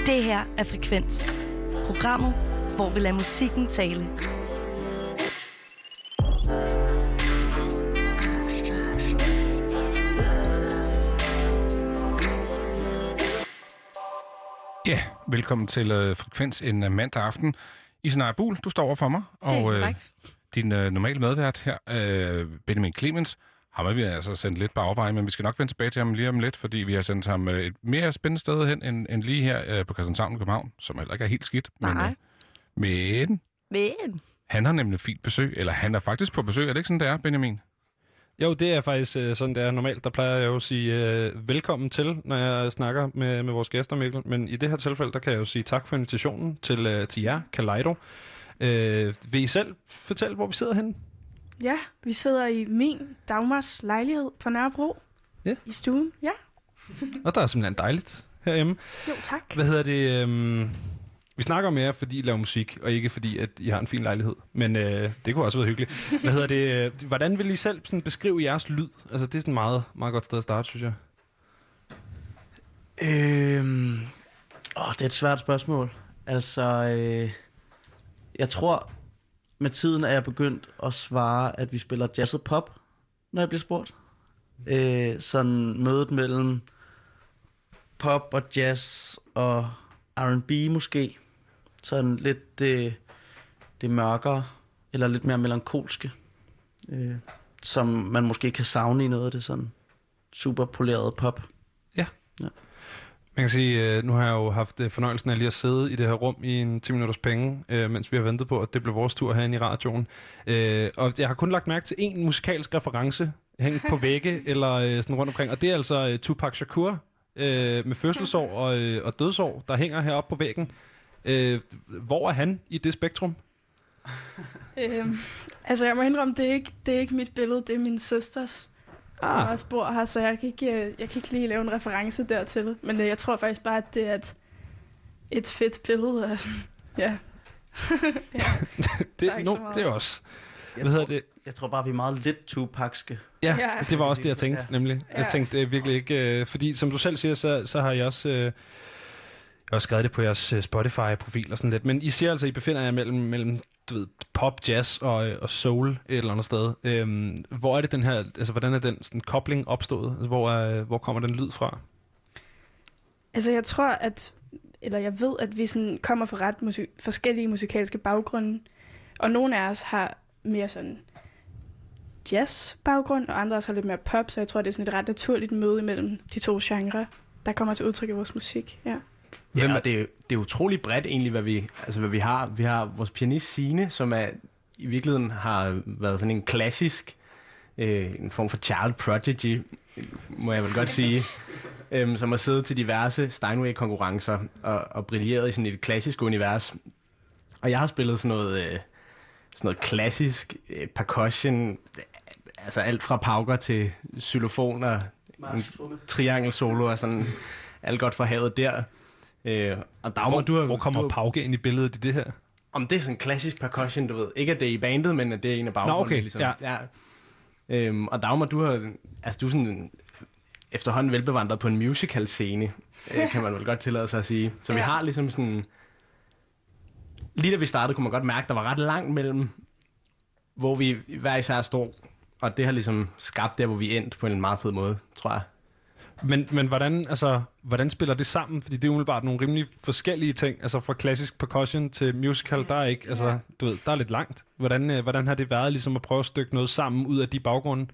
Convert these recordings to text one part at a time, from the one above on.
Det her er Frekvens. Programmet, hvor vi lader musikken tale. Ja, velkommen til Frekvens en mandag aften. Isena Buhl, du står over for mig. Og din normale medvært her, Benjamin Clemens, har vi altså sendt lidt på afveje, men vi skal nok vende tilbage til ham lige om lidt, fordi vi har sendt ham et mere spændende sted hen end lige her på Christianshavn i København, som heller ikke er helt skidt. Nej. Men han har nemlig fint besøg, eller han er faktisk på besøg. Er det ikke sådan, det er, Benjamin? Jo, det er faktisk sådan, det er normalt. Der plejer jeg jo at sige velkommen til, når jeg snakker med vores gæster, Mikkel. Men i det her tilfælde, der kan jeg jo sige tak for invitationen til jer, Kaleido. Vil I selv fortælle, hvor vi sidder henne? Ja, vi sidder i min Dagmars lejlighed på Nørrebro. Ja. I stuen, ja. Og der er simpelthen dejligt herhjemme. Jo, tak. Hvad hedder det? Vi snakker mere, fordi I laver musik, og ikke fordi, at I har en fin lejlighed. Men det kunne også være hyggeligt. Hvad hedder det? Hvordan vil I selv sådan beskrive jeres lyd? Altså, det er sådan et meget, meget godt sted at starte, synes jeg. Det er et svært spørgsmål. Altså, jeg tror, med tiden er jeg begyndt at svare, at vi spiller jazz og pop, når jeg bliver spurgt. Sådan mødet mellem pop og jazz og R&B måske. Sådan lidt det mørkere, eller lidt mere melankolske, som man måske kan savne i noget af det sådan super polerede pop. Ja. Man kan sige, nu har jeg jo haft fornøjelsen af lige at sidde i det her rum i en 10 minutters penge, mens vi har ventet på, at det blev vores tur herinde i radioen. Og jeg har kun lagt mærke til en musikalsk reference hængt på vægge eller sådan rundt omkring, og det er altså Tupac Shakur med fødselsår og dødsår, der hænger heroppe på væggen. Hvor er han i det spektrum? Altså, jeg må indrømme, det er ikke mit billede, det er min søsters. Som også bor her, så jeg kan ikke lige lave en reference dertil. Men jeg tror faktisk bare, at det er et fedt billede. Altså. Ja. Det er også. Hvad hedder det? Jeg tror bare, vi er meget lidt Tupacske. Ja, det var også det, jeg tænkte, nemlig. Ja. Jeg tænkte virkelig ikke... fordi, som du selv siger, så har jeg også... Jeg har også skrevet det på jeres Spotify-profil og sådan lidt. Men I siger altså, I befinder jer mellem du ved, pop, jazz og soul et eller andet sted. Hvor er det den her... Altså, hvordan er den sådan, kobling opstået? Altså, hvor kommer den lyd fra? Altså, jeg tror, jeg ved, at vi sådan kommer fra ret forskellige musikalske baggrunde. Og nogle af os har mere sådan jazz-baggrund, og andre også har lidt mere pop, så jeg tror, det er sådan et ret naturligt møde imellem de to genrer, der kommer til udtryk i vores musik. Ja. Ja, og det er utrolig bredt egentlig, hvad vi har. Vi har vores pianist Signe, som i virkeligheden har været sådan en klassisk, en form for child prodigy, må jeg vel godt sige, som har siddet til diverse Steinway-konkurrencer og brilleret i sådan et klassisk univers. Og jeg har spillet sådan noget klassisk percussion, altså alt fra pauker til xylofon og triangelsolo og sådan alt godt fra havet der. Og Dagmar, hvor kommer pauke ind i billedet i det her? Om det er sådan en klassisk percussion, du ved. Ikke at det er i bandet, men at det er en af baggrundene. Okay. Ligesom. Ja. Og Dagmar, du er sådan efterhånden velbevandret på en musical-scene, kan man vel godt tillade sig at sige. Så vi har ligesom sådan... Lige da vi startede, kunne man godt mærke, at der var ret langt mellem, hvor vi hver især stod, og det har ligesom skabt der, hvor vi endte på en meget fed måde, tror jeg. Men hvordan spiller det sammen? Fordi det er umiddelbart nogle rimelig forskellige ting. Altså fra klassisk percussion til musical, der er ikke, altså, du ved, der er lidt langt. Hvordan har det været ligesom at prøve at stykke noget sammen ud af de baggrunde?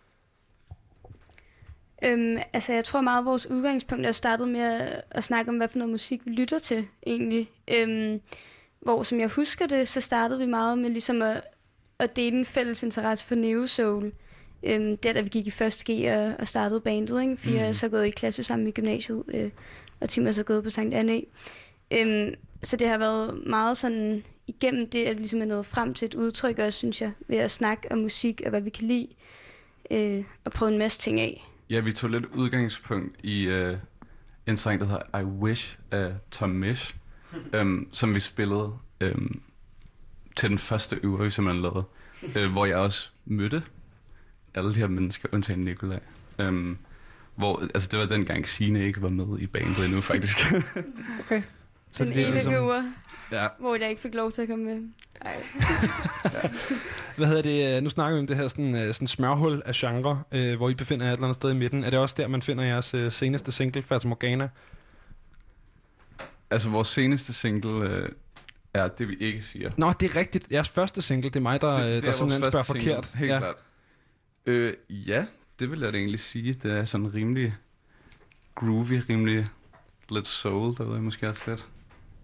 Altså jeg tror meget, at vores udgangspunkt er startet med at snakke om, hvad for noget musik vi lytter til, egentlig. Hvor, som jeg husker det, så startede vi meget med ligesom at dele en fælles interesse for neo-soul. Der, da vi gik i 1. G og startede bandet, ikke? 4 er så gået i klasse sammen i gymnasiet, og Tim er så gået på Sankt Anna. Så det har været meget sådan igennem det, at vi ligesom er nået frem til et udtryk også, synes jeg, ved at snakke om musik og hvad vi kan lide, og prøve en masse ting af. Ja, vi tog lidt udgangspunkt i en sang, der hedder I Wish af Tom Misch, som vi spillede til den første øvre, vi simpelthen lavede, hvor jeg også mødte alle de her mennesker, undtagen Nikolaj. Hvor, altså det var dengang Signe ikke var med i bandet endnu, faktisk. Okay. Så den det er ene ligesom... uger, Ja. hvor jeg ikke fik lov til at komme med. Ej. Hvad hedder det? Nu snakker vi om det her sådan smørhul af genre, hvor I befinder jer et eller andet sted i midten. Er det også der, man finder jeres seneste single, Fata Morgana? Altså, vores seneste single er det, vi ikke siger. Nå, det er rigtigt. Jeres første single, det er mig, der simpelthen spørger forkert. Helt klart. Ja, det vil jeg da egentlig sige. Det er sådan rimelig groovy, rimelig lidt soul, der ved jeg måske også lidt.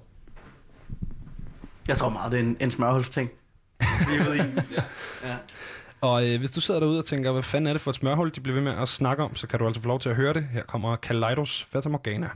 Jeg tror meget, det er en smørhulsting. Vi er ude i. Ja. Og hvis du sidder derude og tænker, hvad fanden er det for et smørhul, de bliver ved med at snakke om, så kan du altså få lov til at høre det. Her kommer Kaleidos Fata Morgana.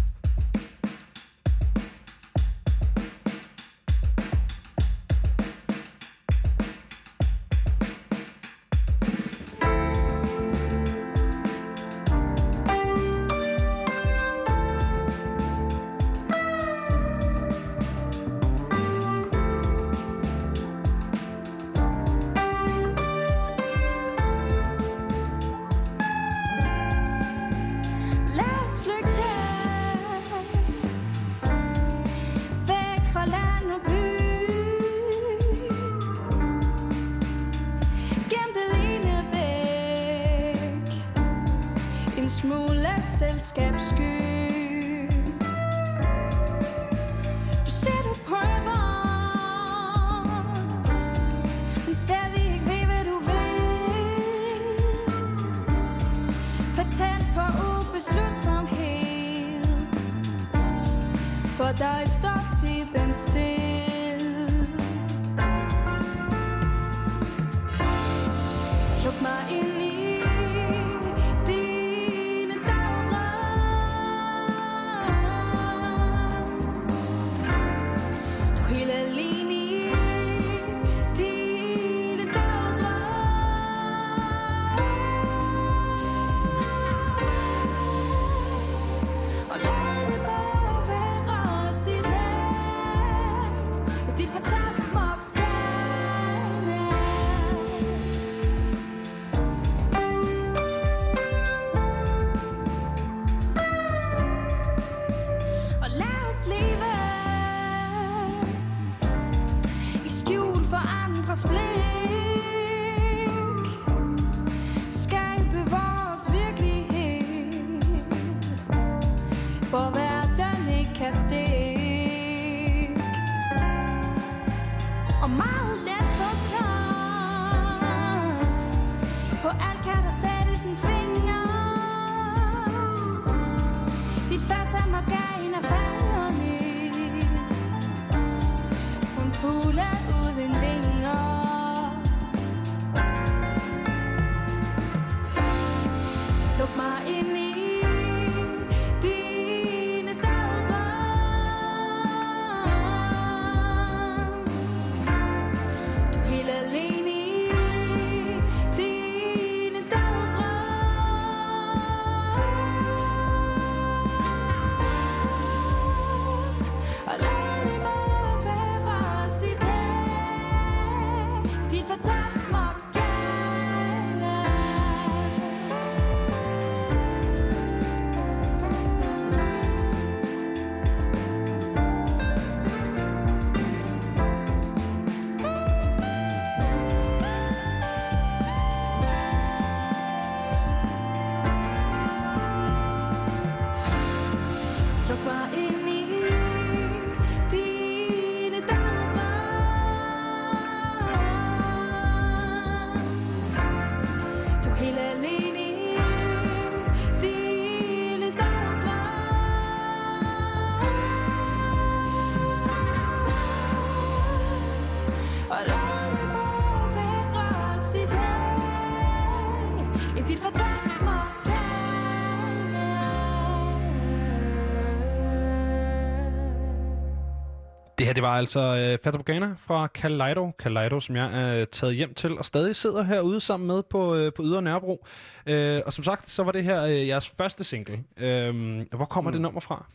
Det her, det var altså Fata Morgana fra Kaleido, som jeg er taget hjem til og stadig sidder herude sammen med på Ydre Nørrebro. Og som sagt, så var det her jeres første single. Hvor kommer det nummer fra?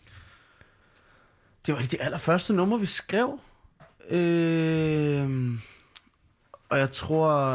Det var de allerførste numre, vi skrev. Og jeg tror,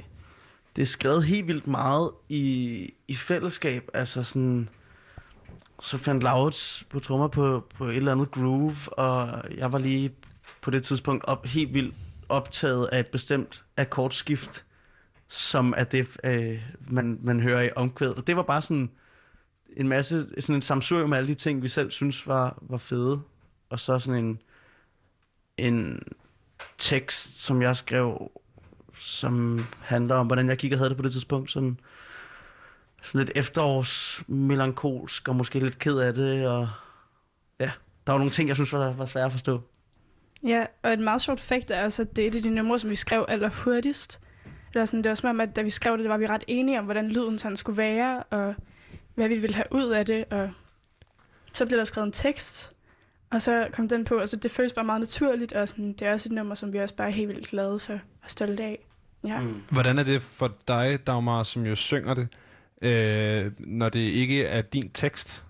det er skrevet helt vildt meget i fællesskab. Altså sådan, så fandt Laurits på trommer på et eller andet groove, og jeg var lige på det tidspunkt helt vildt optaget af et bestemt akkordskift, som er det, man hører i omkvædet. Og det var bare sådan en masse, sådan en sammensurium af alle de ting, vi selv synes var fede. Og så sådan en tekst, som jeg skrev, som handler om, hvordan jeg gik og havde det på det tidspunkt. Sådan lidt efterårsmelankolsk, og måske lidt ked af det. Og ja, der var nogle ting, jeg synes var svære at forstå. Ja, og et meget sjovt fakt er også, at det er et af de numre, som vi skrev allerhurtigst. Det var som om, at da vi skrev det, var vi ret enige om, hvordan lyden sådan skulle være, og hvad vi ville have ud af det. Og så blev der skrevet en tekst, og så kom den på, og så det føles bare meget naturligt, og sådan, det er også et nummer, som vi også bare er helt vildt glade for og stolte af. Ja. Hvordan er det for dig, Dagmar, som jo synger det, når det ikke er din tekst?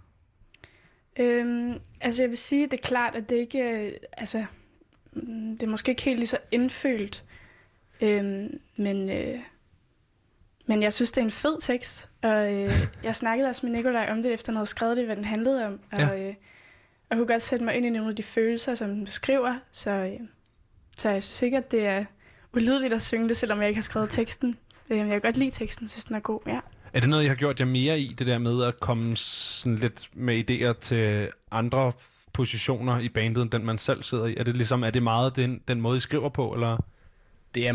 Altså jeg vil sige, det er klart, at det ikke er, det er måske ikke helt lige så indfølt, men jeg synes, det er en fed tekst, og jeg snakkede også med Nikolaj om det, efter han havde skrevet det, hvad den handlede om, og jeg kunne godt sætte mig ind i nogle af de følelser, som den beskriver, så jeg synes ikke, at det er ulideligt at synge det, selvom jeg ikke har skrevet teksten. Jeg kan godt lide teksten, synes den er god, ja. Er det noget, I har gjort jer mere i, det der med at komme sådan lidt med idéer til andre positioner i bandet, end den man selv sidder i? Er det meget den måde, I skriver på, eller? Det er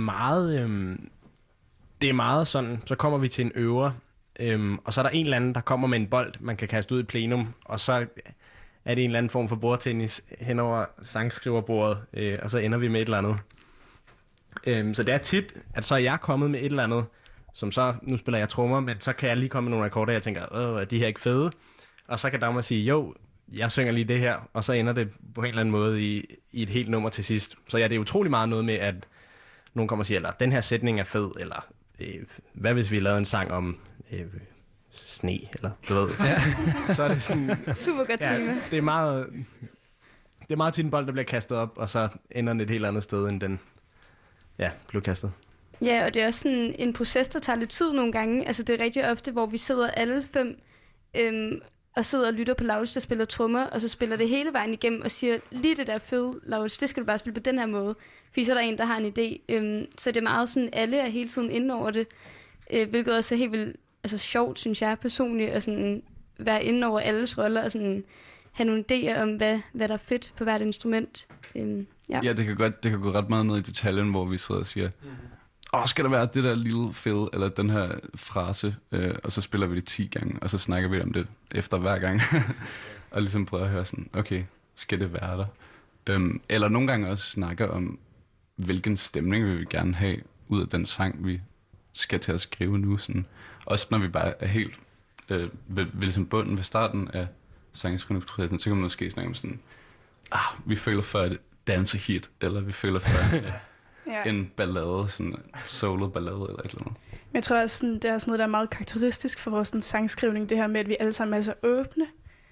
meget sådan, så kommer vi til en øver, og så er der en eller anden, der kommer med en bold, man kan kaste ud i plenum, og så er det en eller anden form for bordtennis hen over sangskriverbordet, og så ender vi med et eller andet. Så det er tit, at så er jeg kommet med et eller andet, som så, nu spiller jeg trommer, men så kan jeg lige komme med nogle akkorder, jeg tænker, er de her ikke fede? Og så kan Dagmar sige, jo, jeg synger lige det her, og så ender det på en eller anden måde i et helt nummer til sidst. Så ja, det er utrolig meget noget med, at nogen kommer og siger, eller den her sætning er fed, eller hvad hvis vi lavede en sang om sne, eller du ved. Ja. Så er det sådan... Super godt tema. Det er meget tit en bold, der bliver kastet op, og så ender den et helt andet sted, end den blev kastet. Ja, og det er også sådan en proces, der tager lidt tid nogle gange. Altså det er rigtig ofte, hvor vi sidder alle 5 og sidder og lytter på Laurits, der spiller trommer, og så spiller det hele vejen igennem og siger, lige det der fede, Laurits, det skal du bare spille på den her måde. Fordi så er der en, der har en idé. Så det er meget sådan, alle er hele tiden inde over det, hvilket også er helt vildt sjovt, synes jeg personligt, at sådan være inde over alles roller og sådan have nogle idéer om, hvad der er fedt på hvert instrument. Ja, det kan gå ret meget ned i detaljen, hvor vi sidder og siger, skal der være det der lille fill, eller den her frase, og så spiller vi det 10 gange, og så snakker vi om det efter hver gang, og ligesom prøver at høre sådan, okay, skal det være der? Eller nogle gange også snakker om, hvilken stemning vil vi gerne have ud af den sang, vi skal til at skrive nu. Sådan. Også når vi bare er helt ved ligesom bunden ved starten af sangskrivningsprocessen, så kan man måske snakke om sådan, vi føler for et dansehit, eller vi føler for en ballade, sådan en solo-ballade eller et eller andet. Men jeg tror også, sådan, det er sådan noget, der er meget karakteristisk for vores sådan, sangskrivning, det her med, at vi alle sammen er så åbne.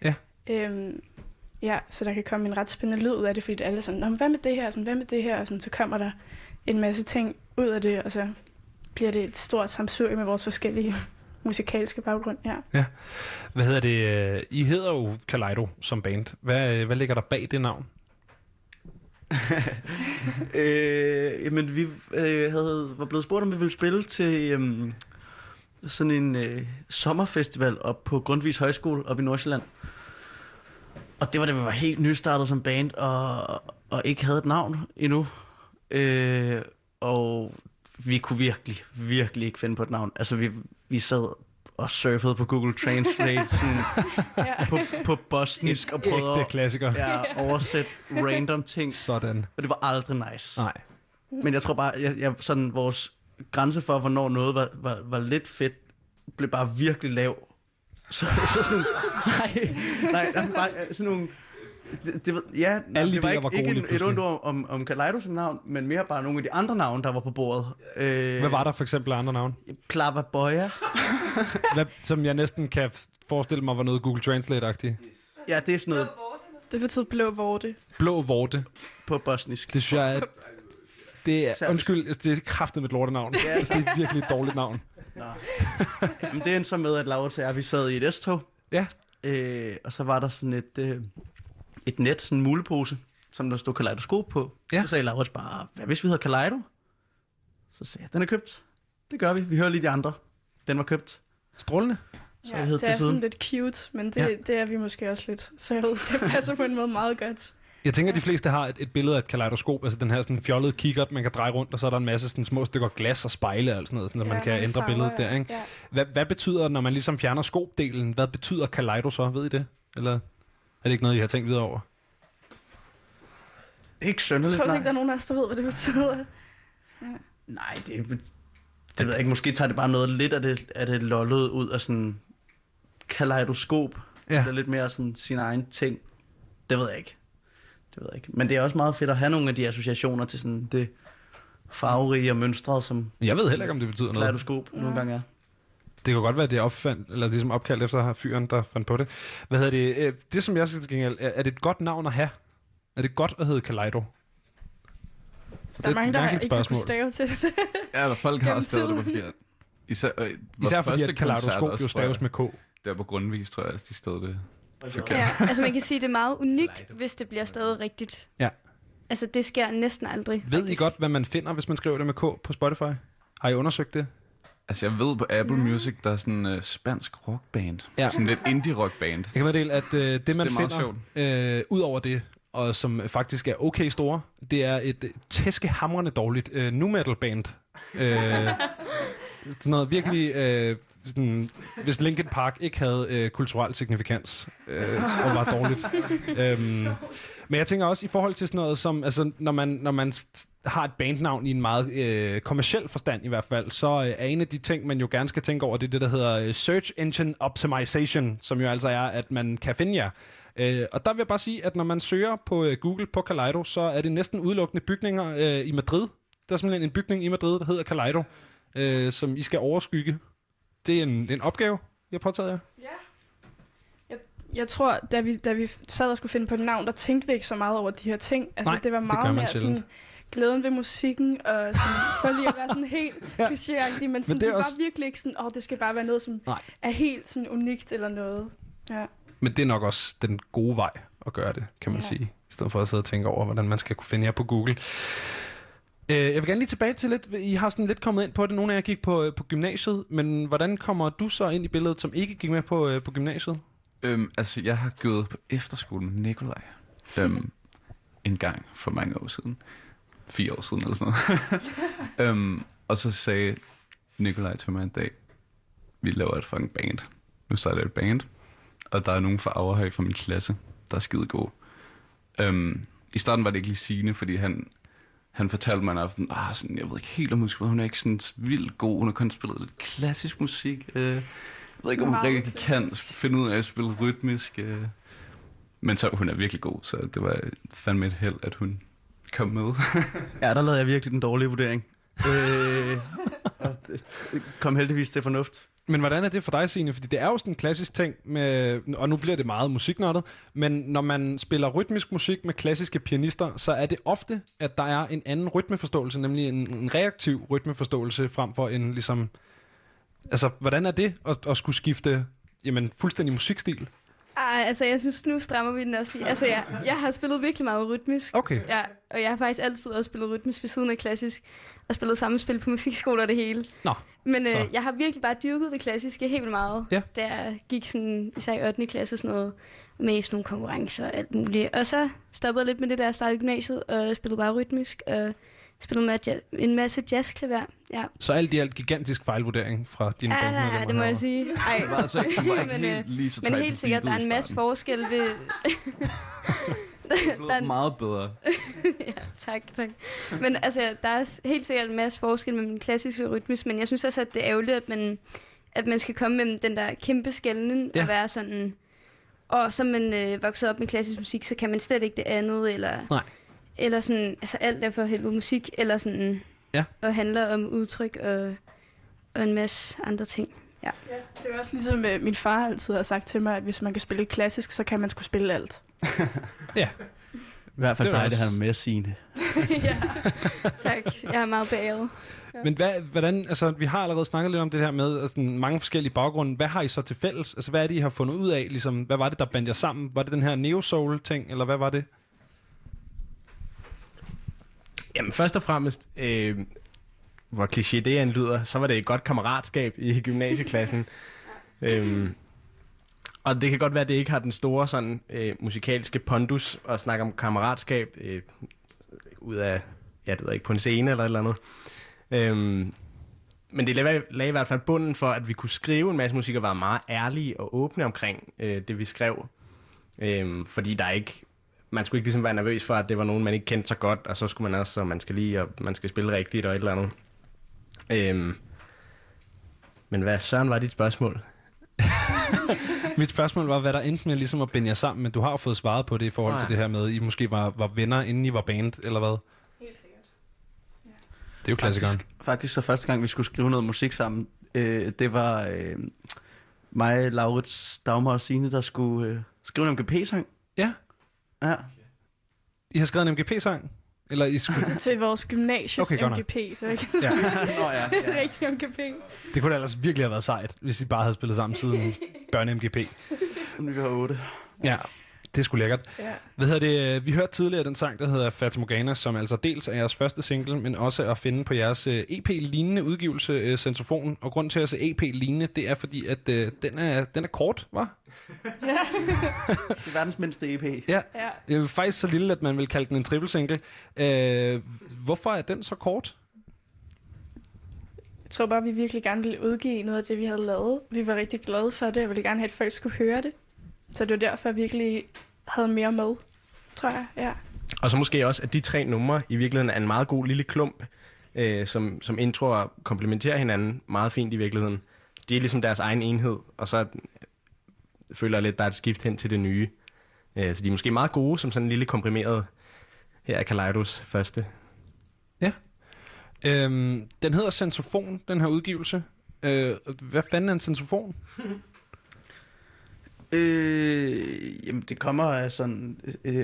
Ja. Så der kan komme en ret spændende lyd ud af det, fordi alle er sådan, hvad med det her, sådan, hvad med det her, og sådan, så kommer der en masse ting ud af det, og så bliver det et stort sammensurium med vores forskellige musikalske baggrund, ja. Hvad hedder det? I hedder jo Kaleido som band. Hvad ligger der bag det navn? Men vi var blevet spurgt, om vi ville spille til sådan en sommerfestival op på Grundtvigs Højskole op i Nordsjælland. Og det var det, vi var helt nystartet som band, og ikke havde et navn endnu. Og vi kunne virkelig ikke finde på et navn. Altså, vi sad og surfede på Google Translate sådan, på bosnisk og prøvede at oversætte random ting. Sådan. Og det var aldrig nice. Nej. Men jeg tror bare, sådan vores grænse for, hvornår noget var lidt fedt, blev bare virkelig lav. Så sådan nej, bare sådan nogle... Det var ikke et ondt ord om Kaleido som navn, men mere bare nogle af de andre navne, der var på bordet. Hvad var der for eksempel af andre navne? Plava Boya. Som jeg næsten kan forestille mig var noget Google Translate-agtigt. Ja, det er sådan noget... Det betyder blå vorte. Blå vorte. På bosnisk. Det synes jeg er... Det er, undskyld, det er kraftigt med et lortenavn. Ja. Det er virkelig et dårligt navn. Jamen, det endte så med, at Laurits og jeg, vi sad i et S-tog. Ja. Og så var der sådan et net, sådan en mulepose, som der stod kaleidoskop på. Ja. Så sagde Laurits bare, hvad hvis vi hedder Kaleido? Så sagde jeg, den er købt. Det gør vi. Vi hører lige de andre. Den var købt. Strålende. Så ja, det er sådan lidt cute, men det er vi måske også lidt. Så jeg ved, det passer på en måde meget godt. Jeg tænker, at de fleste har et billede af et kaleidoskop, altså den her sådan fjollede kikkert, man kan dreje rundt, og så er der en masse sådan små stykker glas og spejle og sådan noget, så man kan ændre billedet der, ikke? Ja. Hvad betyder, når man ligesom fjerner skopdelen, hvad betyder kaleido så? Ved I det? Eller er det ikke noget, I har tænkt videre over? Ikke synderligt, jeg tror ikke, der er nogen af os, der ved, hvad det betyder. Ja. Nej, det ved jeg ikke. Måske tager det bare noget lidt af det lollet ud af sådan kaleidoskop. Ja. Det er lidt mere sådan sin egen ting. Det ved jeg ikke. Men det er også meget fedt at have nogle af de associationer til sådan det farverige og mønstrede, som jeg ved heller ikke, om det betyder noget. Kaleidoskop nogle gange er. Det kan godt være, at det er ligesom opkaldt efter fyren, der fandt på det. Hvad hedder det? Det, som jeg skal til gengæld, er det et godt navn at have? Er det godt at hedde Kaleido? Der er mange, der ikke har kunnet stave til det. Ja, der folk har stavet det forkert. Især fordi, at kaleidoskop jo staves med K. Der på Grundvis, tror jeg, de stod det forkert. Ja, altså man kan sige, det er meget unikt, hvis det bliver stadig rigtigt. Ja. Altså det sker næsten aldrig. Ved I godt, hvad man finder, hvis man skriver det med K på Spotify? Har I undersøgt det? Altså jeg ved på Apple Music, der er sådan en spansk rockband. Ja. Sådan lidt indie rockband. Jeg kan meddele, at det man finder, ud over det, og som faktisk er okay store, det er et tæskehamrende dårligt nu metal band. Sådan noget virkelig, sådan, hvis Linkin Park ikke havde kulturel signifikans og var dårligt. Men jeg tænker også i forhold til sådan noget som, altså når man har et bandnavn i en meget kommerciel forstand i hvert fald, så er en af de ting, man jo gerne skal tænke over, det er det, der hedder Search Engine Optimization, som jo altså er, at man kan finde jer. Og der vil jeg bare sige, at når man søger på Google på Kaleido, så er det næsten udelukkende bygninger i Madrid. Der er simpelthen en bygning i Madrid, der hedder Kaleido, som I skal overskygge. Det er en opgave, jeg har påtaget jer. Ja. Jeg tror, da vi sad og skulle finde på et navn, der tænkte vi ikke så meget over de her ting. Altså, det var meget mere sådan glæden ved musikken, og sådan, for lige at være sådan helt klichéagtig, men sådan, det var virkelig ikke sådan, det skal bare være noget, som er helt sådan unikt eller noget. Ja. Men det er nok også den gode vej at gøre det, kan man sige. I stedet for at sidde og tænke over, hvordan man skal kunne finde jer på Google. Jeg vil gerne lige tilbage til lidt. I har sådan lidt kommet ind på det. Nogle af jer gik på gymnasiet, men hvordan kommer du så ind i billedet, som ikke gik med på gymnasiet? Altså, jeg har gået på efterskole med Nikolaj en gang for mange år siden. 4 år siden eller sådan noget. Og så sagde Nikolaj til mig en dag, vi laver et fucking band. Nu starter jeg et band, og der er nogle farver her fra min klasse, der er skide gode. I starten var det ikke lige Signe, fordi han fortalte mig en aften, sådan, jeg ved ikke helt om musik, hun er ikke sådan vildt god, hun har kun spillet lidt klassisk musik. Jeg ved ikke, om hun rigtig kan finde ud af at spille rytmisk. Men så hun er virkelig god, så det var fandme et held, at hun kom med. Ja, der lavede jeg virkelig den dårlige vurdering. Og det kom heldigvis til fornuft. Men hvordan er det for dig, Signe? Fordi det er jo sådan en klassisk ting, med, og nu bliver det meget musiknørdet, men når man spiller rytmisk musik med klassiske pianister, så er det ofte, at der er en anden rytmeforståelse, nemlig en reaktiv rytmeforståelse, frem for en ligesom... Altså, hvordan er det at skulle skifte fuldstændig musikstil? Altså, jeg synes, nu strammer vi den også lige. Altså, jeg har spillet virkelig meget rytmisk. Okay. Ja, og jeg har faktisk altid også spillet rytmisk ved siden af klassisk, og spillet sammenspil på musikskoler og det hele. Nå. Men jeg har virkelig bare dyrket det klassiske helt vildt meget. Ja. Da jeg gik sådan, især i 8. klasse sådan noget, med sådan nogle konkurrencer og alt muligt. Og så stoppede jeg lidt med det der, startede gymnasiet, og spillede bare rytmisk, og spillede med en masse jazzklaver. Ja. Så alt i alt gigantisk fejlvurdering fra dine bandmedlemmer? Ja, det må jeg sige. Ej. Men helt sikkert, der er en masse forskel ved... der er meget bedre. Ja, tak. Men altså, der er helt sikkert en masse forskel med den klassiske rytmisk, men jeg synes også, at det er ærgerligt, at man skal komme med den der kæmpe skælden og være sådan... Og så man vokset op med klassisk musik, så kan man slet ikke det andet, eller sådan, altså alt er for helvede musik, eller sådan, og handler om udtryk og en masse andre ting. Ja, det er også ligesom min far altid har sagt til mig, at hvis man kan spille klassisk, så kan man sgu spille alt. Ja. I hvert fald dig, det har med at sige det. Ja, tak. Jeg er meget bæret. Men hvordan, altså, vi har allerede snakket lidt om det her med altså, mange forskellige baggrunde. Hvad har I så til fælles? Altså, hvad er det, I har fundet ud af? Ligesom, hvad var det, der bandt jer sammen? Var det den her neo-soul-ting, eller hvad var det? Jamen, først og fremmest, hvor kliché det lyder, så var det et godt kammeratskab i gymnasieklassen. Og det kan godt være, at det ikke har den store sådan, musikalske pondus at snakke om kammeratskab ud af, jeg ved ikke, på en scene eller et eller andet. Men det lagde i hvert fald bunden for, at vi kunne skrive en masse musik og være meget ærlige og åbne omkring det, vi skrev. Fordi man skulle ikke ligesom være nervøs for, at det var nogen, man ikke kendte så godt, og så skulle man også, og man skal lige, og man skal spille rigtigt og et eller andet. Men hvad søren var dit spørgsmål? Mit spørgsmål var, hvad der endte med ligesom at binde jer sammen, men du har jo fået svaret på det i forhold til det her med, at I måske var venner, inden I var band, eller hvad? Helt sikkert. Ja. Det er jo klassikeren. Faktisk så første gang, vi skulle skrive noget musik sammen, det var mig, Laurits, Dagmar og Signe, der skulle skrive en MGP-sang. Ja. Ja. I har skrevet en MGP-sang? Eller I skulle... Altså til vores gymnasies MGP, så ikke? Ja. Det er rigtig MGP. Det kunne da ellers virkelig have været sejt, hvis I bare havde spillet sammen siden børne-MGP. Siden vi var 8. Ja, det er sgu lækkert. Ja. Vi hørte tidligere den sang, der hedder Fata Morgana, som altså dels er jeres første single, men også at finde på jeres EP-lignende udgivelse, Sensofonen. Og grund til at se EP-lignende, det er fordi, at den er kort, hva'? Ja. Det er verdens mindste EP. Ja, det er faktisk så lille, at man vil kalde den en triple-single. Hvorfor er den så kort? Jeg tror bare, vi virkelig gerne ville udgive noget af det, vi havde lavet. Vi var rigtig glade for det, og ville gerne have, at folk skulle høre det. Så det var derfor, jeg virkelig havde mere med, tror jeg. Ja. Og så måske også, at de 3 numre i virkeligheden er en meget god lille klump, som introer komplementerer hinanden meget fint i virkeligheden. De er ligesom deres egen enhed, og så føler jeg lidt, der er et skift hen til det nye. Så de er måske meget gode som sådan en lille komprimeret. Her er Kaleidos første. Ja. Den hedder Sensofon, den her udgivelse. Hvad fanden er en sensofon? Jamen, det kommer af sådan...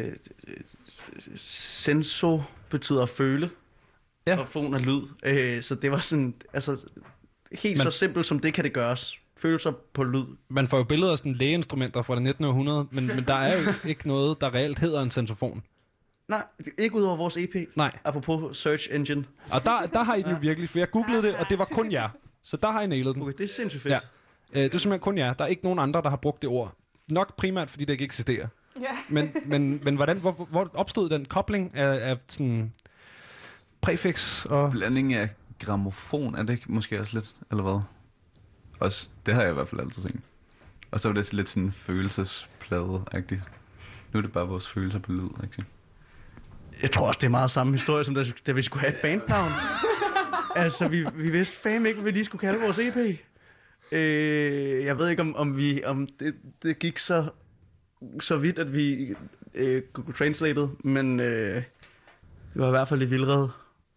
senso betyder at føle, og fon er lyd. Så det var sådan... Altså, helt så simpelt som det kan det gøres. Følelser på lyd. Man får jo billeder af sådan lægeinstrumenter fra det 19. århundrede, men der er jo ikke noget, der reelt hedder en sensofon. Nej, ikke ud over vores EP. Nej. Apropos Search Engine. Og der har I den jo virkelig, for jeg googlede det, og det var kun jer. Så der har I nailet den. Okay, det er sindssygt fedt. Ja. Det er simpelthen kun jer. Der er ikke nogen andre, der har brugt det ord. Nok primært, fordi det ikke eksisterer. Ja. Men hvordan, hvor opstod den kobling af sådan præfix og... Blanding af gramofon, er det ikke måske også lidt, eller hvad? Også, det har jeg i hvert fald altid tænkt. Og så var det lidt sådan følelsesplade-agtigt. Nu er det bare vores følelser på lyd, ikke? Jeg tror også, det er meget samme historie, som da vi skulle have et bandnavn. Altså, vi vidste fandme ikke, hvad vi lige skulle kalde vores EP. Jeg ved ikke, om det gik så vidt, at vi Google Translated, men det var i hvert fald lidt vildred.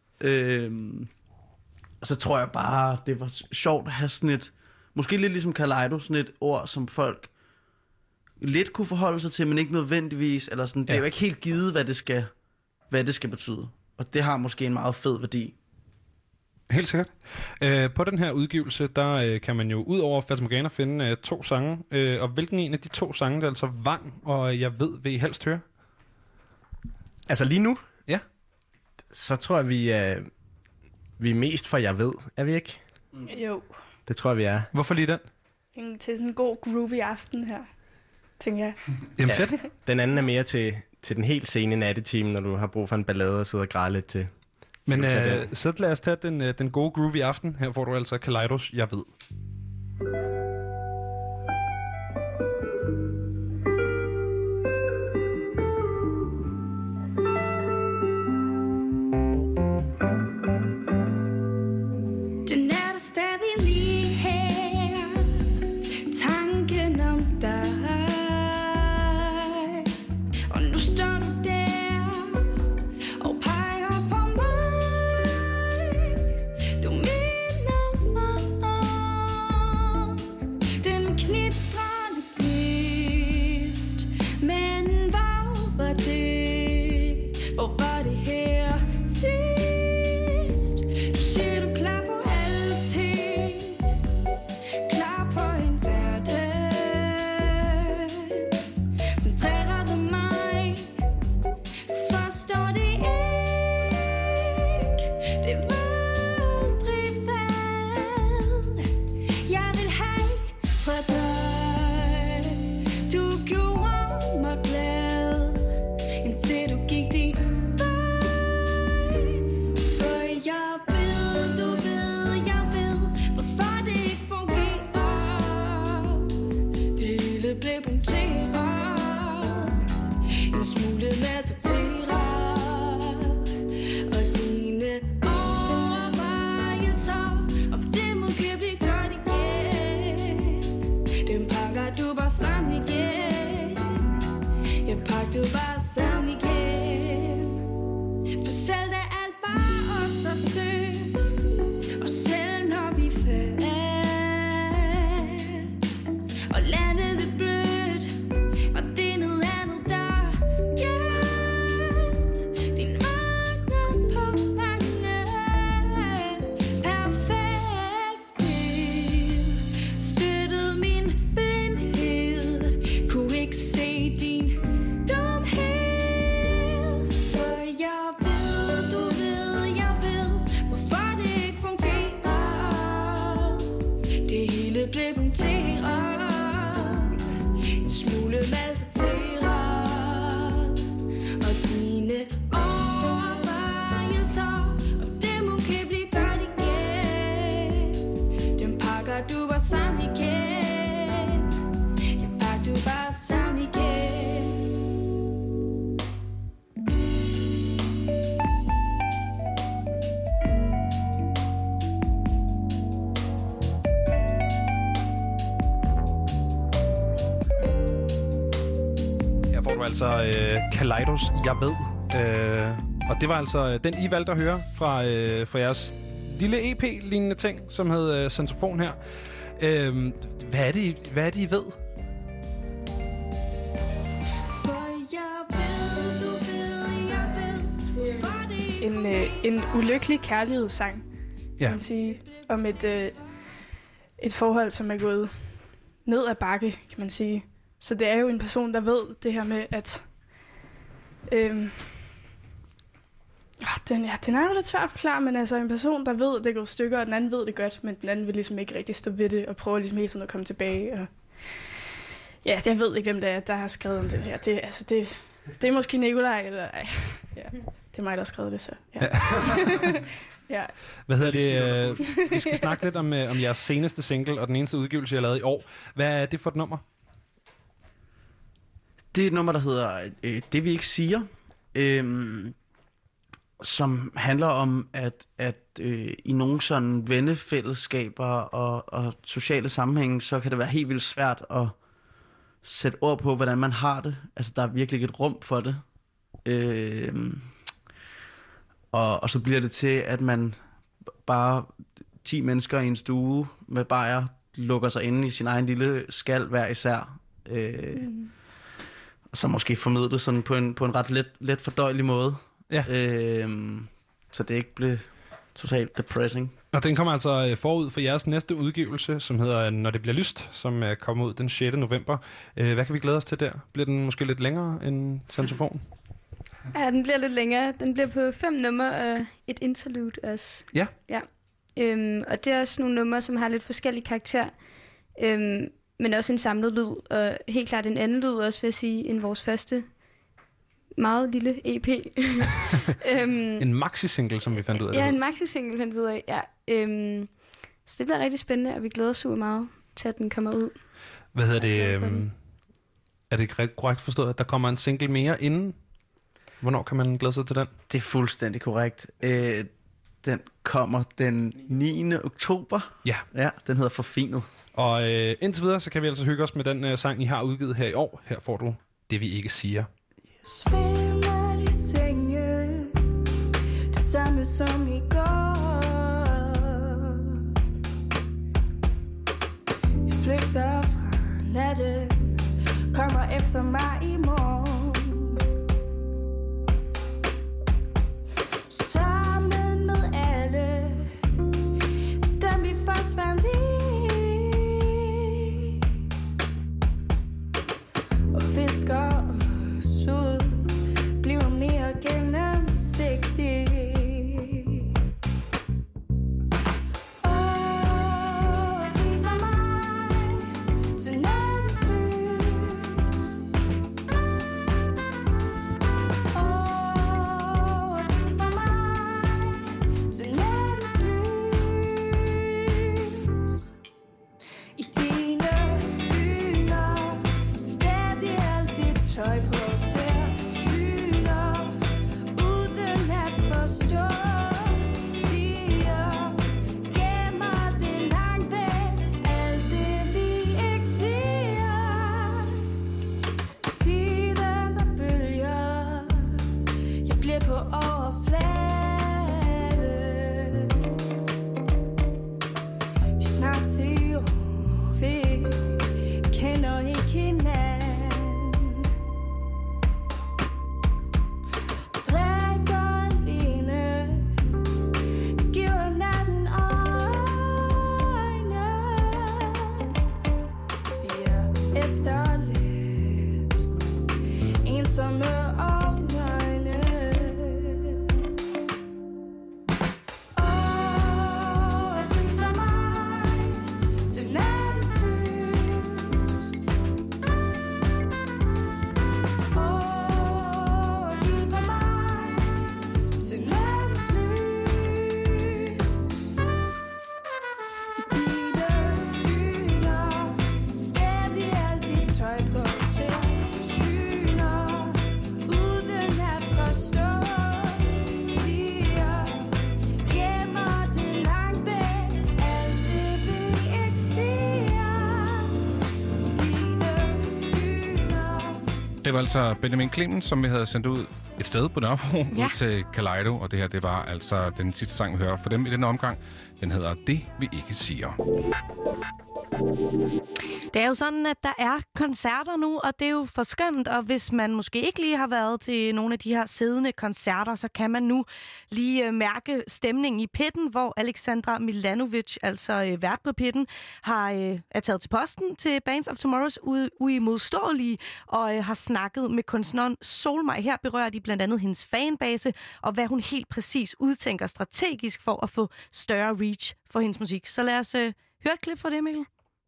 Og så tror jeg bare, det var sjovt at have sådan et, måske lidt ligesom Kaleido, sådan et ord, som folk lidt kunne forholde sig til, men ikke nødvendigvis, eller sådan, det er jo ikke helt givet, hvad det skal betyde. Og det har måske en meget fed værdi. Helt sikkert. På den her udgivelse, der kan man jo ud over Fata Morgana finde 2 sange. Og hvilken en af de 2 sange, der er altså Vang, og Jeg ved, vil I helst høre? Altså lige nu? Ja. Så tror jeg, vi er mest for Jeg ved, er vi ikke? Jo. Det tror jeg, vi er. Hvorfor lige den? Til sådan en god groovy aften her, tænker jeg. Jamen fedt. Den anden er mere til den helt sene nattetime, når du har brug for en ballade og sidder og græde lidt til. Men så lad os tage den gode groovy aften. Her får du altså Kaleidos Jeg ved. Den er der stadig lige her. Tanken om dig. Og nu står du der og peger på mig. Du minder mig om En smule maltraterer. Og dine overvejelser, om det måske blive godt igen. Den pakker du bare sammen igen. Jeg pakker du bare sammen igen. For selv da alt var os så sødt, og selv når vi faldt, og landet det blødt, var det noget andet, der gjaldt. Din mangel på mange perfekte støttede min blindhed, kunne ikke se din dumhed. For jeg ved, du ved, jeg ved, hvorfor det ikke fungerer. Det hele blev punkteret, en smule maltraterer. Og dine overvejelser, om det måske blive godt igen. Den pakker du bare sammen igen. Jeg pakker du bare sammen igen. Her får du altså Kaleidos, Jeg ved. Og det var altså den, I valgte at høre fra jeres lille EP-lignende ting, som hed Sensorfon her. Hvad er det, I ved? For jeg ved, du ved, jeg ved, hvorfor det ikke En ulykkelig kærlighedssang, kan man sige. Om et forhold, som er gået ned ad bakke, kan man sige. Så det er jo en person, der ved det her med, at den er jo lidt svært at forklare, men altså en person, der ved, at det går stykker, og den anden ved det godt, men den anden vil ligesom ikke rigtig stå ved det, og prøver ligesom hele tiden at komme tilbage. Og ja, jeg ved ikke, hvem det er, der har skrevet om det her. Det er måske Nikolaj, eller ej. Ja, det er mig, der har skrevet det, så ja. Ja. Hvad hedder det? Vi skal snakke lidt om jeres seneste single, og den eneste udgivelse, jeg har lavet i år. Hvad er det for et nummer? Det er et nummer, der hedder Det vi ikke siger, som handler om, at i nogle sådan vennefællesskaber og sociale sammenhænge, så kan det være helt vildt svært at sætte ord på, hvordan man har det. Altså, der er virkelig et rum for det. Og så bliver det til, at man bare 10 mennesker i en stue med bajer lukker sig inde i sin egen lille skal hver især. Og så måske formidlet sådan på en ret let fordøjelig måde. Ja. Så det ikke blev totalt depressing. Og den kommer altså forud for jeres næste udgivelse, som hedder Når det bliver lyst, som kommer ud den 6. november. Hvad kan vi glæde os til der? Bliver den måske lidt længere end Sensorfon? Ja, den bliver lidt længere. Den bliver på 5 numre og et interlude også. Ja. Ja. Og det er også nogle numre, som har lidt forskellige karakter. Men også en samlet lyd, og helt klart en anden lyd også, vil jeg sige, end vores første meget lille EP. En maxi-single, som vi fandt ud af. Ja, en maxi-single fandt vi ud af, ja. Så det bliver rigtig spændende, og vi glæder os super meget til, at den kommer ud. Hvad hedder det? Er det korrekt forstået, at der kommer en single mere inden? Hvornår kan man glæde sig til den? Det er fuldstændig korrekt. Den kommer den 9. oktober. Ja. Ja, den hedder Forfinet. Og indtil videre, så kan vi altså hygge os med den sang, I har udgivet her i år. Her får du Det vi ikke siger. Svimmel i senge, det samme som i går. Jeg flygter fra natten, kommer efter mig i morgen. Sammen med alle dem vi først fandt i, og fisker og sud bliver mere gennemsigtig. Tøj på ser på overfladen. Snart 10 år, vi kender ikke hinanden. Drikker alene, giver natten øjne. Vi er efterladt, ensomme og nøgne. Jeg giver mig til nattens lys. Jeg giver mig til nattens lys. I dine dyner stadig alt dit tøj på til syner, uden at forstå. Siger, gemmer det langt væk, alt det vi ikke siger. I dine dyner. Det var altså Benjamin Clemens, som vi havde sendt ud et sted på Nørrebro, Ja. ud til Kaleido, og det her, det var altså den sidste sang, vi hører for dem i denne omgang. Den hedder Det, vi ikke siger. Det er jo sådan, at der er koncerter nu, og det er jo for skønt, og hvis man måske ikke lige har været til nogle af de her siddende koncerter, så kan man nu lige mærke stemningen i pitten, hvor Alexandra Milanovic, altså vært på pitten, er taget til posten til Bands of Tomorrow's uimodståelige, og har snakket med kunstneren Solmaj. Her berører de blandt andet hendes fanbase, og hvad hun helt præcis udtænker strategisk for at få større reach for hendes musik. Så lad os høre et klip fra det, Mikkel.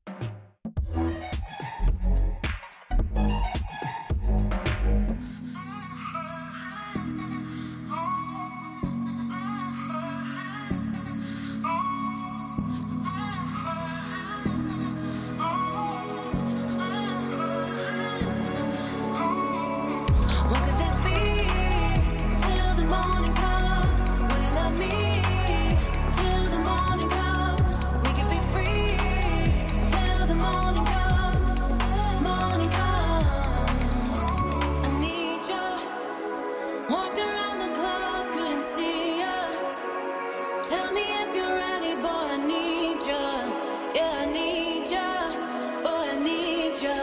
What could this be? Till the morning comes, will I meet? Till the morning comes, we can be free. Till the morning comes, morning comes. I need you. Walked around the club, couldn't see ya. Tell me if you're ready, boy. I need you. Yeah, I need you. Boy, I need you.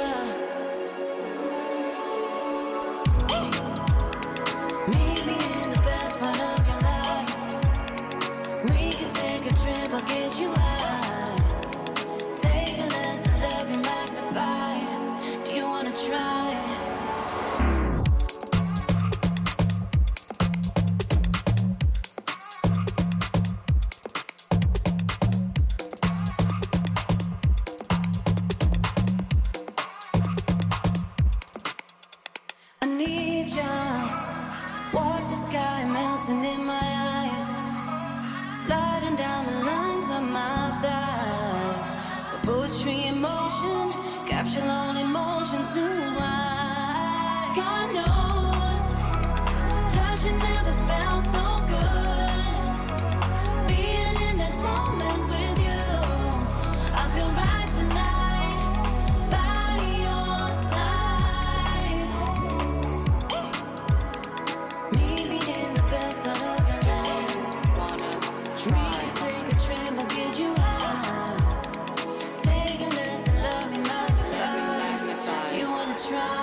Meet me in the best part of your life. We can take a trip, I'll get you high. Take a lesson, let me magnify. Do you wanna try? I need ya. Watch the sky melting in my eyes, sliding down the lines of my thighs. The poetry in motion, capture all emotions too wide. God knows, touching never felt so good. Being in this moment with you, I feel right tonight, by your side. Meet me in the best part of your life. We can take a trip, I'll get you high. Take a lesson, let me magnify. Do you wanna try?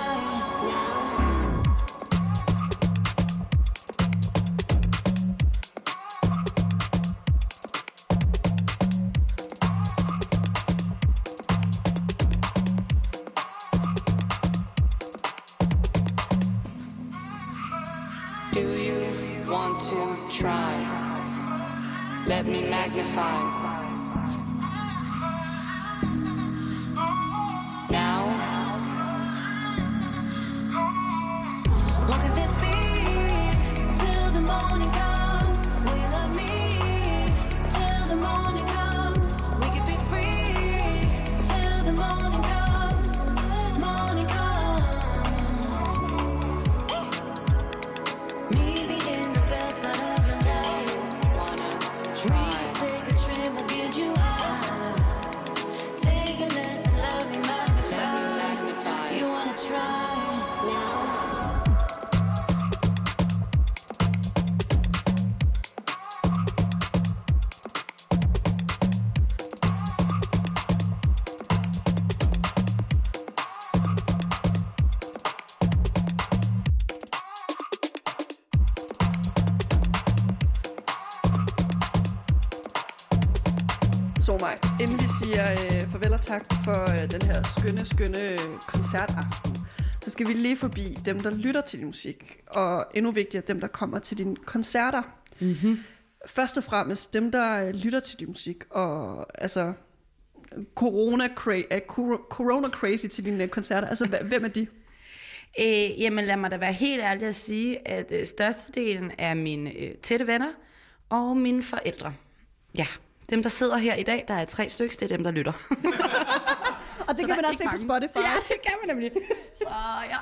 Do you want to try? Let me magnify. Now, What could this be? Till the morning comes, will I meet? Till the morning comes, we can be free. Till the morning comes, morning comes. Meet me in the best part of your life. wanna We try? can take a trip, we'll Solmaj, inden vi siger farvel og tak for den her skønne koncertaften, så skal vi lige forbi dem, der lytter til din musik, og endnu vigtigere, dem, der kommer til dine koncerter. Mm-hmm. Først og fremmest dem, der lytter til din musik, og altså corona crazy til dine koncerter. Altså, hvem er de? Jamen, lad mig da være helt ærlig at sige, at størstedelen er mine tætte venner og mine forældre. Ja, dem, der sidder her i dag, der er 3 stykker, det er dem, der lytter. Og det kan man også se på Spotify. Ja, det kan man nemlig. Så ja.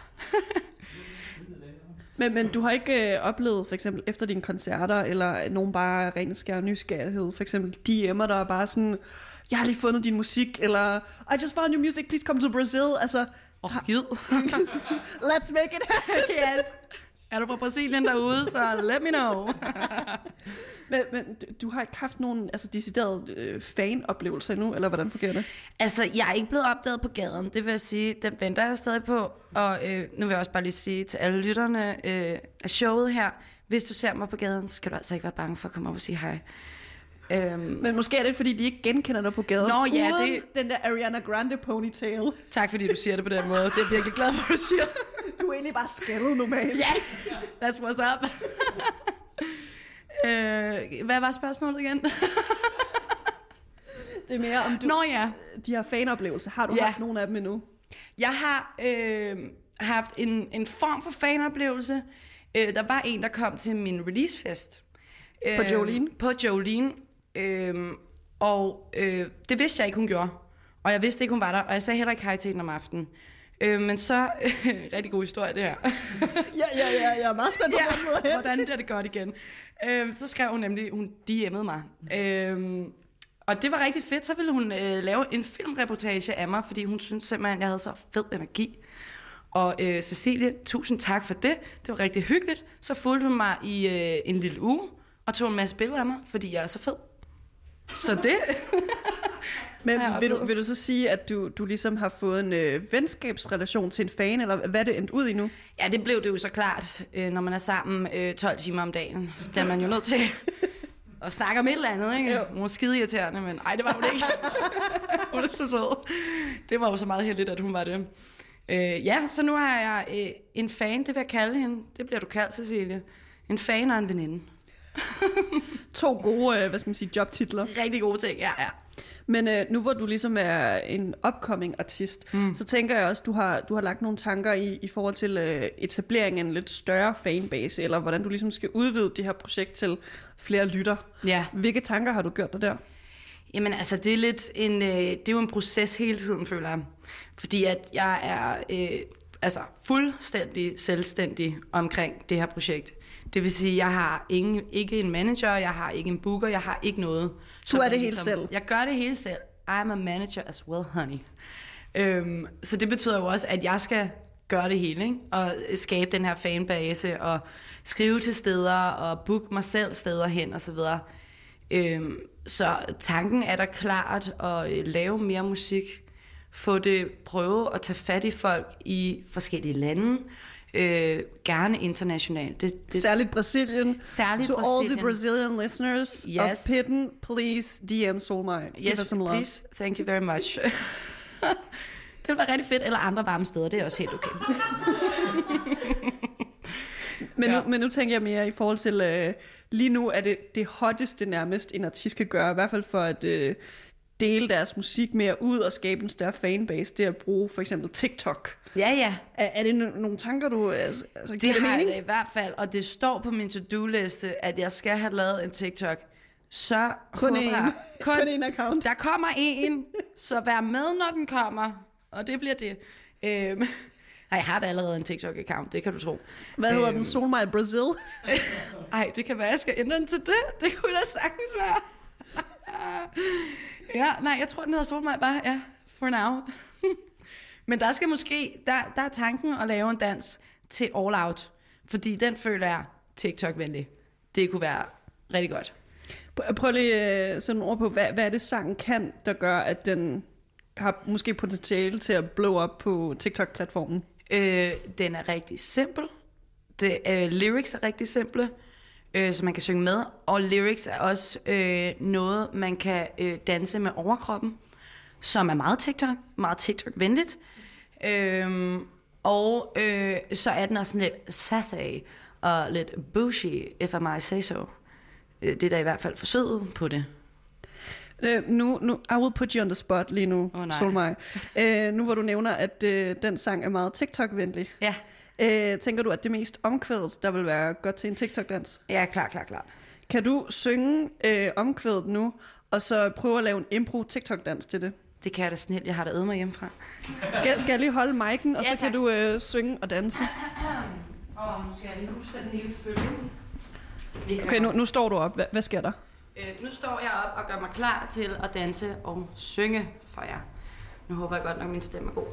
Men du har ikke oplevet, for eksempel efter dine koncerter, eller nogen bare ren skær nysgerrighed, for eksempel DM'er, der er bare sådan, jeg har lige fundet din musik, eller I just found your music, please come to Brazil. Altså, gid. Let's make it happen. Yes. Er du fra Brasilien derude, så let me know. men du har ikke haft nogen deciderede fan-oplevelser endnu, eller hvordan fungerer det? Altså, jeg er ikke blevet opdaget på gaden, det vil jeg sige. Den venter jeg stadig på. Og nu vil jeg også bare lige sige til alle lytterne af showet her, hvis du ser mig på gaden, så skal du altså ikke være bange for at komme op og sige hej. Men måske er det, fordi de ikke genkender dig på gaden. Nå ja, uden det... den der Ariana Grande ponytail. Tak fordi du siger det på den måde. Det er jeg virkelig glad for, at du siger. Du er egentlig bare skaldet normalt. Ja, yeah, that's what's up. Hvad var spørgsmålet igen? Det er mere om du... Nå ja. De her fanoplevelser. Har du haft nogle af dem endnu? Jeg har haft en form for fanoplevelse. Der var en, der kom til min releasefest. På Jolene? På Jolene. Og det vidste jeg ikke, hun gjorde. Og jeg vidste ikke, hun var der. Og jeg sagde heller ikke hej til hende om aftenen. Men så... rigtig god historie, det her. ja, jeg er meget spændt på, hvordan bliver det godt igen. Så skrev hun nemlig, hun DM'ede mig. Og det var rigtig fedt. Så ville hun lave en filmreportage af mig, fordi hun syntes simpelthen, jeg havde så fed energi. Og Cecilie, tusind tak for det. Det var rigtig hyggeligt. Så fulgte hun mig i en lille uge, og tog en masse billeder af mig, fordi jeg er så fed. Så det... Men vil du så sige, at du ligesom har fået en venskabsrelation til en fan, eller hvad er det endt ud i nu? Ja, det blev det jo så klart. Når man er sammen 12 timer om dagen, så bliver man jo nødt til at snakke om et eller andet, ikke? Hun var skide irriterende, men ej, det var hun ikke. Hun er så sød. Det var jo så meget heldigt, at hun var det. Ja, så nu har jeg en fan, det vil jeg kalde hende. Det bliver du kaldt, Cecilie. En fan og en veninde. 2 gode, jobtitler. Rigtig gode ting, ja. Men nu hvor du ligesom er en upcoming artist, så tænker jeg også, du har lagt nogle tanker i forhold til etableringen af en lidt større fanbase, eller hvordan du ligesom skal udvide det her projekt til flere lytter. Ja. Hvilke tanker har du gjort dig der? Jamen altså, det er lidt det er jo en proces hele tiden, føler jeg. Fordi at jeg er fuldstændig selvstændig omkring det her projekt. Det vil sige, jeg har ikke en manager, jeg har ikke en booker, jeg har ikke noget. Du er det hele selv? Jeg gør det hele selv. I'm a manager as well, honey. Så det betyder jo også, at jeg skal gøre det hele, ikke? Og skabe den her fanbase, og skrive til steder, og booke mig selv steder hen, og så videre. Så tanken er der klart at lave mere musik, prøve at tage fat i folk i forskellige lande, gerne internationalt. Særligt Brasilien. Særligt to Brasilien. all the Brazilian listeners of Pitten, please DM Solmaj. Yes, please. Thank you very much. Det vil være rigtig fedt, eller andre varme steder, det er også helt okay. Men nu tænker jeg mere i forhold til, lige nu er det hotteste nærmest, en artist kan gøre, i hvert fald for at dele deres musik mere ud og skabe en større fanbase, det at bruge for eksempel TikTok. Ja. Er det nogle tanker, du det har jeg i hvert fald, og det står på min to-do-liste, at jeg skal have lavet en TikTok. Så kun en account. Der kommer en, så vær med, når den kommer, og det bliver det. Nej, jeg har da allerede en TikTok-account, det kan du tro. Hvad hedder den? Solmaj Brazil? Ej, det kan være, jeg skal ændre den til det. Det kunne da sagtens være. Ja, nej, jeg tror, den hedder Solmaj bare, ja, for now. Men der skal måske, der er tanken at lave en dans til All Out, fordi den føler jeg TikTok-venlig. Det kunne være rigtig godt. Prøv lige sådan ord på, hvad er det sangen kan, der gør, at den har måske potentiale til at blow up på TikTok-platformen? Den er rigtig simpel. Lyrics er rigtig simple. så man kan synge med. Og lyrics er også noget, man kan danse med overkroppen, som er meget TikTok-venligt. Og så er den også sådan lidt sassy og lidt bougie, if I might say so. Det er da i hvert fald forsøget på det. Nu, I will put you on the spot lige nu, Solmaj. Nu hvor du nævner, at den sang er meget TikTok-venlig. Ja. Tænker du, at det mest omkvædet, der vil være godt til en TikTok-dans? Ja, klart. Kan du synge omkvædet nu, og så prøve at lave en impro-TikTok-dans til det? Det kan jeg da snildt. Jeg har da øvet mig hjemmefra. Skal jeg lige holde mic'en, og så kan du synge og danse? Nu skal jeg lige huske den hele selvfølgelig. Okay, nu står du op. Hvad sker der? Nu står jeg op og gør mig klar til at danse og synge for jer. Nu håber jeg godt nok, min stemme er god.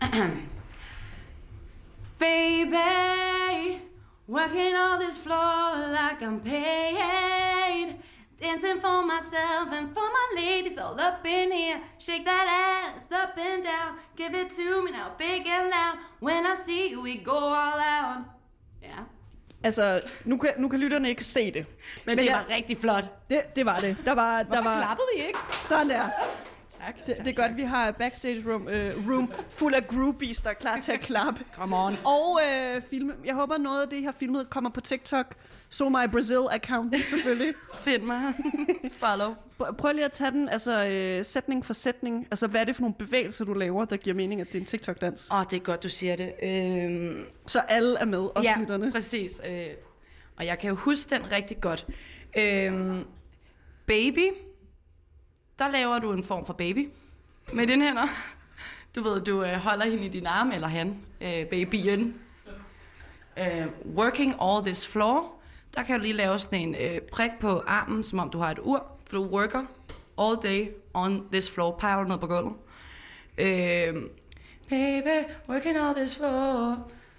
Baby, working all this floor like I'm paid. Dancing for myself and for my ladies all up in here. Shake that ass up and down. Give it to me now, big and loud. When I see you, we go all out. Ja. Altså, nu kan lytterne ikke se det. Men det var rigtig flot. Det var det. Hvorfor klappede I ikke? Sådan der. Tak. Det er godt, vi har backstage room fuld af groupies, der er klar til at klappe. Come on. Og filme. Jeg håber, noget af det her filmet kommer på TikTok. Solmaj Brazil-accounten selvfølgelig. Find mig. Follow. Prøv lige at tage den, altså sætning for sætning. Altså, hvad er det for nogle bevægelser, du laver, der giver mening, at det er en TikTok-dans? Det er godt, du siger det. Så alle er med, også lytterne. Ja, præcis. Og jeg kan jo huske den rigtig godt. Baby. Der laver du en form for baby med dine hænder. Du ved, du holder hende i din arme, eller han, babyen. Working all this floor. Der kan du lige lave sådan en prik på armen, som om du har et ur. For du worker all day on this floor. Peger du ned på gulvet. Baby, working all this floor.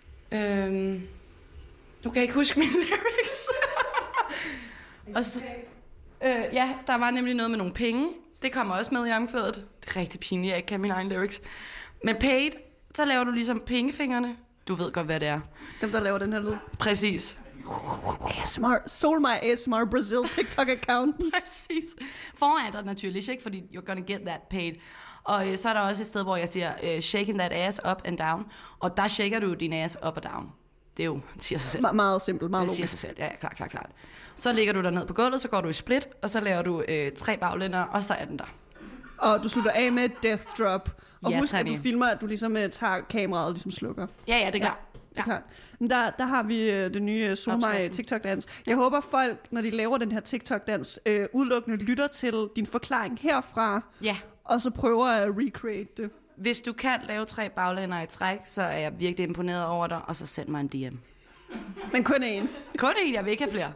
Du kan ikke huske mine lyrics. Og så, ja, der var nemlig noget med nogle penge. Det kommer også med i omkvædet. Det er rigtig pinligt, jeg ikke kan mine egne lyrics. Men paid, så laver du ligesom pengefingrene. Du ved godt, hvad det er. Dem, der laver den her lyd. Præcis. ASMR, Solmaj ASMR Brazil TikTok-account. Præcis. Foran dig naturligvis, ikke? Fordi you're gonna get that paid. Og så er der også et sted, hvor jeg siger, shaking that ass up and down. Og der shaker du din ass up og down. Det er jo, det siger sig selv. Meget simpelt, meget logisk. Det siger sig selv, ja, klart. Så ligger du der ned på gulvet, så går du i split, og så laver du 3 baglænder, og så er den der. Og du slutter af med et death drop. Og ja, husk, at du filmer, at du ligesom tager kameraet og ligesom slukker. Ja, det er klart. Det er klart. Men der har vi det nye Solmaj TikTok-dans. Jeg håber folk, når de laver den her TikTok-dans, udelukkende lytter til din forklaring herfra. Ja. Og så prøver at recreate det. Hvis du kan lave 3 baglænder i træk, så er jeg virkelig imponeret over dig, og så send mig en DM. Men kun én. Kun én, jeg vil ikke have flere.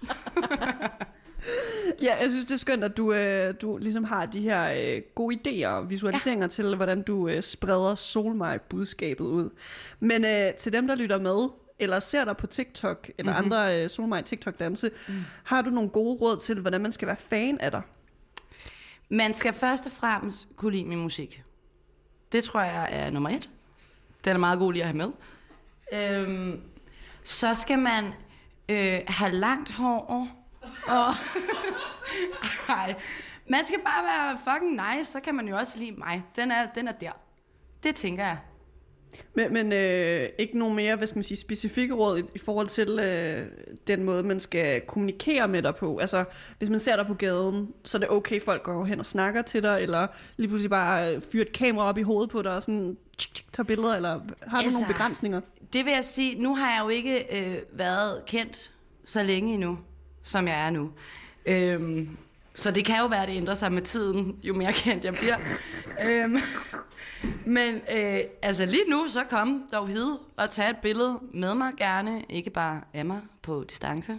Ja, jeg synes, det er skønt, at du ligesom har de her gode idéer og visualiseringer til, hvordan du spreder Solmaj-budskabet ud. Men til dem, der lytter med, eller ser dig på TikTok, eller andre Solmaj TikTok-danse, har du nogle gode råd til, hvordan man skal være fan af dig? Man skal først og fremmest kunne lide min musik. Det tror jeg er nummer 1. Den er meget god lige at have med. Så skal man have langt hår. Og nej, man skal bare være fucking nice, så kan man jo også lide mig. Den er der. Det tænker jeg. Men ikke nogen mere, hvad skal man sige, specifikke råd i forhold til den måde, man skal kommunikere med dig på. Altså, hvis man ser dig på gaden, så er det okay, folk går hen og snakker til dig, eller lige pludselig bare fyrer et kamera op i hovedet på dig, og sådan tager billeder, eller har du nogle begrænsninger? Det vil jeg sige, nu har jeg jo ikke været kendt så længe endnu, som jeg er nu. Så det kan jo være, at det ændrer sig med tiden, jo mere kendt jeg bliver. Men altså lige nu, så kom dog hid og tag et billede med mig gerne, ikke bare af mig på distance.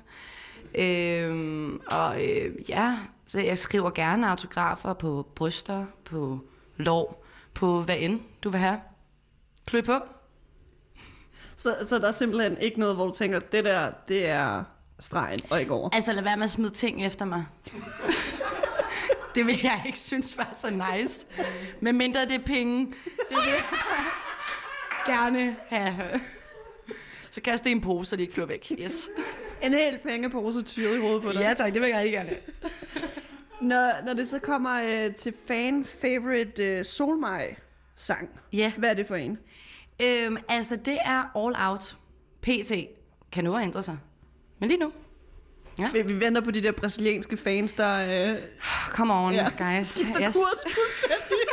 Ja, så jeg skriver gerne autografer på bryster, på lår, på hvad end du vil have. Klø på. Så der er simpelthen ikke noget, hvor du tænker, det der, det er stregen og ikke over? Altså lad være med at smide ting efter mig. Det vil jeg ikke synes var så nice. Men mindre det er penge, det vil jeg gerne have. Så kast det i en pose, så de ikke flyver væk. Yes. En hel pengepose tyret i hovedet på dig. Ja tak, det vil jeg rigtig gerne. Når det så kommer til fan-favorite Solmaj-sang, hvad er det for en? Altså, det er All Out. PT. Kan nu ændre sig. Men lige nu. Ja. Vi venter på de der brasilianske fans, der... Come on, guys. Skifter kurs fuldstændig.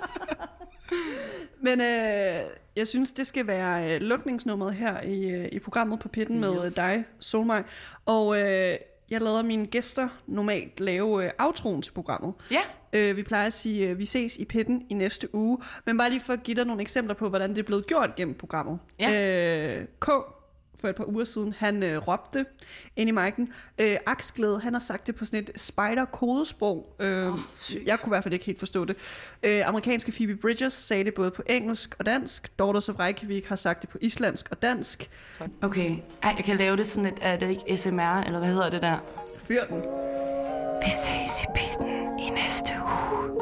Men jeg synes, det skal være lukningsnummeret her i programmet på Pitten med dig, Solmaj. Og jeg lader mine gæster normalt lave outroen til programmet. Ja. Vi plejer at sige, vi ses i Pitten i næste uge. Men bare lige for at give dig nogle eksempler på, hvordan det er blevet gjort gennem programmet. Ja. K for et par uger siden, han råbte ind i mic'en. Aksglæde, han har sagt det på sådan et spider-kodesprog. Jeg kunne i hvert fald ikke helt forstå det. Amerikanske Phoebe Bridgers sagde det både på engelsk og dansk. Daughters of Reykjavik har sagt det på islandsk og dansk. Okay, jeg kan lave det sådan et, er det ikke SMR, eller hvad hedder det der? Fyr den. Vi ses i Pitten i næste uge.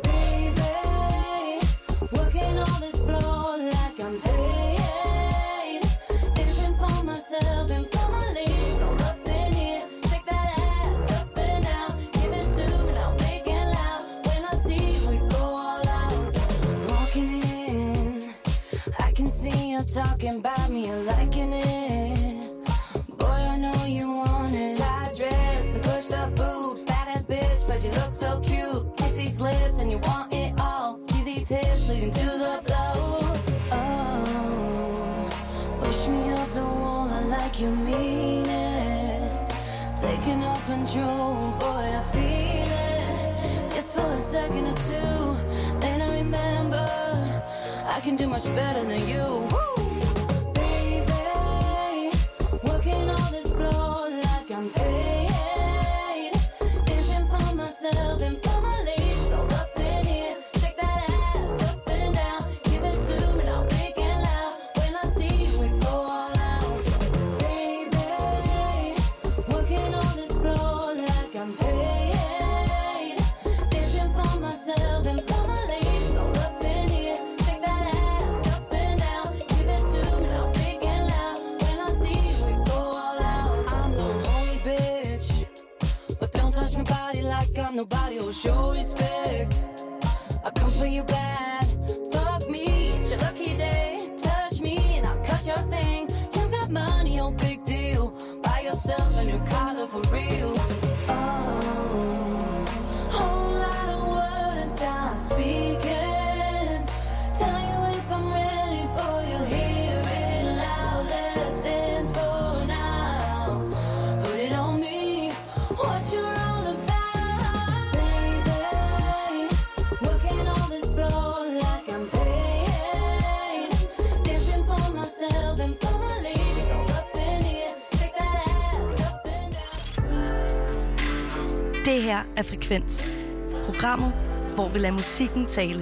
Working on this floor like I'm paid. Dancing for myself and for my leaves. All up in here, shake that ass up and down. Give it to me now, big and loud. When I see we go all out. Walking in, I can see you talking about me, you're liking it. Boy, I know you want it. Tight dress, the pushed up boots, fat ass bitch, but you look so cute. Kiss these lips and you want it all. See these hips leading to the blow. Oh, push me up the wall, I like you mean it. Taking all control, boy, I feel it. Just for a second or two, then I remember I can do much better than you. Woo! Baby, working on this floor like I'm paid. Dancing for myself and for my leaves. All up in here, shake that ass up and down. Give it to me now, big and loud. When I see you, we go all out. Baby, working on this floor like I'm paid. Dancing for myself and for my leaves. All up in here, shake that ass up and down. Give it to me now, big and loud. When I see you, we go all out. I'm the holy bitch, but don't touch my body like I'm nobody who'll show respect. I come for you bad, fuck me, it's your lucky day. Touch me and I'll cut your thing. You got money, oh big deal. Buy yourself a new collar for real. Oh, whole lot of words, stop speaking. Tell you if I'm ready, boy, you'll hear it loud. Let's dance for now. Put it on me, what you're all about. Baby, working on this floor like I'm paid. Dancing for myself and for my ladies. All up in here, shake that ass up and down. Det her er Frekvens. Programmet, hvor vi lader musikken tale.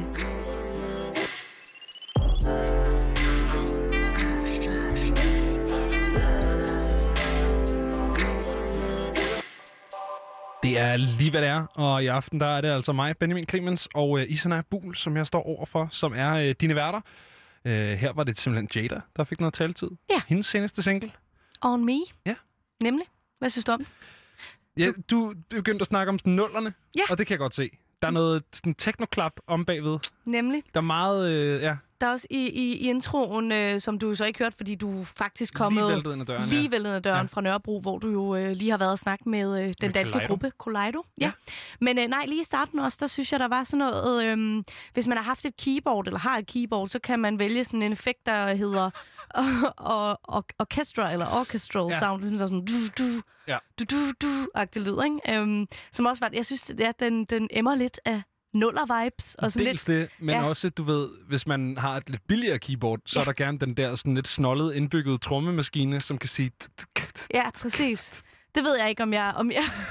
Det er lige hvad det er, og i aften der er det altså mig, Benjamin Clemens, og Isana Buhl, som jeg står overfor, som er dine værter. Her var det simpelthen Jada, der fik noget taletid. Ja. Hendes seneste single. On Me. Ja. Nemlig. Hvad synes du om? Ja, du begyndte at snakke om sådan nullerne, og det kan jeg godt se. Der er noget sådan technoklap om bagved. Nemlig. Der er meget, Der er også i introen, som du så ikke hørte, fordi du faktisk kommet lige væltet ind ad døren, fra Nørrebro, hvor du jo lige har været og snakket med den danske Collido. gruppe Collido. Ja. Men nej, lige i starten også, der synes jeg, der var sådan noget, hvis man har haft et keyboard, eller har et keyboard, så kan man vælge sådan en effekt, der hedder orchestra, eller orchestral sound, ligesom sådan du-du-du-agtig lyd, ikke? Som også var, jeg synes, den emmer lidt af nuller-vibes. Og sådan dels lidt, det, men også, du ved, hvis man har et lidt billigere keyboard, så er der gerne den der sådan lidt snollede, indbyggede trommemaskine, som kan sige... Ja, præcis. Det ved jeg ikke, om jeg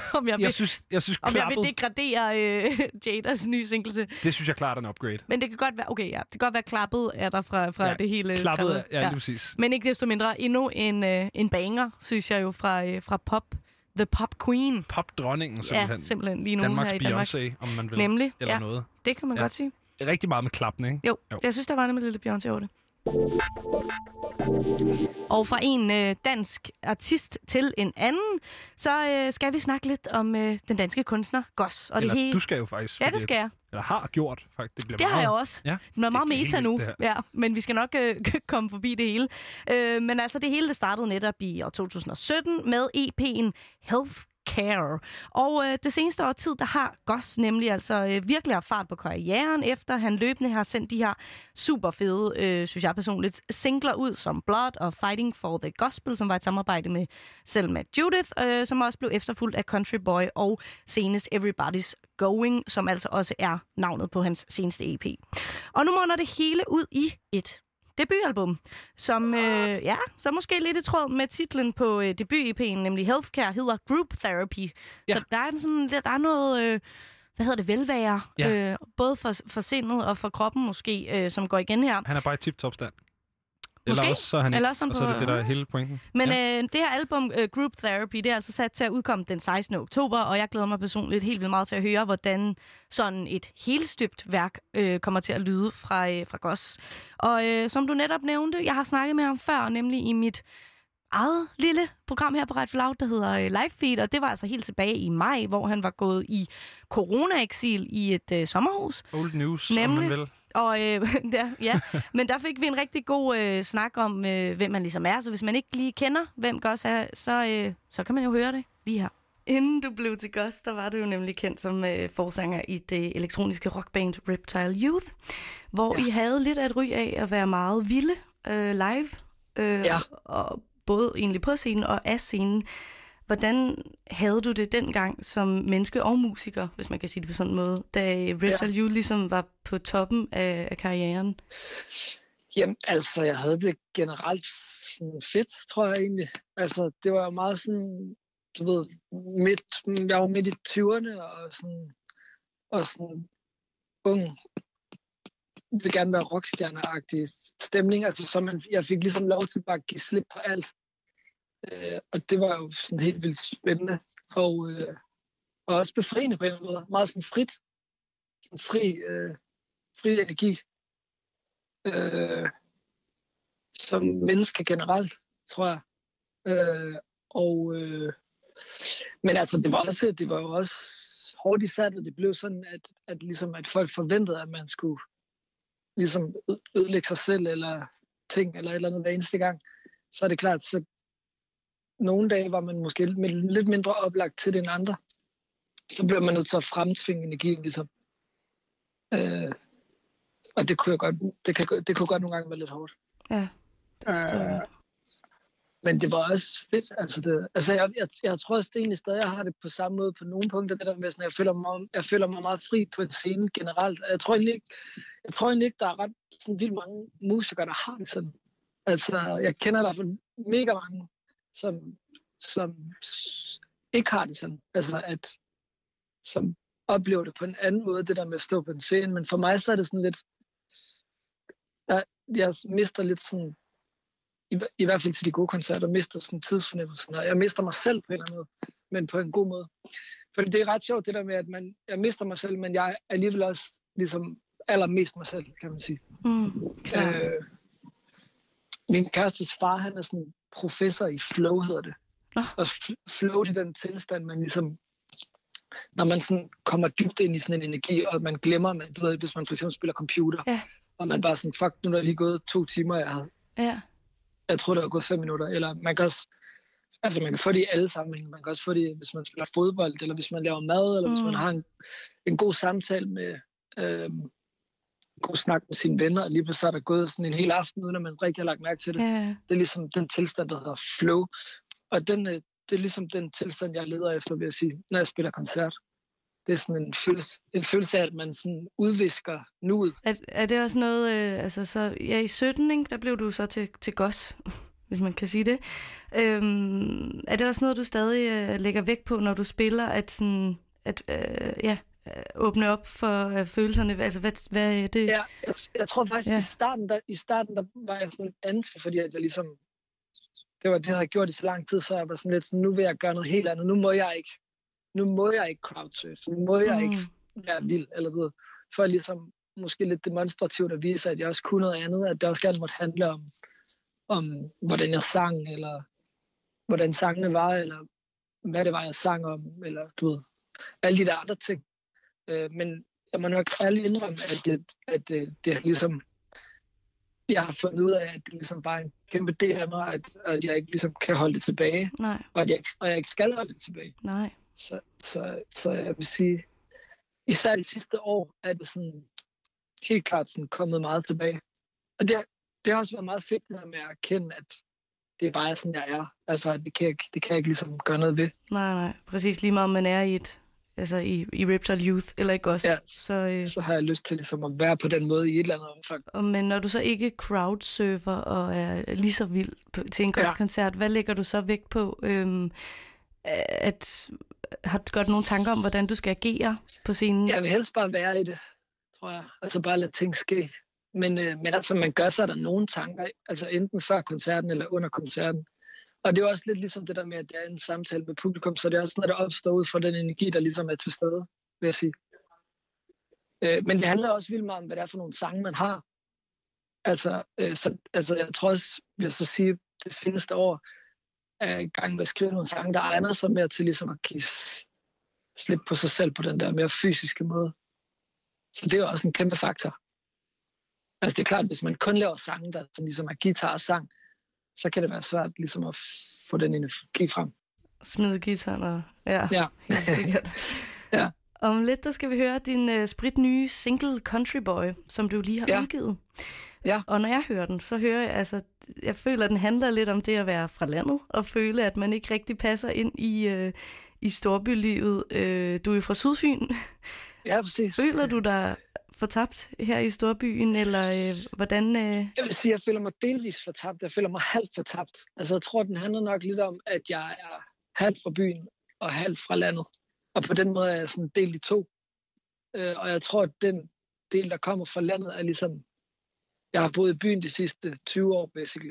vil degradere Jadas nye single til. Det synes jeg klart er en upgrade. Men det kan godt være, okay, ja, det kan godt være klappet er der fra det hele. Klappet, lige præcis. Men ikke desto mindre, endnu en banger, synes jeg jo, fra pop. The Pop Queen. Pop-dronningen, simpelthen. Ja, simpelthen lige nu Danmarks her i Danmark. Beyoncé, om man vil. Nemlig, eller noget. Det kan man godt sige. Rigtig meget med klappen, ikke? Jo, jeg synes, der var nemlig lidt Beyoncé over det. Og fra en dansk artist til en anden, så skal vi snakke lidt om den danske kunstner Goss. Og eller det hele... du skal jo faktisk. Ja, det skal jeg. Eller har gjort, faktisk. Det har jeg også. Ja, det bliver meget meta nu, ja. men vi skal nok komme forbi det hele. Men altså, det hele det startede netop i år 2017 med EP'en Healthcare. Og det seneste år tid, der har Goss nemlig altså virkelig haft fart på karrieren, efter han løbende har sendt de her super fede, synes jeg personligt, singler ud som Blood og Fighting for the Gospel, som var et samarbejde med Selma Judith, som også blev efterfulgt af Country Boy og senest Everybody's Going, som altså også er navnet på hans seneste EP. Og nu munder det hele ud i et debutalbum, som så måske lidt i tråd med titlen på debut-EP'en, nemlig Healthcare, hedder Group Therapy. Ja. Så der er noget, velvære, både for sindet og for kroppen måske, som går igen her. Han er bare i tip-top stand. Måske. Eller også så er han ikke, og så er det det, der er hele pointen. Men det her album, Group Therapy, det er altså sat til at udkomme den 16. oktober, og jeg glæder mig personligt helt vildt meget til at høre, hvordan sådan et helstøbt værk kommer til at lyde fra Goss. Og som du netop nævnte, jeg har snakket med ham før, nemlig i mit eget lille program her på Radio Loud, der hedder Live Feed, og det var altså helt tilbage i maj, hvor han var gået i corona-eksil i et sommerhus. Old news, nemlig, om man vil. Og men der fik vi en rigtig god snak om, hvem man ligesom er. Så hvis man ikke lige kender, hvem Goss er, så kan man jo høre det lige her. Inden du blev til Goss, der var du jo nemlig kendt som forsanger i det elektroniske rockband Reptile Youth, hvor I havde lidt af et ry af at være meget vilde live, og både egentlig på scenen og af scenen. Hvordan havde du det dengang som menneske og musiker, hvis man kan sige det på sådan en måde, da Reptile Youth ligesom var på toppen af karrieren? Jamen, altså, jeg havde det generelt sådan fedt, tror jeg egentlig. Altså, det var meget sådan, du ved, jeg var midt i 20'erne og sådan ung. Jeg vil gerne være rockstjerner-agtig stemning. Altså, så jeg fik ligesom lov til bare at give slip på alt. Og det var jo sådan helt vildt spændende og også befriende på en eller anden måde. Meget sådan frit. Sådan fri energi. Som menneske generelt, tror jeg. Men altså, det var jo også hårdt især, og det blev sådan, at folk forventede, at man skulle ligesom ødelægge sig selv, eller ting, eller et eller andet hver eneste gang. Så er det klart, så nogle dage var man måske lidt mindre oplagt til det end andre. Så bliver man nødt til at fremtvinge energien, ligesom. Og det kunne godt nogle gange være lidt hårdt. Ja, det forstår jeg godt. Men det var også fedt. Jeg tror også egentlig stadig, jeg har det på samme måde på nogle punkter. Det der med, sådan, jeg føler mig meget fri på en scene generelt. Jeg tror egentlig ikke, der er ret sådan vildt mange musikere, der har det sådan. Altså, jeg kender i hvert fald mega mange, som ikke har det sådan. Altså, som oplever det på en anden måde, det der med at stå på en scene. Men for mig så er det sådan lidt... Jeg mister lidt sådan... I hvert fald til de gode koncerter, mister sådan tidsfornemmelsen, og jeg mister mig selv på en eller anden måde, men på en god måde. For det er ret sjovt, det der med, at jeg mister mig selv, men jeg er alligevel også ligesom allermest mig selv, kan man sige. Min kærestes far, han er sådan professor i flow, hedder det. Og flow er den tilstand, man ligesom, når man sådan kommer dybt ind i sådan en energi, og man glemmer, du ved, hvis man for eksempel spiller computer, og man bare sådan, fuck, nu er der lige gået 2 timer, jeg tror, det var gået 5 minutter. Eller man kan også, altså man kan få det i alle sammenhænge. Man kan også få det, hvis man spiller fodbold, eller hvis man laver mad, eller hvis man har en god samtale med, god snak med sine venner, og lige pludselig så er der gået sådan en hel aften, uden at man rigtig har lagt mærke til det. Det er ligesom den tilstand, der hedder flow. Og det er ligesom den tilstand, jeg leder efter, vil jeg sige, når jeg spiller koncert. Det er sådan en følelse af, at man sådan udvisker nuet. Er det også noget, i 17, ikke, der blev du så til Goss, hvis man kan sige det. Er det også noget, du stadig lægger vægt på, når du spiller, åbne op for følelserne? Altså, hvad er det? Ja, jeg tror faktisk, i starten der var jeg sådan anti, fordi at jeg ligesom, det var det, jeg havde gjort i så lang tid, så jeg var sådan lidt sådan, nu vil jeg gøre noget helt andet. Nu må jeg ikke crowdsurfe. Nu må jeg ikke være vild, eller ved, for ligesom måske lidt demonstrativt at vise, at jeg også kunne noget andet, at det også gerne måtte handle om hvordan jeg sang, eller hvordan sangene var, eller hvad det var, jeg sang om, eller du ved, alle de der andre ting. Men jeg må nok ærligt indrømme, at det er ligesom, jeg har fundet ud af, at det ligesom bare er en kæmpe del af mig, at jeg ikke ligesom kan holde det tilbage. Nej. Og jeg ikke skal holde det tilbage. Nej. Så jeg vil sige, især de sidste år, er det sådan helt klart sådan kommet meget tilbage. Og det har også været meget fedt med at erkende, at det er bare sådan, jeg er. Altså, det kan jeg ikke ligesom gøre noget ved. Nej. Præcis lige meget, om man er i i Reptile Youth, eller ikke også? Ja, så har jeg lyst til ligesom at være på den måde i et eller andet omfang. Men når du så ikke crowdsurfer og er lige så vild til en koncert, hvad lægger du så vægt på? Har du godt nogle tanker om, hvordan du skal agere på scenen? Jeg vil helst bare være i det, tror jeg. Altså bare lade ting ske. Men altså, man gør sig der nogle tanker, altså enten før koncerten eller under koncerten. Og det er også lidt ligesom det der med, at det er en samtale med publikum, så det er også når det opstår ud fra den energi, der ligesom er til stede, vil jeg sige. Men det handler også vildt meget om, hvad det er for nogle sange, man har. Altså jeg tror også, vil jeg så sige, det seneste år er jeg i gang med at skrive nogle sange, der egner sig mere til ligesom at give slip på sig selv på den der mere fysiske måde. Så det er jo også en kæmpe faktor. Altså det er klart, hvis man kun laver sange, der ligesom er guitar og sang, så kan det være svært ligesom at få den energi frem. Smide guitaren og... Ja, helt sikkert. Ja. Om lidt, der skal vi høre din spritnye single Country Boy, som du lige har udgivet. Ja. Og når jeg hører den, så hører jeg, altså, jeg føler, at den handler lidt om det at være fra landet, og føle, at man ikke rigtig passer ind i storbylivet. Du er jo fra Sydfyn. Ja, præcis. Føler du dig fortabt her i storbyen, eller hvordan? Jeg vil sige, at jeg føler mig delvis fortabt. Jeg føler mig halvt fortabt. Altså, jeg tror, den handler nok lidt om, at jeg er halvt fra byen og halvt fra landet. Og på den måde er jeg sådan delt i to. Og jeg tror, at den del, der kommer fra landet, er ligesom... Jeg har boet i byen de sidste 20 år, basically.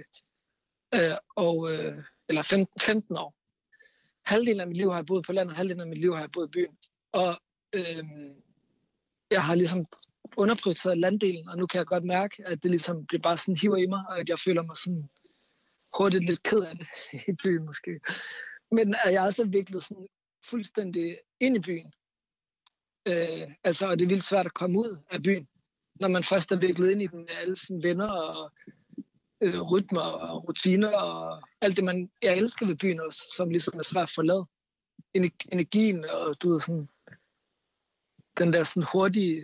Eller 15 år. Halvdelen af mit liv har jeg boet på landet, halvdelen af mit liv har jeg boet i byen. Og jeg har ligesom underprioriteret landdelen, og nu kan jeg godt mærke, at det bare sådan hiver i mig, og at jeg føler mig sådan hurtigt lidt ked af det i byen måske. Men at jeg også er viklet sådan fuldstændig ind i byen. Og det er vildt svært at komme ud af byen, når man først er viklet ind i den med alle sine venner og rytmer og rutiner og alt det, jeg elsker ved byen også, som ligesom er svært at forlade. Energien og du ved sådan, den der sådan hurtige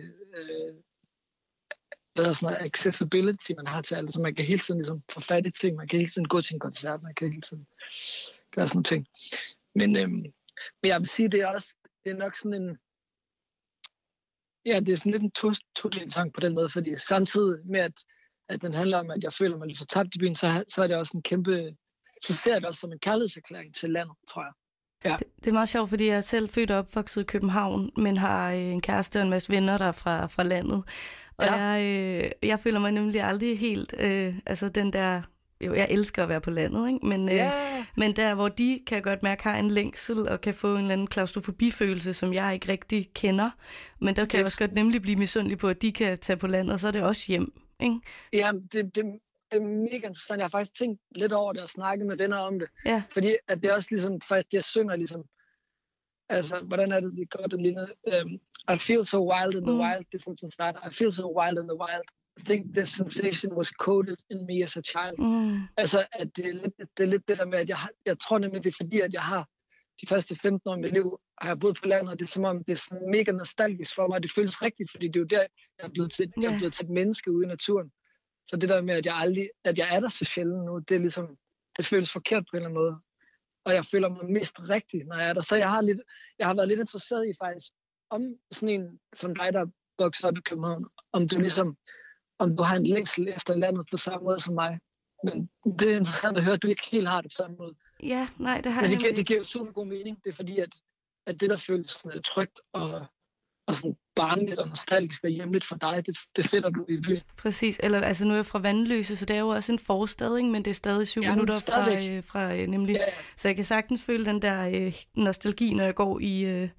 accessibility, man har til alt. Så man kan hele tiden ligesom få fat i ting, man kan hele tiden gå til en koncert, man kan hele tiden gøre sådan nogle ting. Men jeg vil sige, det er nok sådan en... Ja, det er sådan lidt en todelt sang på den måde, fordi samtidig med, at den handler om, at jeg føler mig lidt fortabt i byen, så er det også en kæmpe... Så ser jeg det også som en kærlighedserklæring til landet, tror jeg. Ja. Det er meget sjovt, fordi jeg er selv født og opvokset i København, men har en kæreste og en masse venner, der er fra landet. Og jeg føler mig nemlig aldrig helt... den der... Jo, jeg elsker at være på landet, ikke? Men der, hvor de, kan jeg godt mærke, har en længsel og kan få en eller anden klaustrofobifølelse, som jeg ikke rigtig kender. Men der kan jeg også godt nemlig blive misundelig på, at de kan tage på landet, og så er det også hjem, ikke? Ja, det er mega interessant. Jeg har faktisk tænkt lidt over det og snakket med venner om det. Ja. Fordi at det er også ligesom, faktisk det jeg synger ligesom, altså, hvordan er det godt det lignede? I feel so wild in the wild, det er sådan starter. I feel so wild in the wild. I think this sensation was coded in me as a child. Altså, at det er lidt det der med, at jeg tror nemlig, det er fordi, at jeg har de første 15 år i mit liv, har jeg boet på landet, og det er som om, det er sådan mega nostalgisk for mig, det føles rigtigt, fordi det er jo der, jeg er blevet til et menneske ude i naturen. Så det der med, at jeg er der så sjældent nu, det er ligesom, det føles forkert på en eller anden måde. Og jeg føler mig mest rigtig, når jeg er der. Så jeg har været lidt interesseret i faktisk, om sådan en som dig, der vokser op i København, om du har en længsel efter landet på samme måde som mig. Men det er interessant at høre, at du ikke helt har det på samme måde. Ja, nej, det har jeg ikke. Det giver jo super god mening. Det er fordi, at det, der føles sådan trygt og sådan barnligt og nostalgisk og hjemligt for dig, det finder du i byen. Præcis. Eller, altså, nu er jeg fra Vanløse, så det er jo også en forstad, ikke? Men det er stadig 7 minutter fra nemlig. Ja. Så jeg kan sagtens føle den der nostalgi, når jeg går i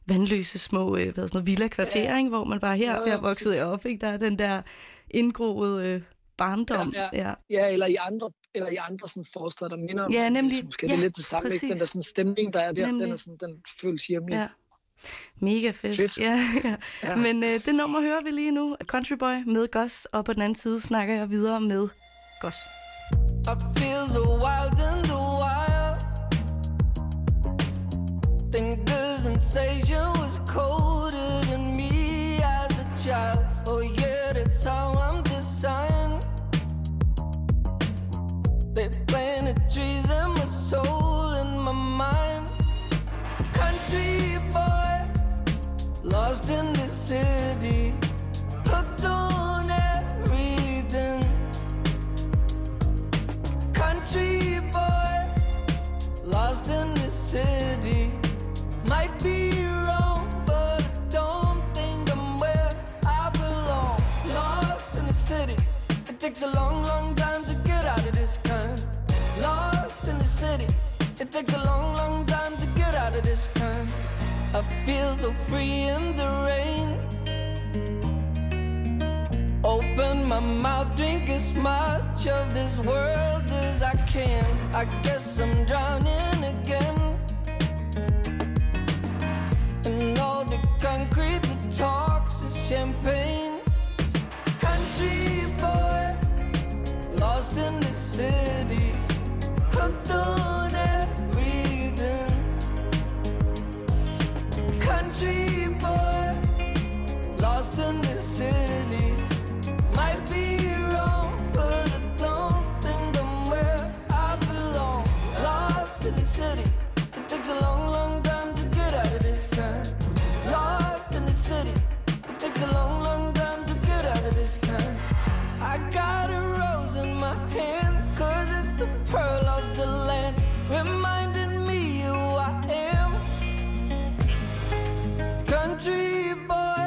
vandløse små villa-kvarterer, ikke? Hvor man bare her vokset op, ikke? Der er den der indgroede barndom. Ja, eller i andre sådan forsteder, der minder om. Ja, nemlig. Måske det er lidt det samme, ikke? Den der sådan stemning, der er der, den føles hjemlig. Ja. Mega fedt. Ja. Men det nummer hører vi lige nu. Country Boy med Gus, og på den anden side snakker jeg videre med Gus. I feel so wild and wild. Think the sensation was colder than me as a child. Oh yeah, that's how I'm designed. They planted trees in my soul and my mind. Country boy, lost in the city, hooked on everything. Country boy, lost in the city. Might be wrong, but I don't think I'm where I belong. Lost in the city, it takes a long, long time to get out of this kind. Lost in the city, it takes a long, long time to get out of this kind. I feel so free in the rain. Open my mouth, drink as much of this world as I can. I guess I'm drowning again. And all the concrete that talks is champagne. Country boy, lost in the city, hooked on everything. Country boy, lost in the city. Might be wrong, but I don't think I'm where I belong. Lost in the city, it takes a long, long time to get out of this kind. Lost in the city, it takes a long, long time to get out of this kind. I got a rose in my hand, 'cause it's the pearl of the land, reminding me who I am. Country boy,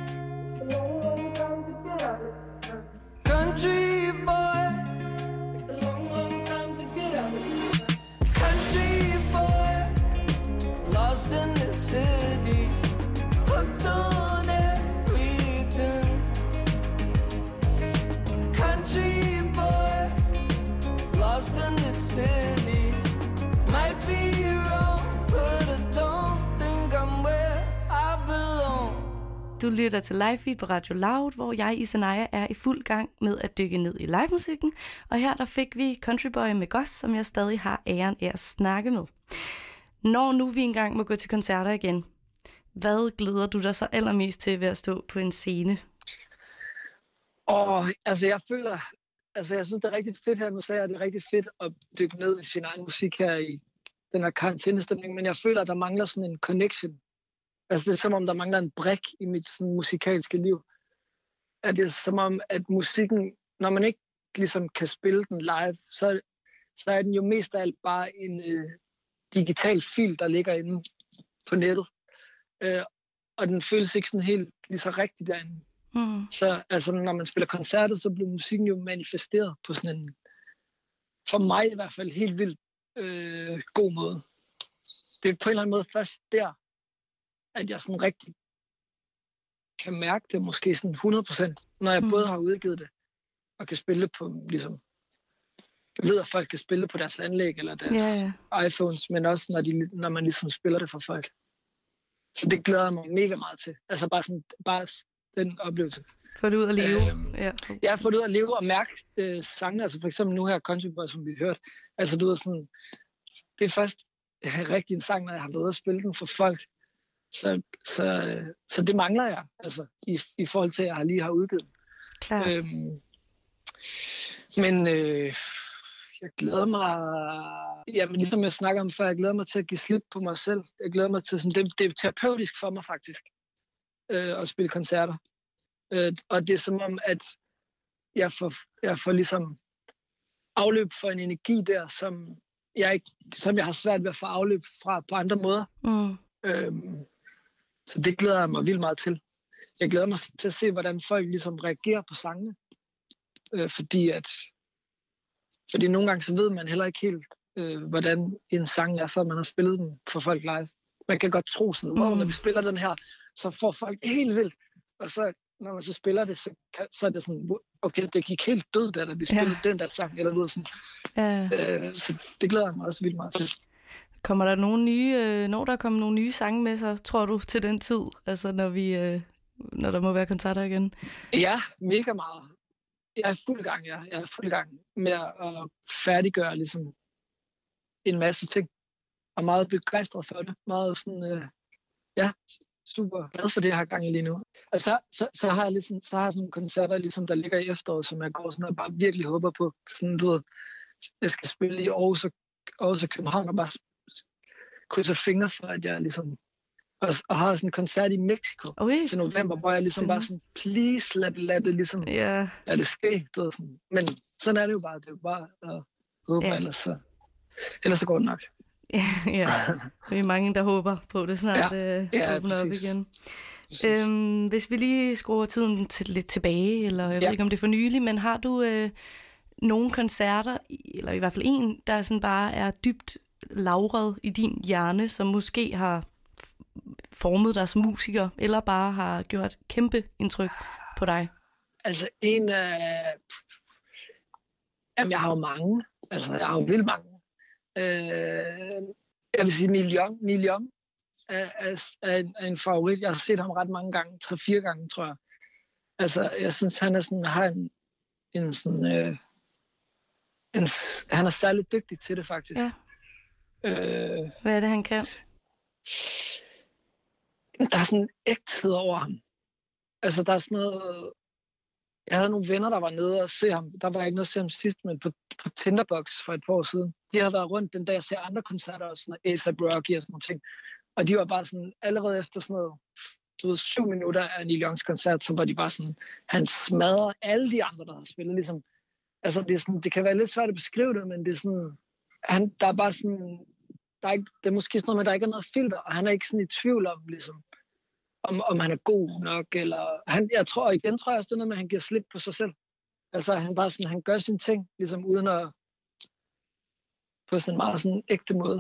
country boy, take a long, long time to get out of it. Country boy, lost in the city, hooked on everything. Country boy, lost in the city. Might be wrong, but I don't think I'm where I belong. Du lytter til Live Feed på Radio Loud, hvor jeg, Isanaya, er i fuld gang med at dykke ned i livemusikken. Og her der fik vi Country Boy med Gus, som jeg stadig har æren af at snakke med. Når nu vi engang må gå til koncerter igen, hvad glæder du dig så allermest til ved at stå på en scene? Jeg føler, jeg synes, det er rigtig fedt her. Nu sagde jeg, at det er rigtig fedt at dykke ned i sin egen musik her i den her karantænestemning, men jeg føler, at der mangler sådan en connection. Altså, det er som om, der mangler en brik i mit sådan, musikalske liv. At det er som om, at musikken, når man ikke ligesom kan spille den live, så er den jo mest af alt bare en digital fil, der ligger inde på nettet. Og den føles ikke sådan helt lige så rigtig derinde. Så altså, når man spiller koncerter, så bliver musikken jo manifesteret på sådan en, for mig i hvert fald, helt vildt god måde. Det er på en eller anden måde først der, at jeg sådan rigtig kan mærke det måske sådan 100%, når jeg både har udgivet det, og kan spille det på, ligesom, jeg ved, at folk kan spille det på deres anlæg, eller deres iPhones, men også når man ligesom spiller det for folk. Så det glæder jeg mig mega meget til. Altså bare den oplevelse. Få det ud at leve. Ja, få det ud at leve og mærke sangene, altså for eksempel nu her Country Boy, som vi hørte. Altså du ved sådan, det er først rigtig en sang, når jeg har været ude at spille den for folk. Så det mangler jeg, altså, i forhold til, at jeg lige har udgivet den. Klart. Men jeg glæder mig, men ligesom jeg snakker om før, jeg glæder mig til at give slip på mig selv. Jeg glæder mig til, sådan, det er terapeutisk for mig faktisk, at spille koncerter. Og det er som om, at jeg får ligesom afløb for en energi der, som jeg har svært ved at få afløb fra på andre måder. Så det glæder jeg mig vildt meget til. Jeg glæder mig til at se, hvordan folk ligesom reagerer på sangene. Fordi nogle gange så ved man heller ikke helt, hvordan en sang er, før man har spillet den for folk live. man kan godt tro sådan, når vi spiller den her, så får folk helt vildt. Og så, når man så spiller det, så er det sådan, okay, det gik helt død, da vi spillede den der sang, eller noget sådan. Så det glæder jeg mig også vildt meget til. Kommer der nogle nye, når der kommer nogle nye sange med, så tror du til den tid, altså når der må være koncerter igen? Ja, mega meget. Jeg er fuld gang, Jeg er fuld gang med at færdiggøre ligesom en masse ting. Og meget begejstret for det. Meget sådan, super glad for det, jeg har gang i lige nu. Og så har jeg ligesom, sådan nogle koncerter, ligesom, der ligger i efteråret, som jeg går sådan og bare virkelig håber på. Sådan, du ved, jeg skal spille i Aarhus og København og bare krydser fingre for, at jeg ligesom... Og har sådan en koncert i Mexico til november, hvor jeg ligesom bare sådan, please, lad det ligesom, lad det ske. Du ved, sådan. Men sådan er det jo bare. Det er jo bare at håbe, ellers så går det nok. Ja, vi er mange, der håber på det snart åbner op igen. Hvis vi lige skruer tiden lidt tilbage, eller jeg ved ikke, om det er for nylig, men har du nogle koncerter, eller i hvert fald en, der sådan bare er dybt lagret i din hjerne, som måske har formet dig som musiker, eller bare har gjort kæmpe indtryk på dig? Altså jamen jeg har jo mange. Altså jeg har jo vildt mange. Jeg vil sige Neil Young er en favorit. Jeg har set ham ret mange gange, 3-4 gange, tror jeg. Altså jeg synes han er sådan, har en sådan han er særligt dygtig til det faktisk. Ja. Hvad er det han kan? Der er sådan en ægthed over ham. Altså, der er sådan noget... Jeg havde nogle venner, der var nede og se ham. Der var ikke noget at se ham sidst, men på Tinderbox for et par år siden. De havde været rundt den dag og se andre koncerter, og sådan noget, A$AP Rocky og sådan nogle ting. Og de var bare sådan, allerede efter sådan noget, 7 minutter af Neil Youngs koncert, så var de bare sådan, han smadrer alle de andre, der har spillet. Ligesom, altså, det er sådan, det kan være lidt svært at beskrive det, men det er sådan, der er bare sådan... det er måske sådan noget med, at der ikke er noget filter, og han er ikke sådan i tvivl om, ligesom, om han er god nok, eller... Jeg tror også, det er noget med, at han giver slip på sig selv. Altså, han gør sine ting, ligesom uden at... på sådan en meget sådan ægte måde.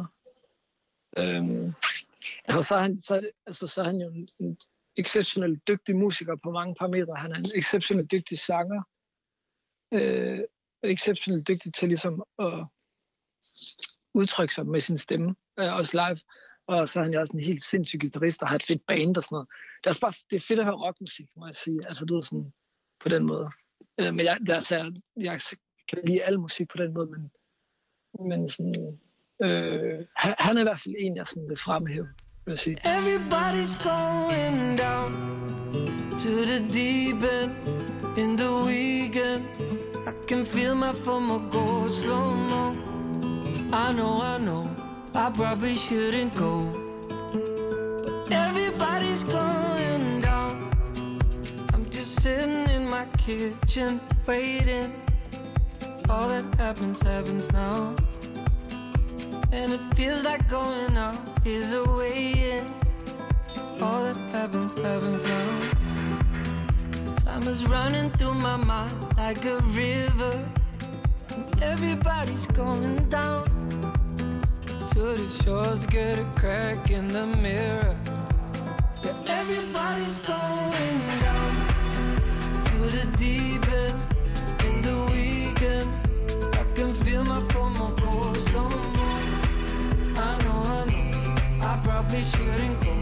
Så er han jo en exceptionelt dygtig musiker på mange parametre. Han er en exceptionelt dygtig sanger. Exceptionelt dygtig til ligesom at udtrykke sig med sin stemme, også live. Og så er han jo også en helt sindssyg guitarist, og har et fedt band og sådan noget. Det er fedt at høre rockmusik, må jeg sige. Altså, du ved sådan, på den måde. Men jeg kan lide al musik på den måde, men sådan, han er i hvert fald en, jeg sådan vil fremhæve, vil jeg sige. Everybody's going down to the deep end in the weekend. I can feel my FOMO go slow-mo. I know, I probably shouldn't go. But everybody's going down. I'm just sitting in my kitchen, waiting. All that happens now. And it feels like going out is a way in. All that happens now. Time is running through my mind like a river. And everybody's going down to the shores to get a crack in the mirror. Yeah, everybody's going down to the deep end in the weekend. I can feel my FOMO go slow-mo. I know, I probably shouldn't go.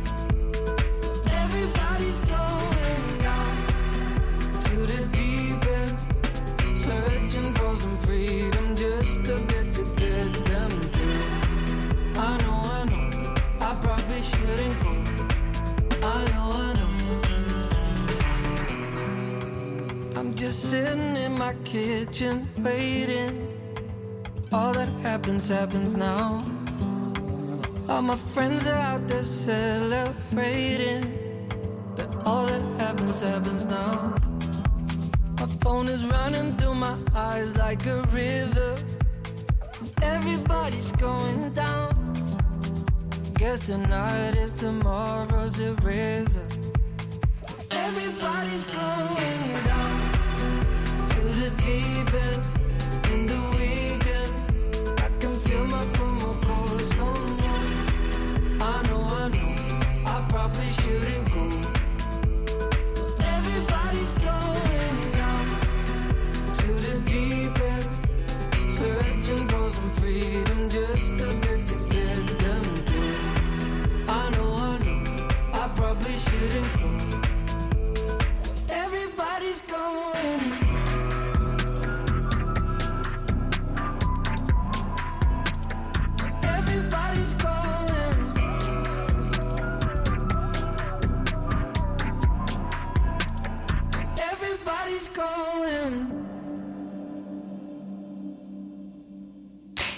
Everybody's going down to the deep end, searching for some freedom, just a bit to get them through. I know, I probably shouldn't go. I know. I'm just sitting in my kitchen, waiting. All that happens now. All my friends are out there celebrating. But all that happens now. My phone is running through my eyes like a river. Everybody's going down. Guess tonight is tomorrow's eraser. Everybody's going down to the deep end in the weekend. I can feel my FOMO go slow-mo. I know.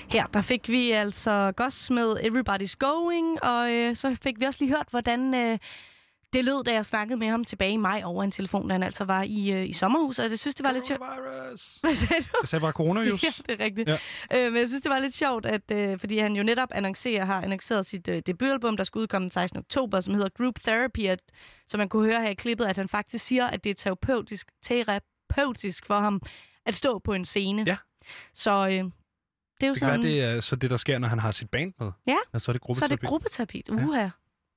Her der fik vi altså Goss med Everybody's Going, og så fik vi også lige hørt, hvordan det lød, da jeg snakkede med ham tilbage i maj over en telefon, da han altså var i sommerhus, og jeg synes, det var lidt sjovt. Hvad sagde du? Jeg sagde bare coronavirus. Ja, det er rigtigt. Ja. Men jeg synes, det var lidt sjovt, at, fordi han jo netop har annonceret sit debutalbum, der skal udkomme den 16. oktober, som hedder Group Therapy, som man kunne høre her i klippet, at han faktisk siger, at det er terapeutisk for ham at stå på en scene. Ja. Så det er jo sådan... Det er så det, der sker, når han har sit band med. Ja, så er det gruppeterapi. Så er det gruppeterapi. Ja.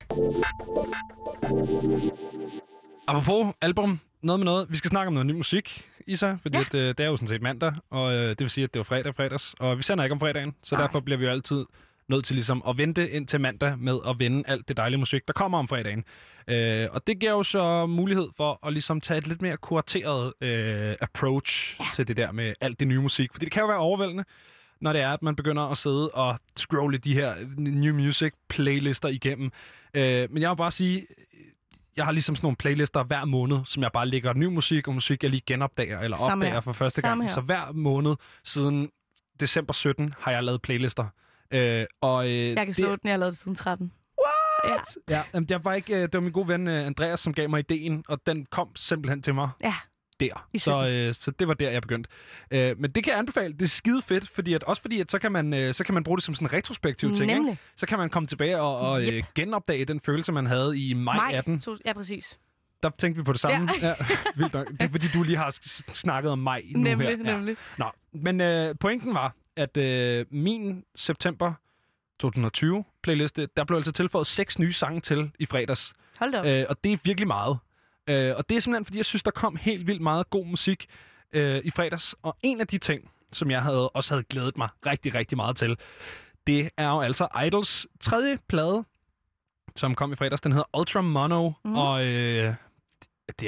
Apropos album, noget med noget. Vi skal snakke om noget ny musik, Isa, fordi at, det er jo sådan set mandag, og det vil sige, at det var fredags, og vi sender ikke om fredagen, så derfor bliver vi jo altid nødt til ligesom at vente ind til mandag med at vende alt det dejlige musik, der kommer om fredagen. Og det giver jo så mulighed for at ligesom tage et lidt mere kurateret approach til det der med alt det nye musik, fordi det kan jo være overvældende, når det er, at man begynder at sidde og scrolle de her new music playlister igennem. Men jeg vil bare sige, jeg har ligesom sådan nogle playlister hver måned, som jeg bare lægger ny musik og musik, jeg lige genopdager eller opdager for første gang. Så hver måned siden december 17 har jeg lavet playlister. Jeg kan slå den, jeg har lavet det siden 13. What? Ja, det var min gode ven Andreas, som gav mig ideen, og den kom simpelthen til mig. Ja. Der. Så det var der, jeg begyndte. Men det kan jeg anbefale. Det er skide fedt, fordi at så kan man bruge det som sådan en retrospektiv ting. Ikke? Så kan man komme tilbage og genopdage den følelse, man havde i maj 18. Ja, præcis. Der tænkte vi på det samme. Ja. Vildt nok. Det er fordi, du lige har snakket om maj nu her. Nemlig. Nå, men pointen var, at min september 2020 playliste, der blev altså tilføjet 6 nye sange til i fredags. Hold da op. Og det er virkelig meget. Og det er simpelthen, fordi jeg synes, der kom helt vildt meget god musik i fredags. Og en af de ting, som jeg også havde glædet mig rigtig, rigtig meget til, det er jo altså Idols 3. plade, som kom i fredags. Den hedder Ultra Mono, og det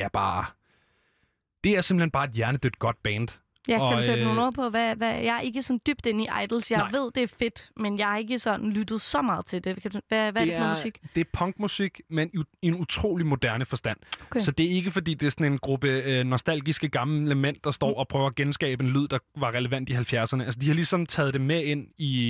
er simpelthen bare et hjernedødt godt band. Ja, kan du sætte nogle ord på, hvad jeg er ikke sådan dybt inde i Idols. Jeg ved, det er fedt, men jeg har ikke sådan lyttet så meget til det. Hvad er det for musik? Det er punkmusik, men i en utrolig moderne forstand. Okay. Så det er ikke, fordi det er sådan en gruppe nostalgiske gamle mænd, der står og prøver at genskabe en lyd, der var relevant i 70'erne. Altså, de har ligesom taget det med ind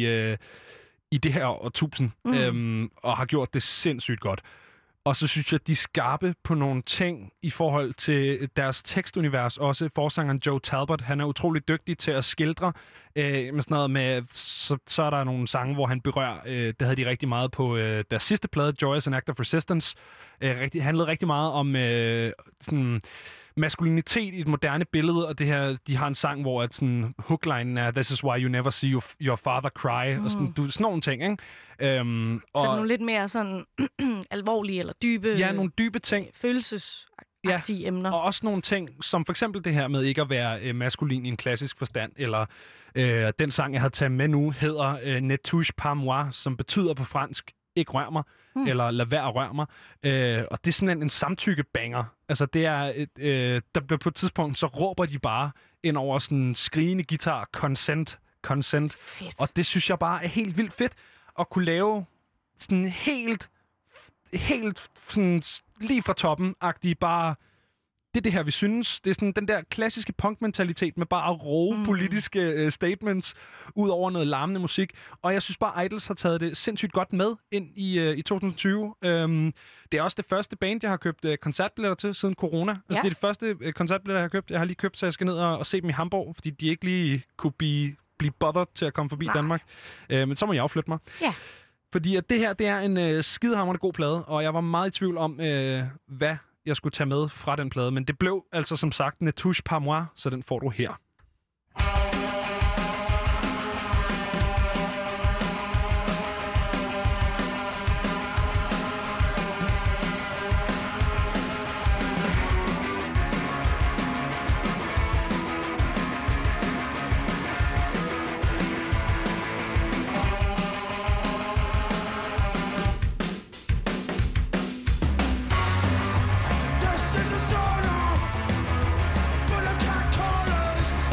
i det her årtusind, og har gjort det sindssygt godt. Og så synes jeg, at de er skarpe på nogle ting i forhold til deres tekstunivers. Også forsangeren Joe Talbot, han er utrolig dygtig til at skildre med sådan noget med... Så er der nogle sange, hvor han berører... det havde de rigtig meget på deres sidste plade, Joy as an Act of Resistance. Handlede rigtig meget om sådan maskulinitet i et moderne billede, og det her, de har en sang, hvor at sådan hooklinen er "This is why you never see your father cry", og sådan nogle ting, ikke? Så nogle lidt mere sådan alvorlige eller dybe... Ja, nogle dybe ting. Følelsesagtige emner. Og også nogle ting, som for eksempel det her med ikke at være maskulin i en klassisk forstand, eller den sang, jeg har taget med nu, hedder "Ne touche pas moi", som betyder på fransk "ikke rør mig", eller "lad være at røre mig". Og det er simpelthen en samtykkebanger. Altså, det er der bliver på et tidspunkt, så råber de bare ind over sådan en skrigende guitar, consent. Fedt. Og det synes jeg bare er helt vildt fedt, at kunne lave sådan helt sådan lige fra toppen-agtige bare... Det her, vi synes. Det er sådan den der klassiske punk-mentalitet med bare at råbe politiske statements ud over noget larmende musik. Og jeg synes bare, Idols har taget det sindssygt godt med ind i 2020. Det er også det første band, jeg har købt koncertbilletter til siden corona. Altså, det er det første koncertbilletter, jeg har købt. Jeg har lige købt, så jeg skal ned og se dem i Hamburg, fordi de ikke lige kunne blive bothered til at komme forbi Danmark. Men så må jeg jo flytte mig. Ja. Fordi at det her, det er en skidehamrende god plade, og jeg var meget i tvivl om, hvad jeg skulle tage med fra den plade. Men det blev altså som sagt "Ne touche pas moi", så den får du her. This is a sort of full of cat collars.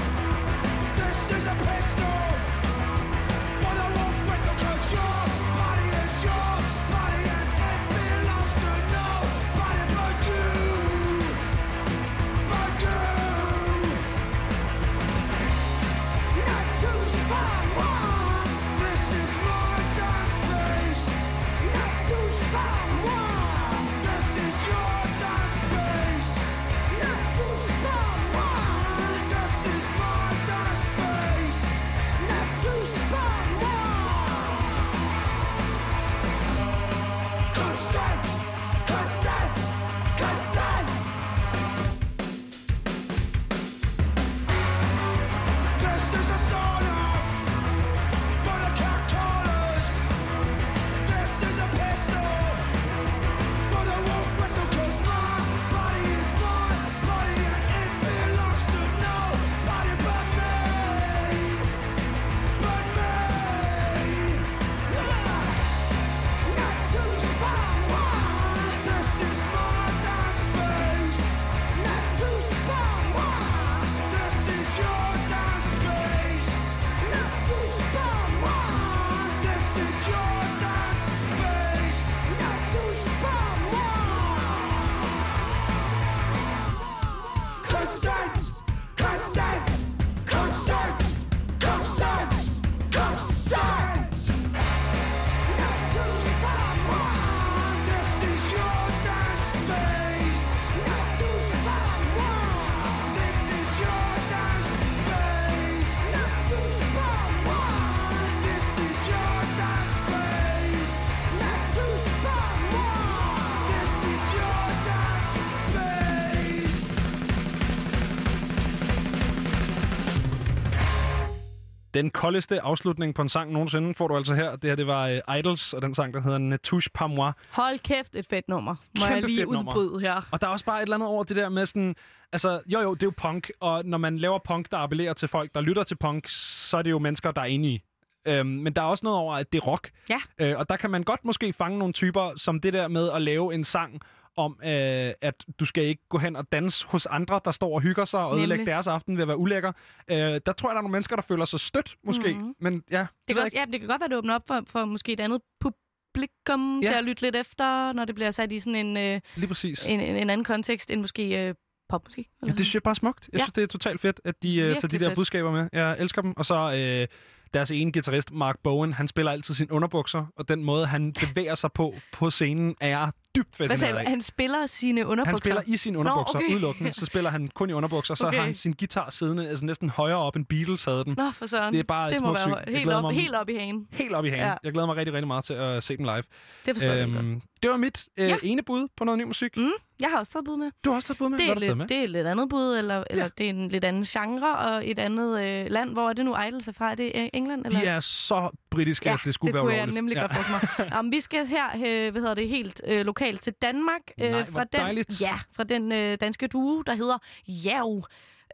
Den koldeste afslutning på en sang nogensinde får du altså her. Det her, det var Idols, og den sang, der hedder Ne touche pas moi. Hold kæft, et fedt nummer. Må jeg lige udbryde her. Og der er også bare et eller andet over det der med sådan... Altså, jo, det er jo punk, og når man laver punk, der appellerer til folk, der lytter til punk, så er det jo mennesker, der er enige. Men der er også noget over, at det er rock. Ja. Og der kan man godt måske fange nogle typer, som det der med at lave en sang om, at du skal ikke gå hen og danse hos andre, der står og hygger sig og ødelægge deres aften ved at være ulækker. Der tror jeg, der er nogle mennesker, der føler sig stødt, måske. Mm-hmm. Men ja... Det kan godt være, det åbner op for måske et andet publikum til at lytte lidt efter, når det bliver sat i sådan en... Lige præcis. En anden kontekst, end måske... popmusik. Ja, det synes jeg bare er smukt. Jeg synes, det er totalt fedt, at de tager de der budskaber med. Jeg elsker dem. Og så deres ene guitarist, Mark Bowen, han spiller altid sine underbukser, og den måde, han bevæger sig på scenen, er dybt fascineret af. Han spiller sine underbukser? Han spiller i sine underbukser udelukkende. Så spiller han kun i underbukser, så har han sin guitar siddende, altså næsten højere op, end Beatles havde den. Nå, for søren. Det er bare et smukt syn. Helt op i hagen. Helt op i hagen. Ja. Jeg glæder mig rigtig, rigtig meget til at se dem live. Det forstår jeg godt. Det var mit ene bud på noget ny musik. Jeg har også taget bud med. Du har også taget bud med? Det er et lidt andet bud, eller det er en lidt anden genre, og et andet land. Hvor er det nu Idols er fra? Er det England? Eller? De er så britiske, at det skulle være ulovligt. Ja, det kunne jeg nemlig godt forstå mig. Vi skal her, helt lokalt til Danmark. Fra den danske duo, der hedder Jav.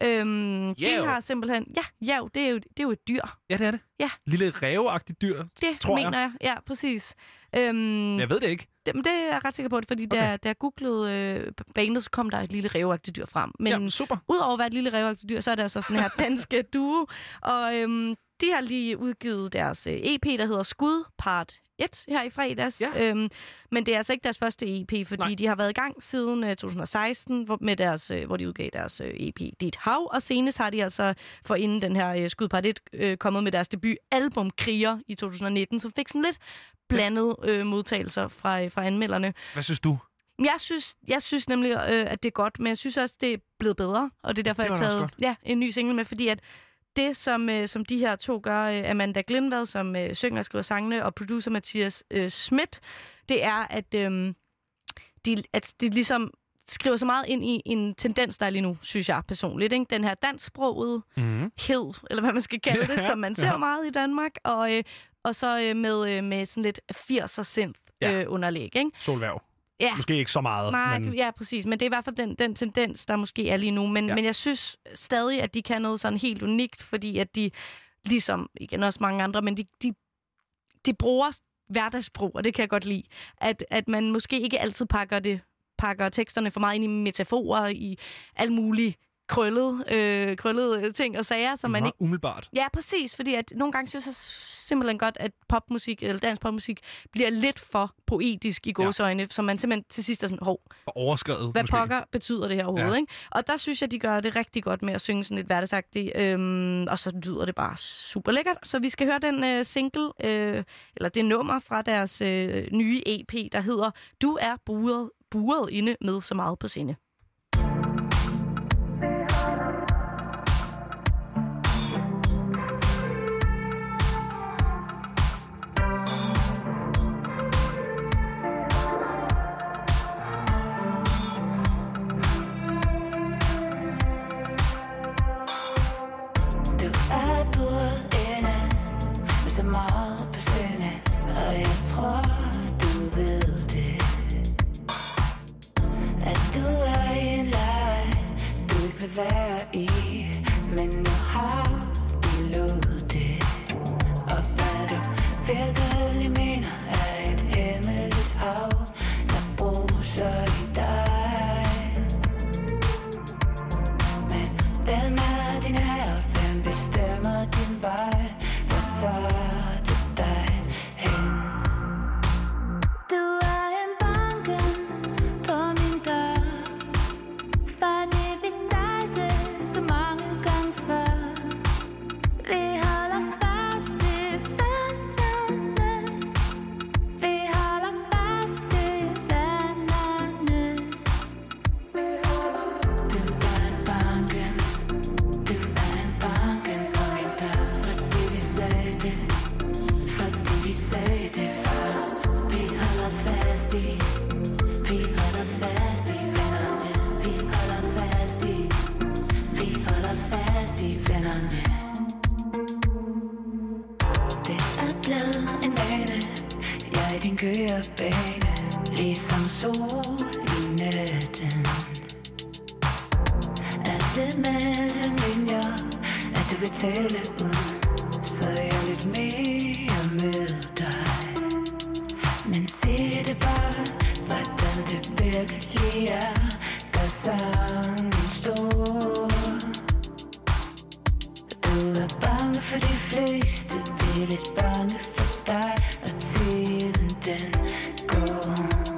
De har simpelthen... Ja, Jav, det er jo et dyr. Ja, det er det. Ja. Lille ræveagtigt dyr, tror jeg. Det mener jeg. Ja, præcis. Jeg ved det ikke. Det er jeg ret sikker på det, fordi da jeg googlede bandet, så kom der et lille ræveagtigt dyr frem. Men super. Udover at være et lille ræveagtigt dyr, så er der altså sådan her danske duo. Og de har lige udgivet deres EP, der hedder Skud Part 1 her i fredags. Ja. Men det er altså ikke deres første EP, fordi de har været i gang siden 2016, med deres, hvor de udgav deres EP Dit Hav. Og senest har de altså forinden den her Skud Part 1 kommet med deres debutalbum Kriger i 2019, som fik sådan lidt blandede modtagelser fra anmelderne. Hvad synes du? Jeg synes nemlig, at det er godt, men jeg synes også, det er blevet bedre. Og det er derfor, jeg har taget en ny single med, fordi at det, som de her to gør, Amanda Glindvad, som synger og skriver sangene, og producer Mathias Schmidt, det er, at de ligesom skriver så meget ind i en tendens, der er lige nu, synes jeg personligt. Ikke? Den her dansksproget hed, eller hvad man skal kalde det, som man ser meget i Danmark, og så med sådan lidt 80'er synth underlæg. Ikke? Solværv. Ja. Måske ikke så meget. Nej, men... ja, præcis. Men det er i hvert fald den tendens, der måske er lige nu. Men jeg synes stadig, at de kan noget sådan helt unikt, fordi at de, ligesom igen også mange andre, men de bruger hverdagssprog, og det kan jeg godt lide. At man måske ikke altid pakker teksterne for meget ind i metaforer, i alt muligt krøllede ting og sager, som man ikke... umiddelbart. Ja, præcis, fordi at nogle gange synes jeg simpelthen godt, at popmusik, eller dansk popmusik, bliver lidt for poetisk i gåseøjne, så man simpelthen til sidst er sådan, og overskredet. Hvad pokker betyder det her overhovedet, ikke? Og der synes jeg, de gør det rigtig godt med at synge sådan lidt hverdagsagtigt, og så lyder det bare super lækkert. Så vi skal høre den single, eller det nummer fra deres nye EP, der hedder Du er buret inde med så meget på sinde. Være i, men nu har vi lovet det. Og hvad du virkelig mener er et hemmeligt hav, der bruser i dig. Men hvem er din herre? Hvem bestemmer din vej? Hvor tager det dig hen? Du er en banken på min dør, for det vi sagde det så mange gange før. Vi holder fast i vennerne. Vi holder fast i vennerne. Du er en banken. Du er en banken på min dør, fordi vi sagde det. Fordi vi sagde det før. Vi holder fast i. Vi holder fast i vennerne. Vi holder fast i. Vi holder fast i vennerne. af din kørebane, ligesom sol i natten. Er det mellem linjer, at du vil tale ud, så er jeg lidt mere med dig. Men sig det bare, hvordan det virkelig er, gør sangen stor. Du er bange for de fleste, vi er lidt bange for dig, og tiden den går.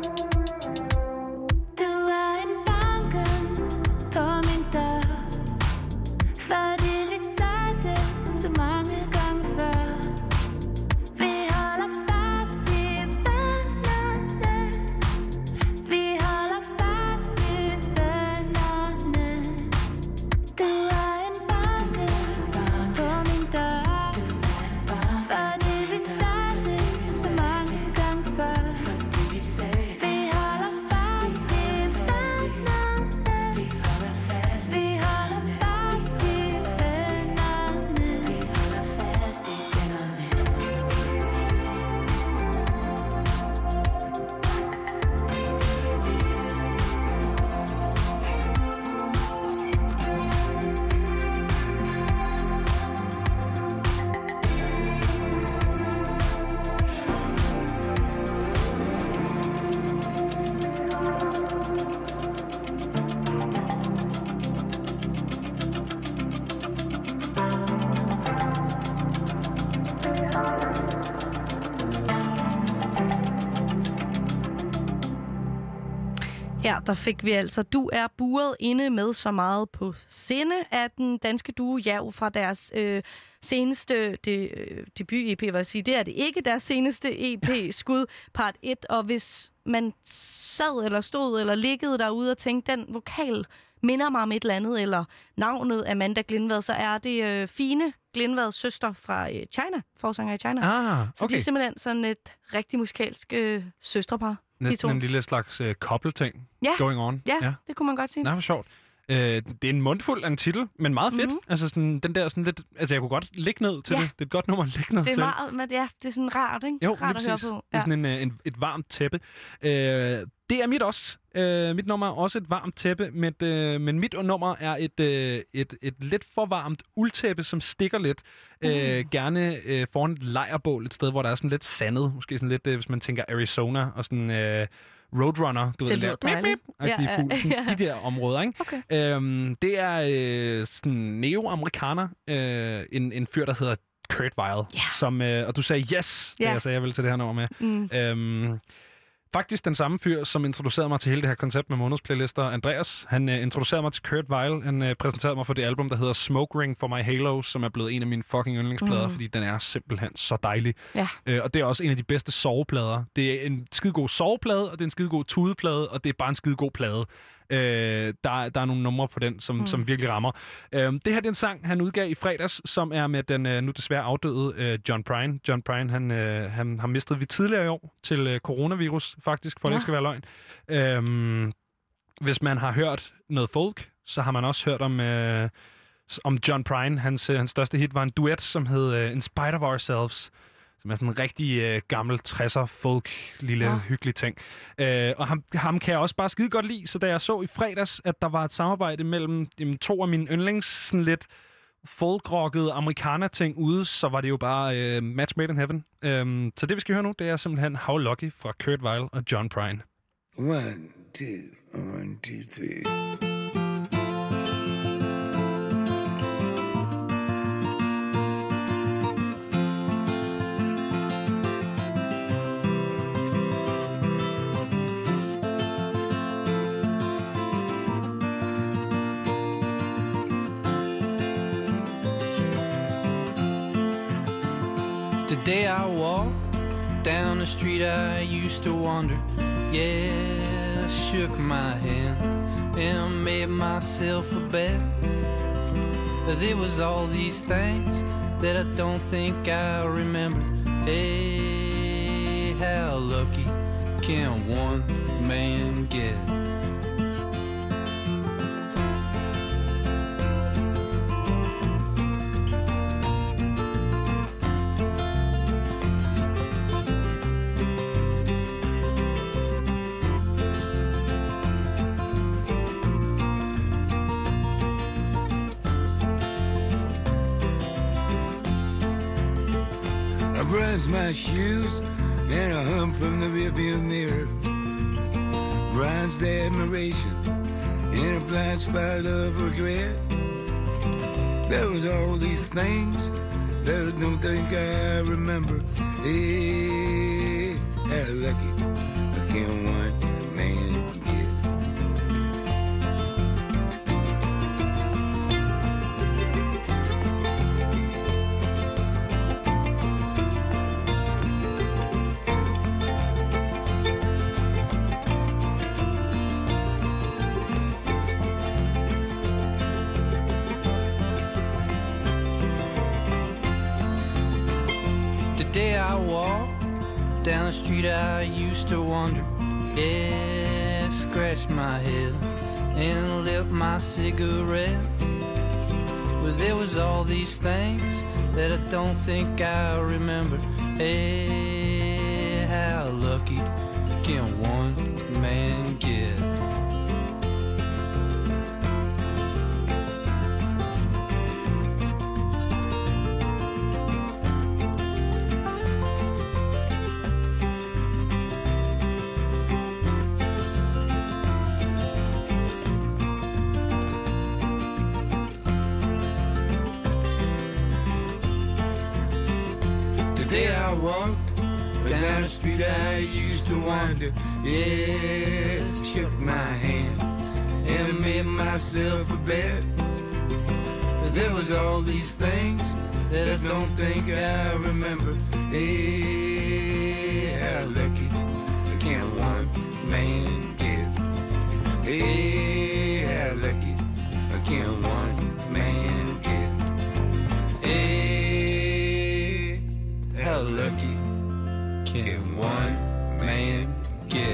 Du er en banken på min dør, fordi vi sagde det så mange gange før. Vi holder fast i vennerne, vi holder fast i vennerne. Du er en banken på min dør, fordi vi sagde det så mange gange før. Vi holder fast i vennerne, vi holder fast i vennerne, vi holder fast i vennerne. Her der fik vi altså Du er buret inde med så meget på sinde af den danske duo Jerv fra deres seneste debut-EP, vil jeg sige. Det er det ikke, deres seneste EP, Skud Part 1. Og hvis man sad eller stod eller liggede derude og tænkte, den vokal minder mig om et eller andet, eller navnet Amanda Glindvad, så er det Fine Glindvads søster fra China, forsanger i China. Ah, okay. Så de er simpelthen sådan et rigtig musikalsk søsterpar. Næsten en lille slags kobbelting going on. Ja, det kunne man godt sige. Nej, hvor sjovt. Det er en mundfuld af en titel, men meget fedt. Altså sådan, den der sådan lidt... Altså, jeg kunne godt lægge ned til det. Det er et godt nummer at lægge ned til. Det er meget, men det er sådan rart, ikke? Jo, rart at høre på. Det er sådan et varmt tæppe. Det er mit også. Mit nummer er også et varmt tæppe, men mit nummer er et lidt for varmt uldtæppe, som stikker lidt. Gerne foran et lejrbål, et sted, hvor der er sådan lidt sandet. Måske sådan lidt, hvis man tænker Arizona og sådan... Roadrunner, du ved, det der fugl, sådan de der områder, ikke? Okay. Det er sådan neo-amerikaner, en fyr, der hedder Kurt Vile, som, og du sagde yes, da jeg sagde jeg vil til det her nummer med. Faktisk den samme fyr, som introducerede mig til hele det her koncept med månedsplaylister, Andreas. Han introducerede mig til Kurt Vile. Han præsenterede mig for det album, der hedder Smoke Ring for My Halo, som er blevet en af mine fucking yndlingsplader, fordi den er simpelthen så dejlig. Ja. Og det er også en af de bedste soveplader. Det er en skidegod soveplade, og det er en skidegod tudeplade, og det er bare en skidegod plade. Der er nogle numre på den, som virkelig rammer. Det her er en sang, han udgav i fredags, som er med den nu desværre afdøde John Prine. John Prine, han har mistet vi tidligere i år til coronavirus, faktisk, for det ikke skal være løgn. Hvis man har hørt noget folk, så har man også hørt om John Prine. Hans største hit var en duet, som hed In Spite of Ourselves, som er sådan en rigtig gammel 60'er folk, lille hyggelig ting. Og ham kan jeg også bare skide godt lide, så da jeg så i fredags, at der var et samarbejde mellem to af mine yndlings, sådan lidt folk-rockede amerikaner-ting ude, så var det jo bare match made in heaven. Så det, vi skal høre nu, det er simpelthen How Lucky fra Kurt Vile og John Prine. 1, 2, 1, 2, 3. The day I walked down the street I used to wander, yeah, I shook my hand and made myself a bet. There was all these things that I don't think I remember. Hey, how lucky can one man get? Once my shoes and a hum from the rearview mirror. Bronzed admiration in a blind spot of regret. There was all these things that I don't think I remember. Hey, how lucky can one man get? Day I walked down the street I used to wander. Yeah, scratched my head and lit my cigarette. Well, there was all these things that I don't think I remember. Hey, how lucky can one man get? I walked down the street I used to wander. Yeah, shook my hand and made myself a bet. But there was all these things that I don't think I remember. Hey, how lucky can one man get? Hey, how lucky can one man get? Hey, how lucky can one man get?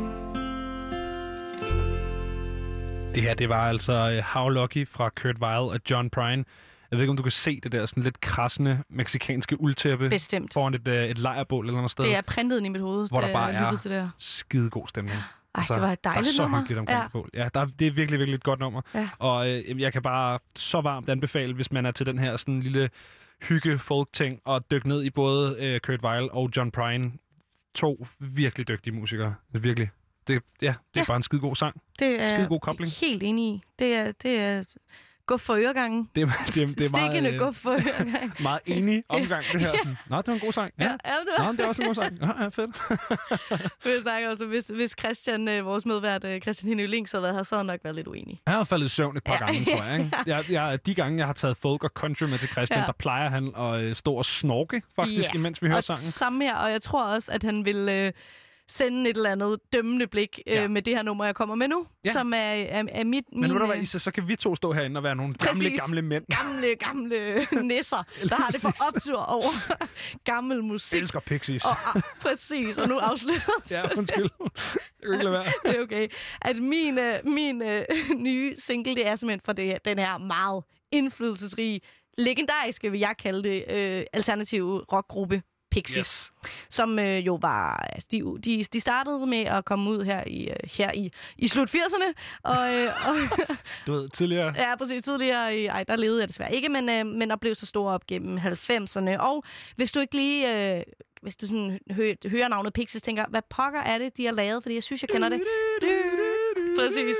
Det her, det var altså How Lucky fra Kurt Weill og John Prine. Jeg ved ikke, om du kan se det der sådan lidt krassende mexikanske uldtæppe foran et lejrbål eller noget sted. Det er printet i mit hoved, hvor der bare er til det skidegod stemning. Ej, det var et dejligt nummer. Der er så nummer. hyggeligt omkring det bål. Ja, det er virkelig, virkelig et godt nummer. Ja. Og jeg kan bare så varmt anbefale, hvis man er til den her sådan lille hygge-folk-ting, og dykke ned i både Kurt Weill og John Prine. To virkelig dygtige musikere. Virkelig. Det er bare en skidegod sang. Det er skidegod kobling. Helt enig i. Det er guf for øregangen. Det er stikkende meget, guf for øregangen. Meget enig omgang, det her. Nå, det var en god sang. Ja, det var. Nå, det er også en god sang. Ja, fedt. Jeg snakker også, hvis Christian, vores medvært, Christian Henning Links havde været her, så havde han nok været lidt uenig. Han har faldet i søvn et par gange, tror jeg. Ikke? De gange, jeg har taget folk og country med til Christian, der plejer han at stå og snorke, faktisk, imens vi hører sangen. Samme her, og jeg tror også, at han vil sende et eller andet dømmende blik med det her nummer, jeg kommer med nu, som er mit... Men ved du hvad, Isa, så kan vi to stå herinde og være nogle gamle mænd. Gamle nisser, der har det på optur over gammel musik. Jeg elsker Pixies. Præcis, og nu afsløret. Ja, undskyld. Jeg kan ikke lade være. Det er okay. At min nye single, det er simpelthen fra den her meget indflydelsesrige, legendariske, vil jeg kalde det, alternative rockgruppe Pixies, som jo var... Altså, de startede med at komme ud her i slut 80'erne. Og du ved, tidligere... Ja, præcis. Tidligere... der levede jeg desværre ikke, men og blev så store op gennem 90'erne. Og hvis du ikke lige... hvis du sådan hører navnet Pixies, tænker, hvad pokker er det, de har lavet? Fordi jeg synes, jeg kender det. Præcis.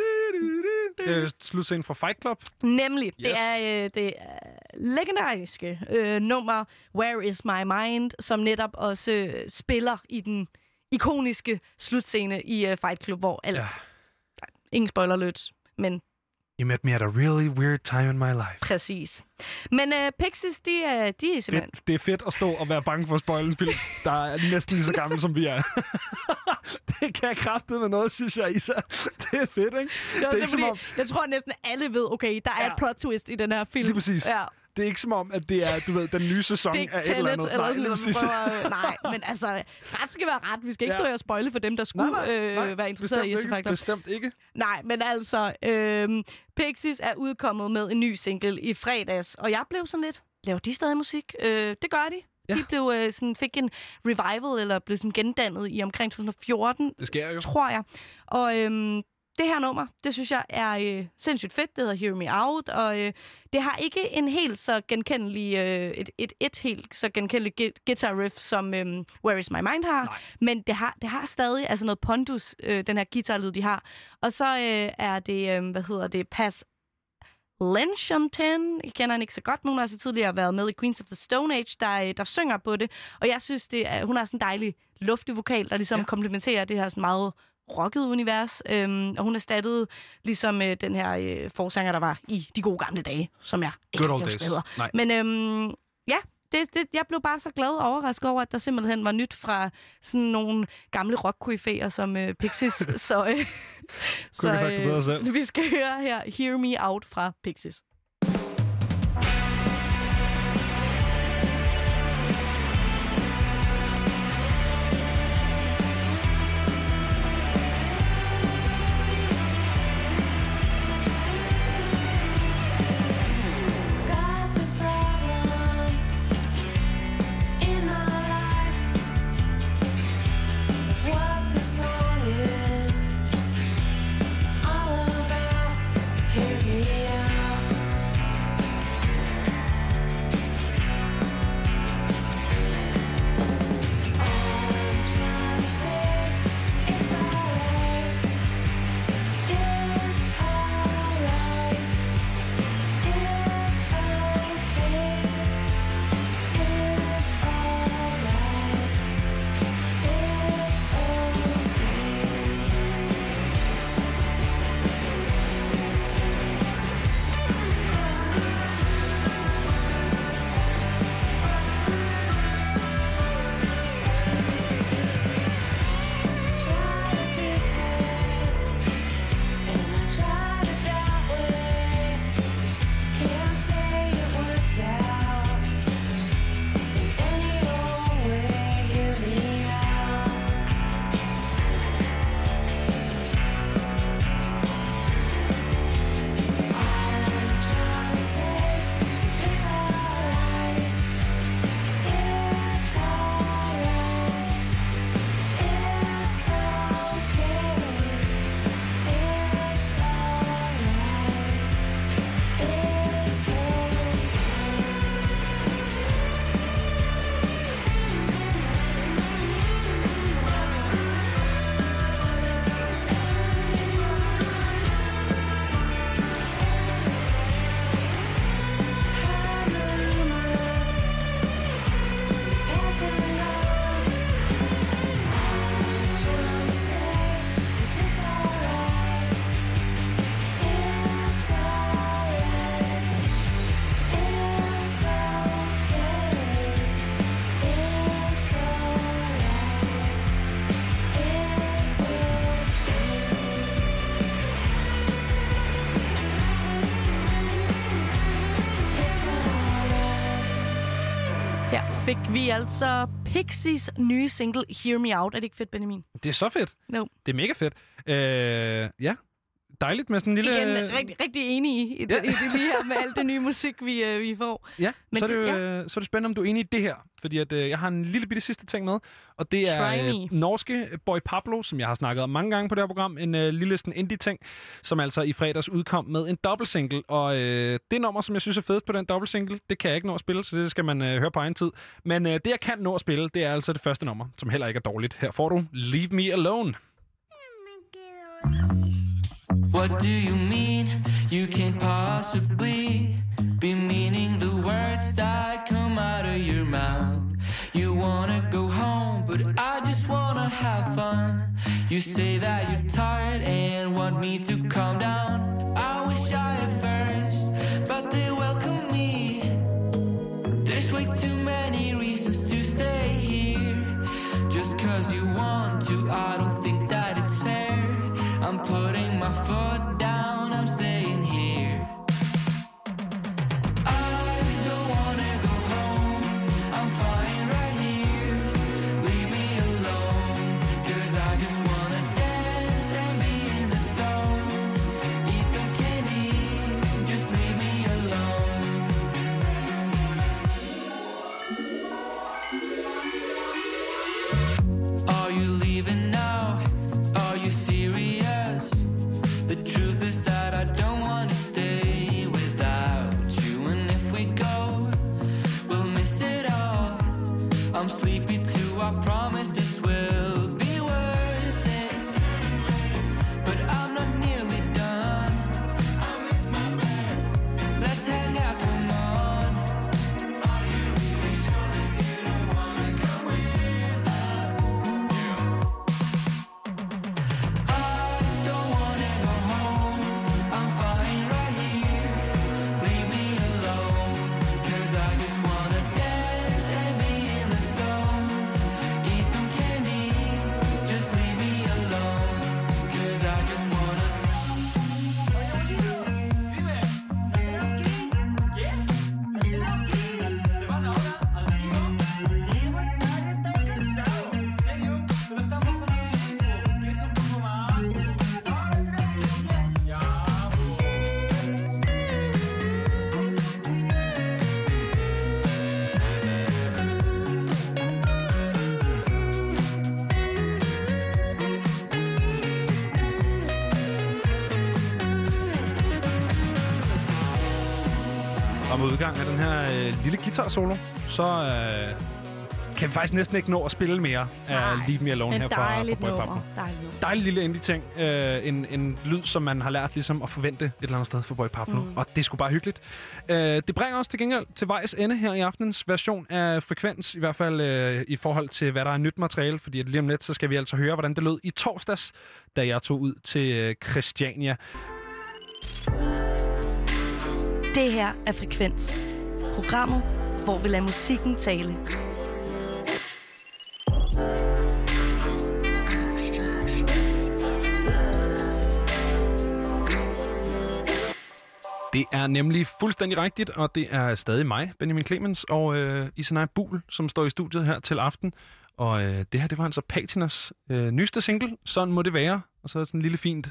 Det er slutscenen fra Fight Club. Nemlig. Yes. Det er legendariske nummer Where Is My Mind, som netop også spiller i den ikoniske slutscene i Fight Club, hvor alt... Ingen spoiler alert, men... You met me at a really weird time in my life. Præcis. Men Pixies, de er simpelthen... Det er fedt at stå og være bange for at spoile en film, der er næsten lige så gammel, som vi er. Det kan jeg kraftedeme med noget, synes jeg, Isa. Det er fedt, ikke? Det er ikke som om... Jeg tror næsten alle ved, okay, der er et plot twist i den her film. Lige præcis. Ja. Det er ikke som om, at det er, du ved, den nye sæson af et eller andet. Eller sådan nej, men altså, ret skal være ret. Vi skal ikke stå her og spoile for dem, der skulle være interesseret i Fight Club. Bestemt ikke. Nej, men altså, Pixies er udkommet med en ny single i fredags, og jeg blev sådan lidt, laver de stadig musik? Det gør de. Ja. De blev fik en revival, eller blev sådan gendannet i omkring 2014. Det sker jo. Tror jeg. Og det her nummer, det synes jeg er sindssygt fedt. Det hedder Hear Me Out, og det har ikke en helt så genkendelig, et helt så genkendeligt guitar riff, som Where Is My Mind har. Nej. Men det har stadig altså noget pondus, den her guitarlyd, de har. Og så er det, Pas Lenchanten. Jeg kender hende ikke så godt, men hun har så tidligere været med i Queens of the Stone Age, der synger på det. Og jeg synes, hun har sådan en dejlig luftig vokal, der ligesom komplementerer det her sådan meget rocket univers. Og hun erstattede ligesom den her forsanger, der var i de gode gamle dage, som jeg ikke kan huske, hvad hedder. Men ja, jeg blev bare så glad og overrasket over, at der simpelthen var nyt fra sådan nogle gamle rock-koryfæer som Pixies. Så vi skal høre her Hear Me Out fra Pixies. Fik vi altså Pixies nye single Hear Me Out. Er det ikke fedt, Benjamin? Det er så fedt. No. Det er mega fedt. Ja, dejligt med sådan en lille... Igen, rigtig enig i det lige her med alt det nye musik, vi får. Ja, men så er det spændende, om du er enig i det her. Fordi at, jeg har en lille bitte sidste ting med, og det er norske Boy Pablo, som jeg har snakket om mange gange på det her program. En lille sådan indie-ting, som altså i fredags udkom med en dobbeltsingle. Og det nummer, som jeg synes er fedest på den dobbeltsingle, det kan jeg ikke nå at spille, så det skal man høre på egen tid. Men det, jeg kan nå at spille, det er altså det første nummer, som heller ikke er dårligt. Her får du Leave Me Alone. What do you mean? You can't possibly be meaning the words that come out of your mouth. You wanna go home, but I just wanna have fun. You say that you're tired and want me to calm down. I wish I at first, but they welcome me. There's way too many reasons to stay here. Just cause you want to, I don't think that it's fair. I'm putting my foot down, I'm staying here. I don't wanna go home, I'm fine right here. Leave me alone, cause I just wanna dance and be in the zone. Eat some candy, just leave me alone. Are you leaving now? Are you serious? mod udgang af den her lille guitar-solo, så kan vi faktisk næsten ikke nå at spille mere af Leave Me Alone her fra Boy Pablo. Dejlig lille indie-ting. En lyd, som man har lært ligesom at forvente et eller andet sted for Boy Pablo. Og det er sgu bare hyggeligt. Det bringer os til gengæld til vejs ende her i aftenens version af Frekvens, i hvert fald i forhold til, hvad der er nyt materiale, fordi at lige om lidt, så skal vi altså høre, hvordan det lød i torsdags, da jeg tog ud til Christiania. Det her er Frekvens. Programmet, hvor vi lader musikken tale. Det er nemlig fuldstændig rigtigt, og det er stadig mig, Benjamin Clemens, og Isanay Buhl, som står i studiet her til aften. Og det her, det var altså Patinas nyeste single, Sådan må det være. Og så sådan en lille fint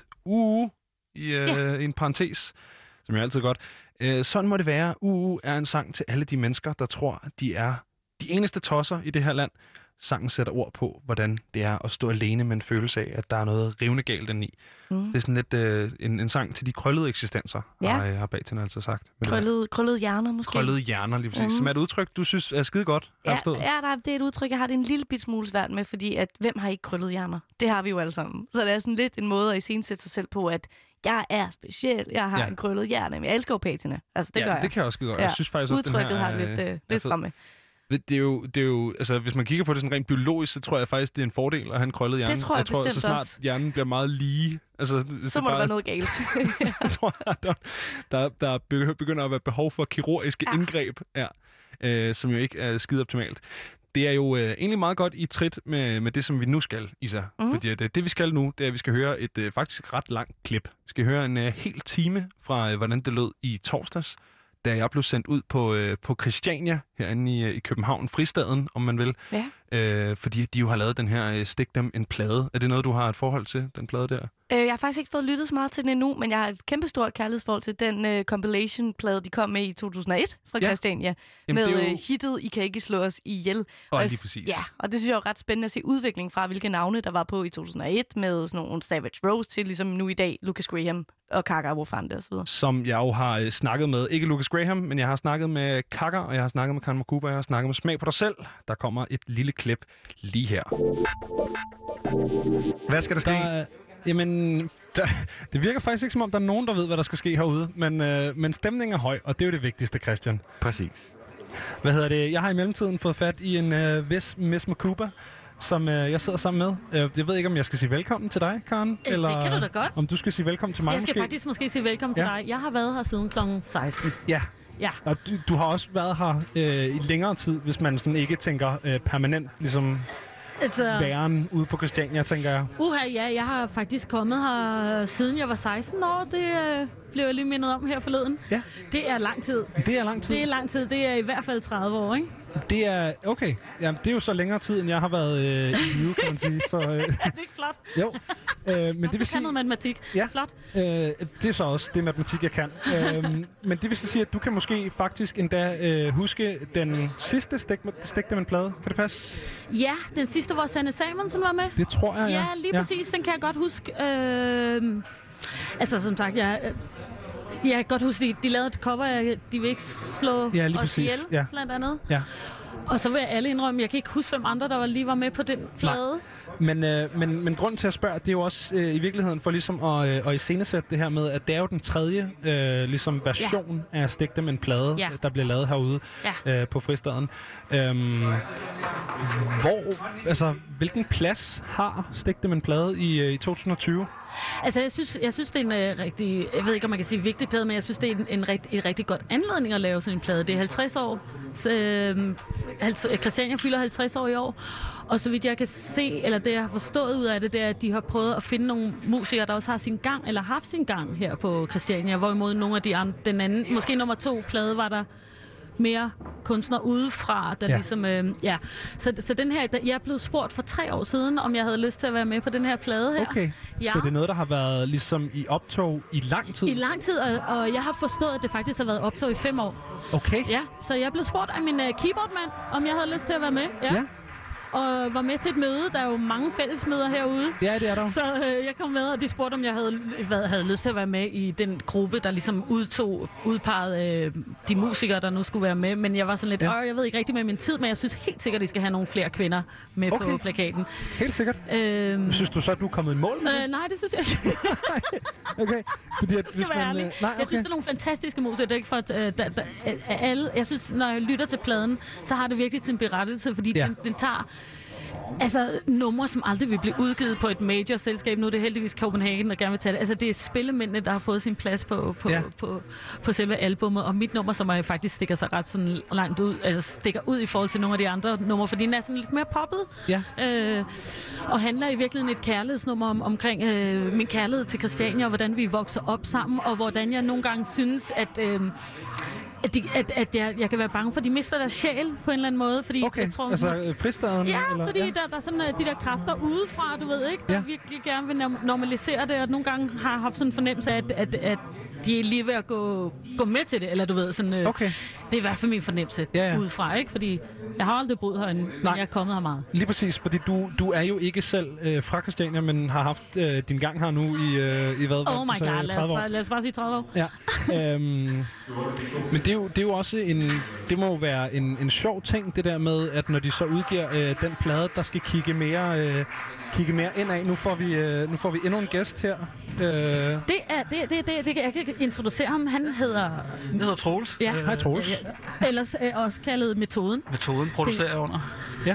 i en parentes, som er altid godt. Sådan må det være. Er en sang til alle de mennesker, der tror, de er de eneste tosser i det her land. Sangen sætter ord på, hvordan det er at stå alene med en følelse af, at der er noget rivende galt indeni. Det er sådan lidt en sang til de krøllede eksistenser, har Batina altså sagt. Krøllede hjerner måske? Krøllede hjerner, lige præcis. Som er et udtryk, du synes er skide godt, har forstået? Ja, det er et udtryk, jeg har det en lille bit smule svært med, fordi at hvem har ikke krøllede hjerner? Det har vi jo alle sammen. Så det er sådan lidt en måde at iscenesætte sig selv på, at jeg er speciel, jeg har en krøllet hjerne, men jeg elsker jo Patina. Altså, det gør jeg. Det kan jeg også skide godt. Jeg synes faktisk også, udtrykket har lidt fremme. Det er jo, altså hvis man kigger på det sådan rent biologisk, så tror jeg faktisk, det er en fordel at have en krøllet hjerne. Det tror jeg bestemt så snart også. Hjernen bliver meget lige. Altså, så må der være noget galt. Jeg tror, der begynder at være behov for kirurgiske indgreb, som jo ikke er skide optimalt. Det er jo egentlig meget godt i trit med det, som vi nu skal, Isa. Fordi det vi skal nu, det er, at vi skal høre et faktisk ret langt klip. Vi skal høre en hel time fra, hvordan det lød i torsdags, da jeg blev sendt ud på Christiania, herinde i København, fristaden, om man vil. Ja. Fordi de jo har lavet den her Stik Dem en plade. Er det noget, du har et forhold til, den plade der? Jeg har faktisk ikke fået lyttet så meget til den endnu, men jeg har et kæmpestort kærlighedsforhold til den compilation-plade, de kom med i 2001 fra Christiania. Jamen, med jo hittet I kan ikke slå os ihjel. Og lige præcis. Ja, og det synes jeg er ret spændende at se udviklingen fra, hvilke navne der var på i 2001, med sådan nogle Savage Rose til, ligesom nu i dag, Lucas Graham og Kaka Wofande osv. Som jeg jo har snakket med, ikke Lucas Graham, men jeg har snakket med Kaka, og jeg har snakket med Karen Makuba, og jeg har snakket med Smag på dig selv. Der kommer et lille klip lige her. Hvad skal der ske? Jamen, det virker faktisk ikke som om, der er nogen, der ved, hvad der skal ske herude. Men stemningen er høj, og det er jo det vigtigste, Christian. Præcis. Hvad hedder det? Jeg har i mellemtiden fået fat i en vis Miss Makuba, som jeg sidder sammen med. Jeg ved ikke, om jeg skal sige velkommen til dig, Karen. Eller det kan du da godt. Om du skal sige velkommen til mig, Jeg skal måske. faktisk måske sige velkommen til dig. Jeg har været her siden kl. 16. Ja. Ja. Og du har også været her i længere tid, hvis man sådan ikke tænker permanent, ligesom væren ude på Christiania, tænker jeg. Jeg har faktisk kommet her siden jeg var 16 år. Det blev jeg lige mindet om her forleden. Ja. Det er lang tid. Det er lang tid? Det er lang tid. Det er i hvert fald 30 år, ikke? Det er, okay. Ja, det er jo så længere tid, end jeg har været i live, kan man sige. Så, er det ikke flot? Jo. Men det vil sige, kan noget matematik. Ja, flot. Det er så også det matematik, jeg kan. Men det vil så sige, at du kan måske faktisk endda huske den sidste Stik Dem en plade. Kan det passe? Ja, den sidste, hvor Sanne Samuelsen var med. Det tror jeg, ja. Lige præcis. Den kan jeg godt huske. Altså, som sagt, jeg kan godt huske, de lavede et cover, de vil ikke slå os ihjel, blandt andet. Ja. Og så vil jeg alle indrømme, jeg kan ikke huske, hvem andre, der lige var med på den plade. Men grunden til at spørge, det er jo også i virkeligheden for ligesom at iscenesætte det her med, at det er jo den tredje ligesom version af Stik Dem en plade, der bliver lavet herude på fristaden. Hvilken plads har Stik Dem en plade i 2020? Altså, jeg synes, det er en rigtig, jeg ved ikke, om man kan sige vigtig plade, men jeg synes, det er en rigtig godt anledning at lave sådan en plade. Det er 50 år. Christiania fylder 50 år i år. Og så vidt jeg kan se, eller det jeg har forstået ud af det, det er, at de har prøvet at finde nogle musikere, der også har sin gang, eller haft sin gang her på Christiania. Hvorimod nogle af de andre, den anden, måske nummer 2 plade, var der mere kunstnere udefra, der ligesom, Så den her, jeg blev spurgt for 3 år siden, om jeg havde lyst til at være med på den her plade her. Okay, så det er noget, der har været ligesom i optog i lang tid? I lang tid, og jeg har forstået, at det faktisk har været optog i 5 år. Okay. Ja, så jeg blev spurgt af min keyboardmand, om jeg havde lyst til at være med. Ja. og var med til et møde. Der er jo mange fællesmøder herude. Ja, det er der. Så jeg kom med, og de spurgte, om jeg havde lyst til at være med i den gruppe, der ligesom udpegede de musikere, der nu skulle være med. Men jeg var sådan lidt, jeg ved ikke rigtig med min tid, men jeg synes helt sikkert, at de skal have nogle flere kvinder med på plakaten. Helt sikkert. Synes du så, at du er kommet i mål med det? Nej, det synes jeg ikke. Okay. Fordi at, hvis man, jeg synes, der er nogle fantastiske musikere. Det er ikke for alle. Jeg synes, når jeg lytter til pladen, så har det virkelig sin berettelse, fordi den tager numre, som aldrig vil blive udgivet på et major-selskab. Nu er det heldigvis Copenhagen, der gerne vil tage det. Altså, det er spillemændene, der har fået sin plads på selve albummet, og mit nummer, som faktisk stikker sig ret sådan langt ud, altså stikker ud i forhold til nogle af de andre numre, fordi den er sådan lidt mere poppet. Ja. Og handler i virkeligheden et kærlighedsnummer omkring min kærlighed til Christiania, og hvordan vi vokser op sammen, og hvordan jeg nogle gange synes, at jeg kan være bange for, at de mister deres sjæl på en eller anden måde. Fordi jeg tror, altså fristaden? Ja, eller? Fordi der er sådan de der kræfter udefra, du ved ikke, der virkelig gerne vil normalisere det, og nogle gange har haft sådan en fornemmelse af, at de er lige ved at gå med til det, eller du ved, sådan, det er i hvert fald min fornemmelse udefra, ikke? Fordi jeg har aldrig boet herinde, men jeg er kommet her meget. Lige præcis, fordi du er jo ikke selv fra Christiania, men har haft din gang her nu i hvad? Oh my god, lad os bare sige 30 år. Ja. Men det er jo også det må jo være en sjov ting, det der med, at når de så udgiver den plade, der skal kigge mere indad. Nu får vi endnu en gæst her. Jeg kan introducere ham. Han hedder... Jeg hedder Troels. Ja. Hej Troels. Ellers også kaldet Metoden. Metoden producerer jeg under. Ja.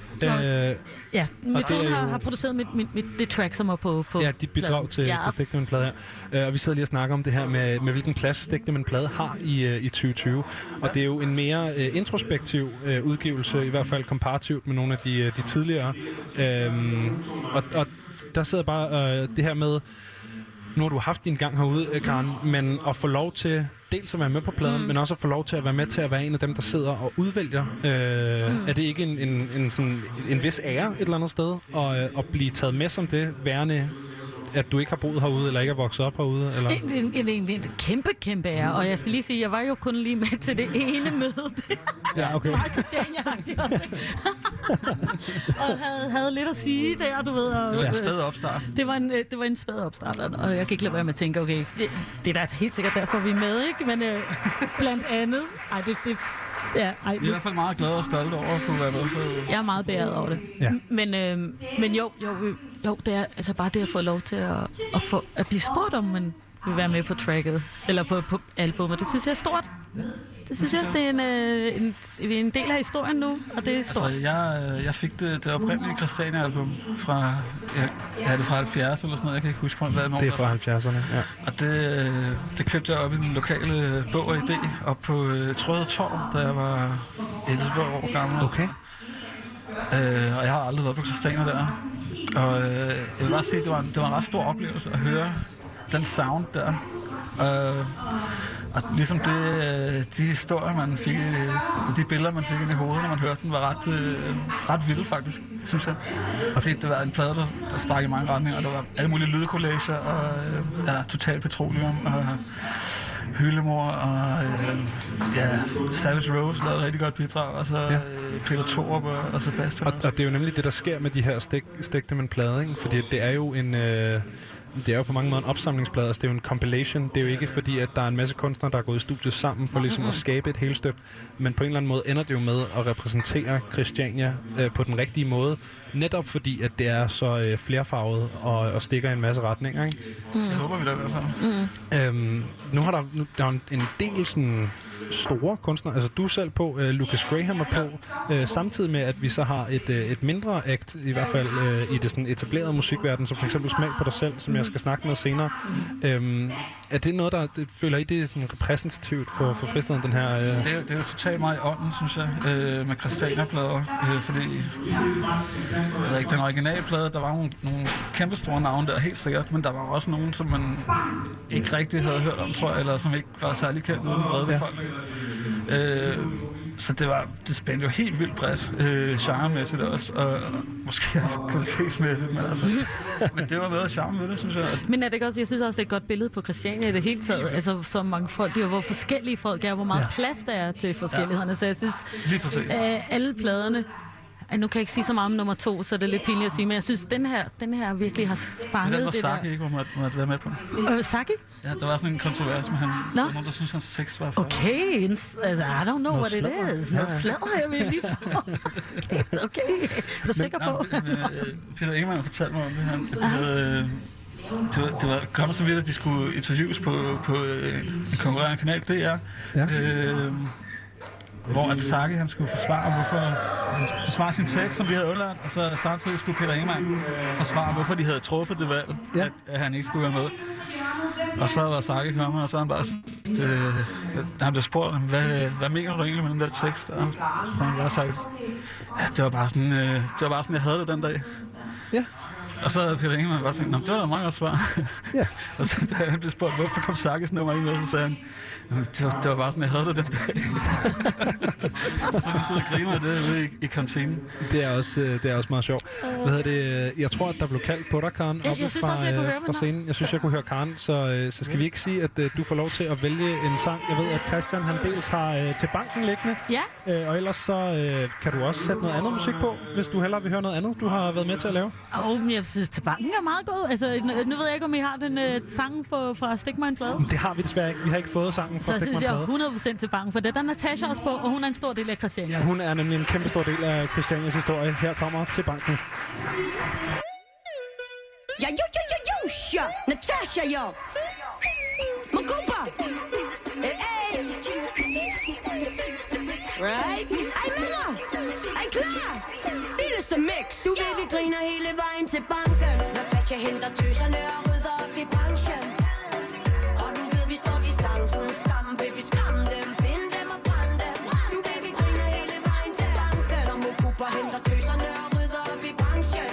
Metoden har produceret det track, som er på dit bidrag til Stigte Min Plade her. Og vi sidder lige og snakker om det her med hvilken plads Stigte Min Plade har i 2020. Og det er jo en mere introspektiv udgivelse, i hvert fald komparativt med nogle af de tidligere. Og der sidder bare det her med, nu har du haft din gang herude, Karen, men at få lov til dels at være med på pladen, men også at få lov til at være med til at være en af dem, der sidder og udvælger. Er det ikke en vis ære et eller andet sted at blive taget med som det værende, at du ikke har boet herude, eller ikke er vokset op herude? Eller? En kæmpe ære, og jeg skal lige sige, jeg var jo kun lige med til det ene møde. Ja, okay. Meget Christiania-agtigt også, ikke? Og havde lidt at sige der, du ved. Og, det var en spæd opstart. Det var en spæd opstart, og jeg kan ikke lade være med at tænke, okay, det er da helt sikkert derfor, vi er med, ikke? Men blandt andet, vi er i hvert fald meget glade og stolte over at kunne være med på. Jeg er meget beæret over det. Ja. Men jo, det er altså bare det at få lov til at blive spurgt om, man vil være med på tracket, eller på albumet. Det synes jeg er stort. Det synes jeg, det er en del af historien nu, og det er stort. Altså, jeg fik det oprindelige Christiania-album fra, det fra 70 eller sådan noget, jeg kan ikke huske, hvad det er fra 70'erne, ja. Og det købte jeg op i den lokale Bog og Idé, op på Trøde Torv, da jeg var 11 år gammel. Okay. Og jeg har aldrig været på Christiania der. Og jeg vil bare sige, det var en ret stor oplevelse at høre den sound der. Og ligesom de historier, man fik, de billeder, man fik ind i hovedet, når man hørte den, var ret vilde faktisk, synes jeg. Og fordi det var en plade, der stak i mange retninger, og der var alle mulige lydcollager, og Total Petroleum, og Hyllemor, og Savage Rose lavede et rigtig godt bidrag, og så Peter Thorup og Sebastian. Og det er jo nemlig det, der sker med de her Stigte Min Plade, ikke? Fordi det er jo det er jo på mange måder en opsamlingsplade, altså det er jo en compilation. Det er jo ikke fordi, at der er en masse kunstnere, der er gået i studiet sammen for ligesom at skabe et helstøbt, men på en eller anden måde ender det jo med at repræsentere Christiania på den rigtige måde, netop fordi, at det er så flerfarvet og stikker i en masse retninger, ikke? Det håber vi da i hvert fald. Nu har der er en del sådan store kunstnere, altså du selv på, Lucas Graham er på, samtidig med, at vi så har et mindre act, i hvert fald i det sådan etablerede musikverden, som for eksempel Smag på dig selv, som jeg skal snakke med senere. Er det noget, der føler I, det er sådan repræsentativt for fristaden, den her? Det er jo totalt meget i ånden, synes jeg, med Christiania-plader, fordi jeg ved ikke, den originale plade, der var nogle kæmpe store navne der, helt sikkert, men der var også nogen, som man ikke rigtig havde hørt om, tror jeg, eller som ikke var særlig kendt uden brede befolkning. Så det spændte jo helt vildt bredt, genremæssigt også, og måske også kvalitetsmæssigt, men det var noget af charme ved det, synes jeg. Men er det ikke også, jeg synes også, det er et godt billede på Christiania i det hele taget, altså så mange folk, det er jo, hvor forskellige folk er, hvor meget plads der er til forskellighederne, så jeg synes, alle pladerne nu kan jeg ikke sige så meget om nummer 2, så det er lidt pinligt at sige, men jeg synes, den her virkelig har fanget det der. Det Saki ikke måtte være med på. Saki? Ja, der var sådan en kontrovers med han. Der var nogen, der synes, hans sex var for... Okay, I don't know what it is. Noget sladder, jeg vil lige få. Okay, er du sikker på? Peter Ingemann fortalte mig om det her. Det var kommet så vidt, at de skulle interviews på en konkurrerende kanal, DR. Ja. Hvor at Saki, han skulle forsvare sin tekst, som vi havde undladt, og så samtidig skulle Peter Ingemann forsvare, hvorfor de havde truffet det valg, at han ikke skulle være med. Og så var Saki kommet, og så han bare han blev spurgt, hvad mener du egentlig med den der tekst? Og så han bare sagt, ja, det var bare sådan, jeg havde det den dag. Ja. Og så havde Peter Ingemann bare sagt, det var da meget godt svar. Ja. Og så da han blev spurgt, hvorfor kom Sakis nummer ind med, så sagde han, det var bare sådan, jeg havde det den dag. Og så vi sidder og griner af det ude i kantinen. Det er også meget sjovt. Hvad hedder det? Jeg tror, at der blev kaldt på dig, Karen, ja, jeg synes også, jeg kunne høre fra scenen. Jeg synes, jeg kunne høre Karen, så skal vi ikke sige, at du får lov til at vælge en sang. Jeg ved, at Christian han dels har Til banken liggende. Ja. Og ellers så kan du også sætte noget andet musik på, hvis du hellere vil høre noget andet, du har været med til at lave. Jeg synes, Til banken er meget god. Altså, nu ved jeg ikke, om I har den sang fra Stik mig en plade. Det har vi desværre ikke. Vi har ikke fået sangen fra Stik mig en plade. Så synes jeg 100% Til banken, for det er Natasha også på, og hun er en stor del af Christiania. Hun er nemlig en kæmpe stor del af Christianias historie. Her kommer Til banken. Ja, Natasha, yo. Makupa. Hey. Right? Ej, venner. Ej, klar. Vildeste mix. Du ved, vi griner hele vejen til banken. Natasha henter tøserne og rydder op i branchen. Og du ved, vi står distancen sammen. Baby, skram dem, bind dem og brænd dem. Du ved, vi griner hele vejen til banken. Og Makupa henter tøserne og rydder op i branchen.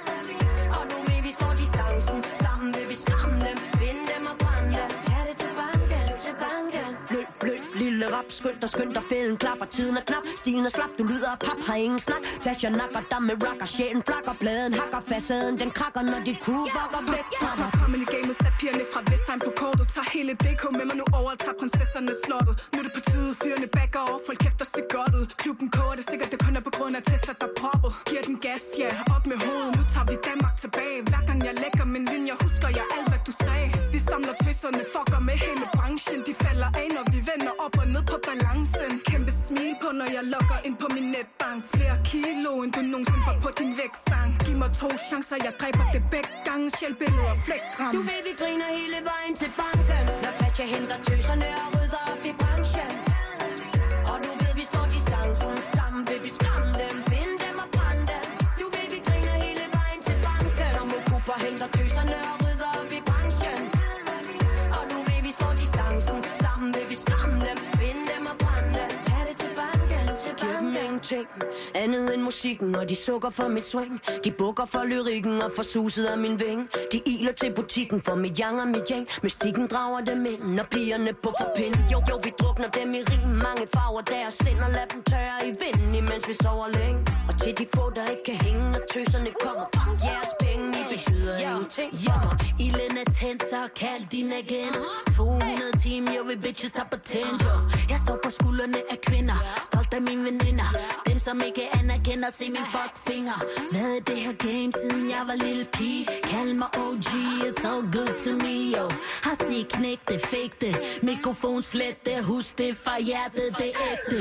Og nu ved, vi står distancen sammen. Vil vi skram dem, bind dem og brænd dem. Tag det til banken, til banken. Blød, lille rap, skynd dig, fælden klapper, tiden er knap, stilen er slap, du lyder af pap, har ingen snak. Tasha nakker dig med rocker, sjælen flakker, bladen hakker, facaden, den krakker, når dit crew bakker væk fra dig. Kommen i gamet, sat pigerne fra Vestheim på kortet, tager hele DK med mig nu over, tager prinsesserne slottet. Nu er det på tide, fyrene backer over, folk kæfter sig godt ud. Klubben koger det sikkert, det kun er på grund af Tesla, der proppet. Giver den gas, ja, op med hovedet, nu tager vi Danmark tilbage. Hver gang jeg lægger min linje, husker jeg alt, hvad du sagde. Vi samler tøserne, fucker med hele branchen, de falder af, når vi vender op og ned på balancen. Kæmpe smil på, når jeg logger ind på min netbank. Flere kilo, end du nogensinde får på din vægtstang. Giv mig 2 chancer, jeg dræber det begge gange. Sjælbilleder og flækram. Du ved, vi griner hele vejen til banken. Når Tasha henter tøserne og rydder op i branchen. Og du ved, vi står distancen sammen. Vil vi skræmme dem, binde dem og brænde dem. Du ved, vi griner hele vejen til banken. Og Makupa henter tøserne og rydder op i branchen. Og nu ved, vi står distancen sammen. Vil vi skræmme dem, binde dem og brænde dem. Tag det til banken, til banken. Giv dem ingenting andet end musikken, og de sukker for mit swing. De bukker for lyrikken og for suset af min ving. De iler til butikken for mit yang og mit yang. Mystikken drager dem ind, og pigerne på forpind. Jo, vi drukner dem i rim. Mange farver deres sind, og lad dem tørre i vinden, imens vi sover længe. Og til de få, der ikke kan hænge, når tøserne kommer. Fuck jeres penge, I betyder ingenting. Ilden er tændt, så kald din agent. 200 timer, jo, vi bitches der på tændt. Jeg står på skuldrene af kvinder, stolt af mine veninder. Dem, som ikke anerkender, se min fuckfinger. Hvad er det her game, siden jeg var lille pige? Kald mig OG, it's all good to me, yo. Har set knæk det, fake det. Mikrofon slet det, husk det fra hjertet, det er ægte.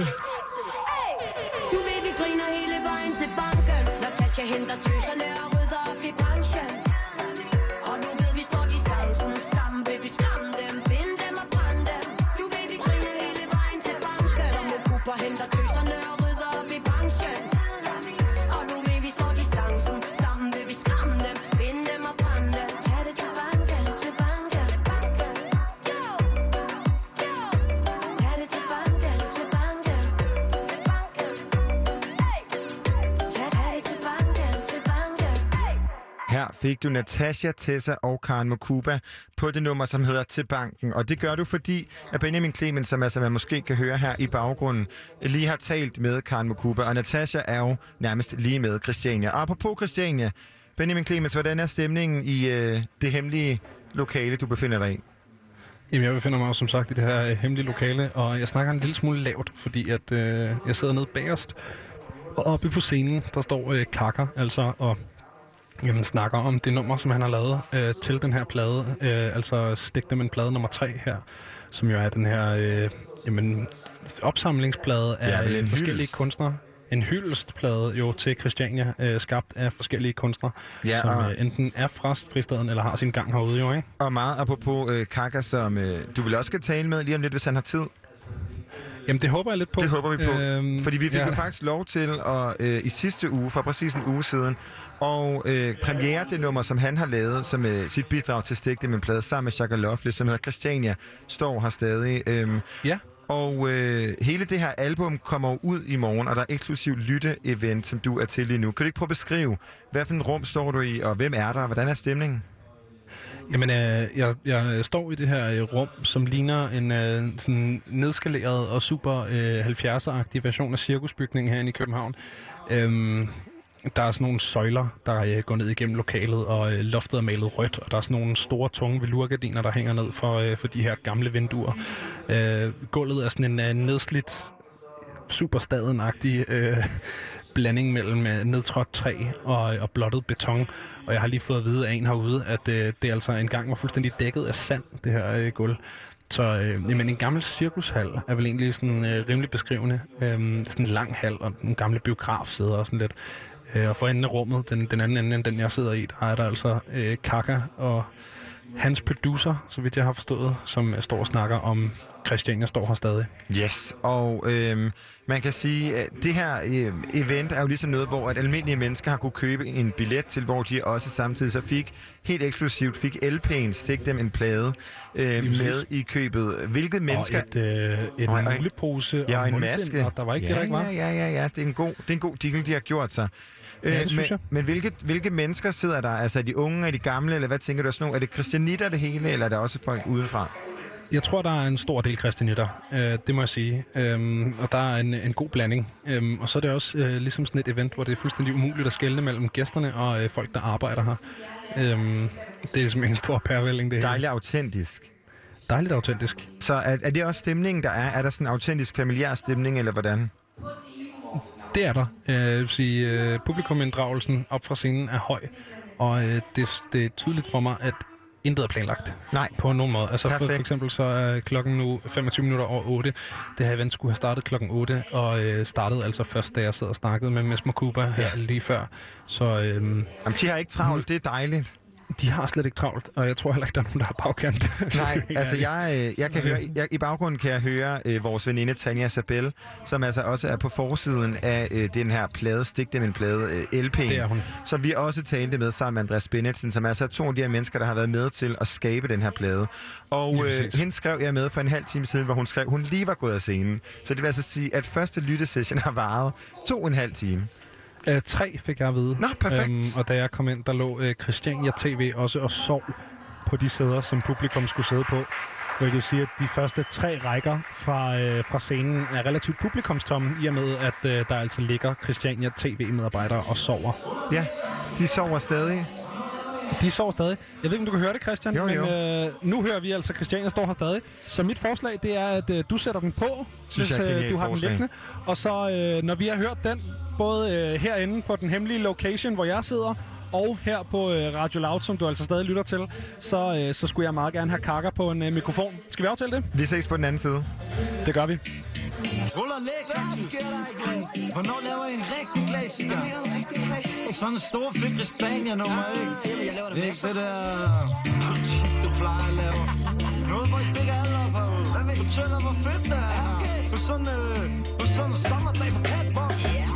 Du ved, vi griner hele vejen til banken. Når Tasha henter tøserne og rydder op i branchen. Og nu ved vi står distancen sammen. Vil vi skræmme dem, binde dem og brænde dem. Du ved, vi griner hele vejen til banken. Og Makupa henter tøserne og rydder op i branchen. Og nu ved vi står distancen sammen. Vil vi skræmme dem, binde dem og brænde dem. Tag det til banken, til banken. Tag det til banken, til banken. Her fik du Natasha, Tessa og Karen Makupa på det nummer, som hedder Til banken. Og det gør du, fordi at Benjamin Clemens, som man måske kan høre her i baggrunden, lige har talt med Karen Makupa. Og Natasha er jo nærmest lige med Christiania. Og apropos Christiania, Benjamin Clemens, hvordan er stemningen i det hemmelige lokale, du befinder dig i? Jamen, jeg befinder mig som sagt i det her hemmelige lokale, og jeg snakker en lille smule lavt, fordi at jeg sidder nede bagerst Og oppe på scenen, der står Kaka altså og snakker om det nummer, som han har lavet til den her plade. Altså Stik Dem en plade nummer 3 her, som jo er den her opsamlingsplade af forskellige kunstnere. En hyldestplade jo til Christiania, skabt af forskellige kunstnere, som enten er fra fristaden eller har sin gang herude jo, ikke? Og meget apropos Kaka, som du vil også skal tale med lige om lidt, hvis han har tid. Jamen, det håber jeg lidt på. Det håber vi på. Fordi vi fik jo faktisk lov til at i sidste uge, for præcis en uge siden, og premiere det nummer, som han har lavet som sit bidrag til Stik Dem en plade sammen med Shaka Lovely, som hedder Christiania, står her stadig. Og hele det her album kommer jo ud i morgen, og der er eksklusiv lytte-event, som du er til lige nu. Kan du ikke prøve at beskrive, hvad for en rum står du i, og hvem er der, og hvordan er stemningen? Jamen, jeg står i det her rum, som ligner en sådan nedskaleret og super 70'er-agtig version af cirkusbygningen herinde i København. Der er sådan nogle søjler, der går ned igennem lokalet, og loftet er malet rødt, og der er sådan nogle store, tunge velurgardiner, der hænger ned for de her gamle vinduer. Gulvet er sådan en nedslidt, superstaden-agtig blanding mellem nedtrådt træ og blottet beton. Og jeg har lige fået at vide af en herude, at det altså engang var fuldstændig dækket af sand, det her gulv. Så en gammel cirkushal er vel egentlig sådan rimelig beskrivende. Sådan en lang hal og en gamle biografsæder og sådan lidt. Og for enden af rummet, den anden ende end den, jeg sidder i, der er der altså Kaka og hans producer, så vidt jeg har forstået, som står og snakker om Christiania står her stadig. Yes, og man kan sige, at det her event er jo ligesom noget, hvor at almindelige mennesker har kunne købe en billet til, hvor de også samtidig så helt eksklusivt fik LP'en, Stik Dem en plade med i købet. Hvilke mennesker... Og en mulepose og en maske. Og der var ikke det, der ikke var. Ja. Det er en god deal, de har gjort sig. Ja, det synes jeg. Men hvilke mennesker sidder der? Altså er de unge, er de gamle, eller hvad tænker du sådan? Er det christianitter det hele, eller er der også folk udenfra? Jeg tror, der er en stor del christianitter, det må jeg sige. Og der er en god blanding. Og så er det også ligesom sådan et event, hvor det er fuldstændig umuligt at skelne mellem gæsterne og folk, der arbejder her. Det er simpelthen en stor pærevælling, det hele. Dejligt autentisk. Dejligt autentisk. Så er det også stemningen, der er? Er der sådan en autentisk familiær stemning, eller hvordan? Det er der. Jeg vil sige, publikuminddragelsen op fra scenen er høj, og det er tydeligt for mig, at intet er planlagt. Nej. På nogen måde. Altså for eksempel så er klokken nu 25 minutter over 8. Det her event skulle have startet klokken 8, og startede altså først, da jeg sad og snakkede med Miss Makuba her lige før. Så, Jamen, de har ikke travlt, det er dejligt. De har slet ikke travlt, og jeg tror heller ikke, der er nogen, der har bagkant. Nej, altså jeg kan høre, i baggrunden kan jeg høre vores veninde Tanja Sabel, som altså også er på forsiden af den her plade, Stik Dem en plade, LP'en. Det er hun. Som vi også talte med sammen med Andreas Bennetsen, som altså er to af de her mennesker, der har været med til at skabe den her plade. Og hende skrev jeg med for en halv time siden, hvor hun skrev, hun lige var gået af scenen. Så det vil altså sige, at første lyttesession har varet 2,5 time. 3 fik jeg at vide. Nå, perfekt. Og da jeg kom ind, der lå Christiania TV også og sov på de sæder, som publikum skulle sidde på. Jeg kan sige, at de første 3 rækker fra scenen er relativt publikumstomme, i og med, at der altså ligger Christiania TV-medarbejdere og sover. Ja, de sover stadig. De sover stadig. Jeg ved ikke, om du kan høre det, Christian, jo. Men nu hører vi altså, Christiania står her stadig. Så mit forslag, det er, at du sætter den på, hvis du har den liggende. Og så, når vi har hørt den, både herinde på den hemmelige location, hvor jeg sidder, og her på Radio Loud, som du altså stadig lytter til, så skulle jeg meget gerne have Kaka på en mikrofon. Skal vi aftale det? Vi ses på den anden side. Det gør vi. Ruller læg, hvornår laver I en rigtig klassiker? Sådan en stor fik Christiania nummer, ikke? Det er ikke det der politik, du plejer at lave. Noget, hvor I bækker alle op herude. Fortæller, hvor fedt det er. På sådan en sommerdag på Catwalk.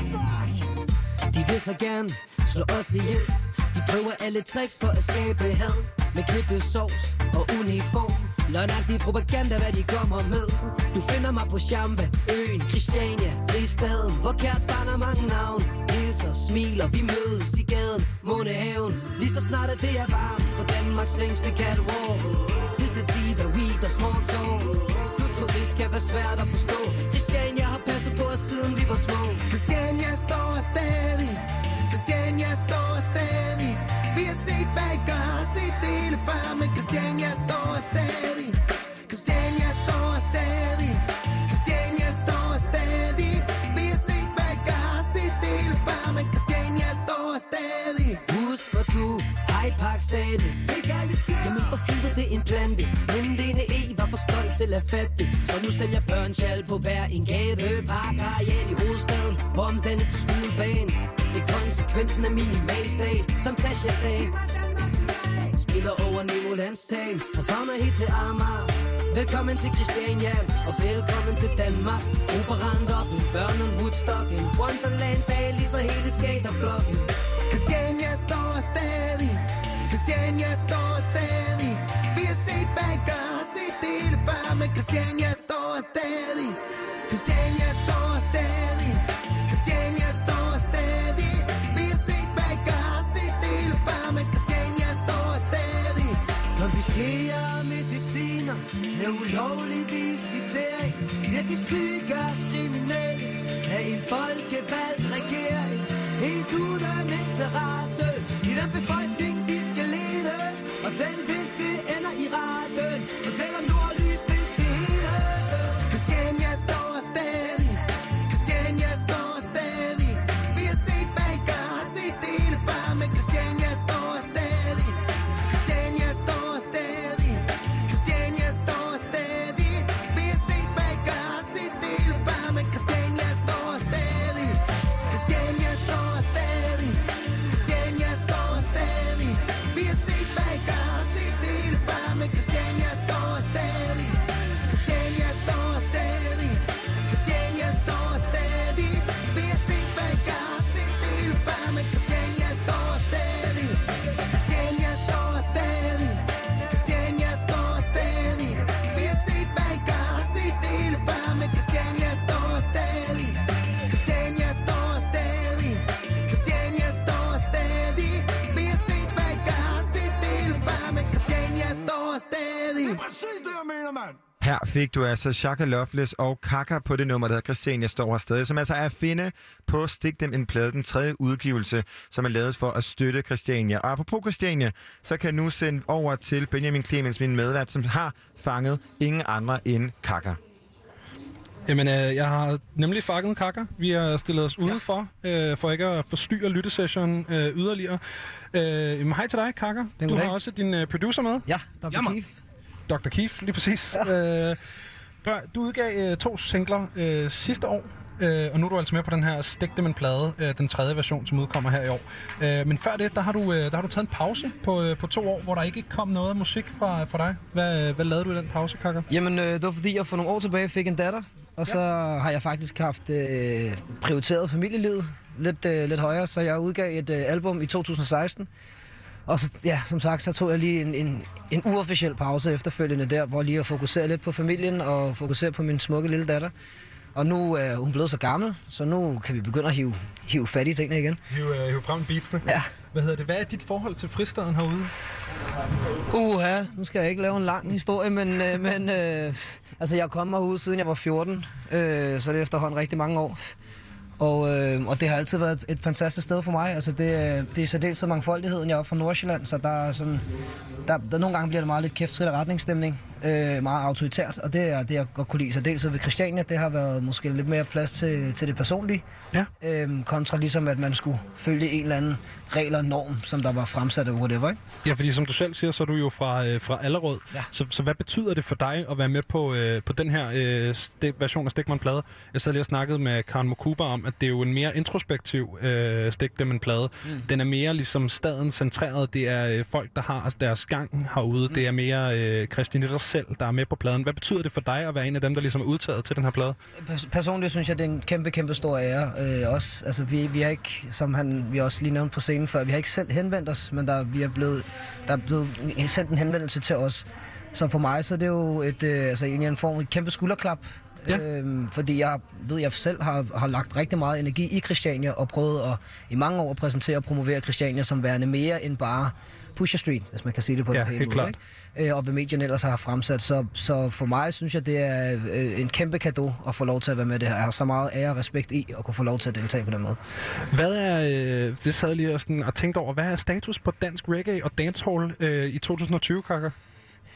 De vil så gerne slå os ihjel. De prøver alle tricks for at skabe had. Med klippet sovs og uniform. Løgnagtig propaganda, hvad de kommer med. Du finder mig på Shamba, øen, Christiania, fristaden. Hvor kært barn har mange navn. Hilser, smiler, vi mødes i gaden, Månehaven. Lige så snart at det er varmt på Danmarks længste catwalk. Til sativa, weed og small talk. Du turist kan være svært at forstå. Christiania har passet på os siden vi var små. Christiania står her stadig. Christiania står her stadig. Vi har set bagger, har set det hele før, men Christiania står her stadig. Christiania står her stadig. Christiania står her stadig. Vi har set bagger, har set det Hyde Park sagde det. Jamen for helvede, det er en plante. Men Lene E. var for stolt til at fatte det. Så nu sælger børnshal på hver en gade. Parkareal i hovedstaden, omdannes til skydebane. Det er konsekvensen af minimalstat, som Tasha sagde. Spiller over Nemolands tag og fagner helt til Amager. Velkommen til Christiania, og velkommen til Danmark. Operant op, en børn og Woodstock, en Wonderland bag lige så hele skaterflokken. Christiania står stadig, Christiania står stadig. Vi har set bagger, har set det hele før, men Christiania står stadig. Christiania står stadig, Christiania står stadig. Vi har set bagger, har set det hele før, men Christiania står stadig. Konfiskerer mediciner med ulovlig visitering til de syge og kriminelle af en folkevalgt regering. Helt uden interesse i den befolkning, de skal lede. Og selv hvis det ender i retten, fortæller Nordlys, hvis det hele. Christiania står stadig, Christiania står stadig. Vi har set bagger, har set det hele før, men Christiania står stadig. Christiania står stadig, Christiania står stadig. Vi har set bagger, har set det hele før, men Christiania står stadig. Christiania står stadig, Christiania står stadig. Vi har set bagger, har set det hele før, men Christiania står stadig. Christiania står stadig, Christiania står stadig. Vi har set bagger, har set det hele før, men Christiania står stadig. Christiania står stadig, Christiania står stadig. Vi har set bagger, har set det hele før, men Christiania står stadig. Christiania står stadig, Christiania står stadig. Vi har set bagger, har set det hele før, men Christiania står stadig. Det er præcis det, jeg mener, mand. Her fik du altså Shaka Loveless og Kaka på det nummer, der hedder Christiania står stadig, som altså er at finde på Stik Dem en plade, den 3. udgivelse, som er lavet for at støtte Christiania. Og apropos Christiania, så kan jeg nu sende over til Benjamin Clemens, min medvært, som har fanget ingen andre end Kaka. Jamen, jeg har nemlig fanget Kaka. Vi har stillet os udenfor, for ikke at forstyrre lyttesessionen yderligere. Hej til dig, Kaka. Du har også din producer med. Ja, Dr. Keith. Dr. Keith, lige præcis. Ja. Du udgav 2 singler sidste år, og nu er du altså med på den her Stik Dem en plade, den 3. version, som udkommer her i år. Men før det, der har du taget en pause på 2 år, hvor der ikke kom noget musik fra dig. Hvad lavede du i den pause, Kaka? Jamen, det var fordi, jeg for nogle år tilbage fik en datter, og så har jeg faktisk haft prioriteret familielivet lidt højere, så jeg udgav et album i 2016. Og så, ja, som sagt, så tog jeg lige en uofficiel pause efterfølgende der, hvor lige at fokusere lidt på familien og fokusere på min smukke lille datter. Og nu er hun blevet så gammel, så nu kan vi begynde at hive fat i tingene igen. Hive frem beatsene? Ja. Hvad er dit forhold til fristaden herude? Nu skal jeg ikke lave en lang historie, men altså jeg er kommet herude siden jeg var 14, så det er efterhånden rigtig mange år. Og det har altid været et fantastisk sted for mig. Altså det er særdeles så mangfoldigheden. Jeg er fra Nordsjælland, så der er sådan, der nogle gange bliver det meget lidt kæftskridt og retningsstemning. Meget autoritært, og det er det, jeg godt kunne lide. Så dels ved Christiania, det har været måske lidt mere plads til det personlige. Ja. Kontra ligesom, at man skulle følge en eller anden regel og norm, som der var fremsat af whatever, ikke? Ja, fordi som du selv siger, så er du jo fra Allerød. Ja. Så hvad betyder det for dig at være med på den her version af Stik Dem en plade? Jeg sad lige og snakkede med Karen Mokuba om, at det er jo en mere introspektiv Stik Dem en plade. Den er mere ligesom staden centreret. Det er folk, der har deres gang herude. Det er mere Christian Nitters selv, der er med på pladen. Hvad betyder det for dig at være en af dem, der ligesom er udtaget til den her plade? Personligt synes jeg, det er en kæmpe stor ære. Også, altså, vi har ikke, som vi også lige nævnte på scenen før, vi har ikke selv henvendt os, men der er blevet sendt en henvendelse til os. Så for mig så er det jo en form af et kæmpe skulderklap. Ja. Fordi jeg selv har lagt rigtig meget energi i Christiania og prøvet at i mange år præsentere og promovere Christiania som værende mere end bare Pusher Street, hvis man kan sige det på den pæne måde, ikke? Og hvad medierne ellers har fremsat. Så for mig synes jeg, det er en kæmpe cadeau at få lov til at være med det her. Jeg har så meget ære og respekt i at kunne få lov til at deltage på den måde. Hvad er, det sad lige og tænkte over, hvad er status på dansk reggae og dancehall i 2020, Kaka?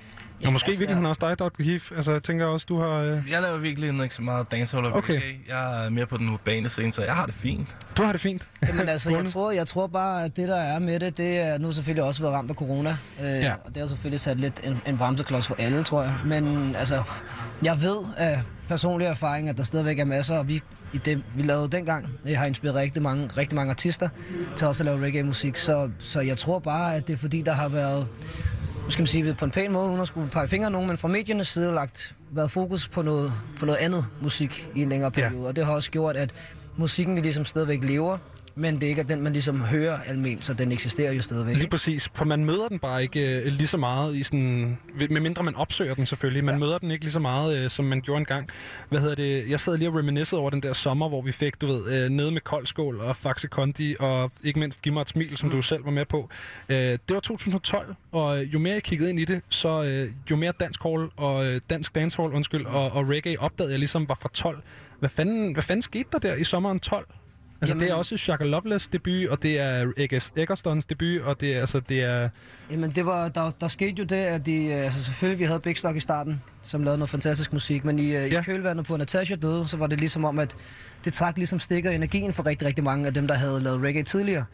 Og måske virkelig han også dig, Dr. Keef. Altså, jeg tænker også, du har... Jeg laver virkelig ikke så meget dancehall og reggae. Jeg er mere på den urbane scene, så jeg har det fint. Du har det fint? Jamen altså, jeg tror bare, at det, der er med det er nu selvfølgelig også været ramt af corona. Og det har selvfølgelig sat lidt en bremseklods for alle, tror jeg. Men altså, jeg ved af personlig erfaring, at der stadigvæk er masser, og vi lavede dengang, jeg har inspireret rigtig mange artister til også at lave reggae-musik. Så jeg tror bare, at det er fordi, der har været, nu skal man sige på en pæn måde, uden at skulle pege fingre nogen, men fra mediernes side været fokus på noget andet musik i en længere periode. Og det har også gjort, at musikken ligesom stadigvæk lever, men det ikke er den, man ligesom hører alment, så den eksisterer jo stadigvæk. Lige præcis, for man møder den bare ikke lige så meget i sådan... Medmindre man opsøger den selvfølgelig. Man møder den ikke lige så meget, som man gjorde engang. Jeg sad lige og reminiscede over den der sommer, hvor vi fik, nede med Koldskål og Faxe Kondi, og ikke mindst Giv mig et smil, som du selv var med på. Det var 2012, og jo mere jeg kiggede ind i det, så jo mere dancehall og dansk dancehall, og reggae opdagede jeg ligesom var fra 12. Hvad fanden skete der i sommeren 12? Altså, det er også Shaka Loveless debut, og det er Eggerstons debut, og det er... Jamen, der skete jo det, at selvfølgelig, vi havde Big Stock i starten, som lavede noget fantastisk musik, men i kølvandet på Natasha døde, så var det ligesom om, at det trak ligesom stikket energien for rigtig, rigtig mange af dem, der havde lavet reggae tidligere.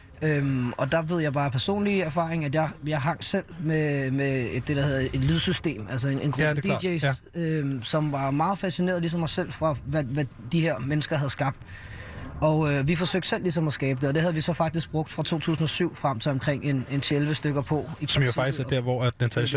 Og der ved jeg bare personlig erfaring, at jeg hang selv med det, der hedder et lydsystem, altså en gruppe DJ's, som var meget fascineret ligesom mig selv fra, hvad de her mennesker havde skabt. Og vi forsøgte selv ligesom at skabe det, og det havde vi så faktisk brugt fra 2007 frem til omkring en 11 stykker på. Som jo faktisk er der, hvor Natasha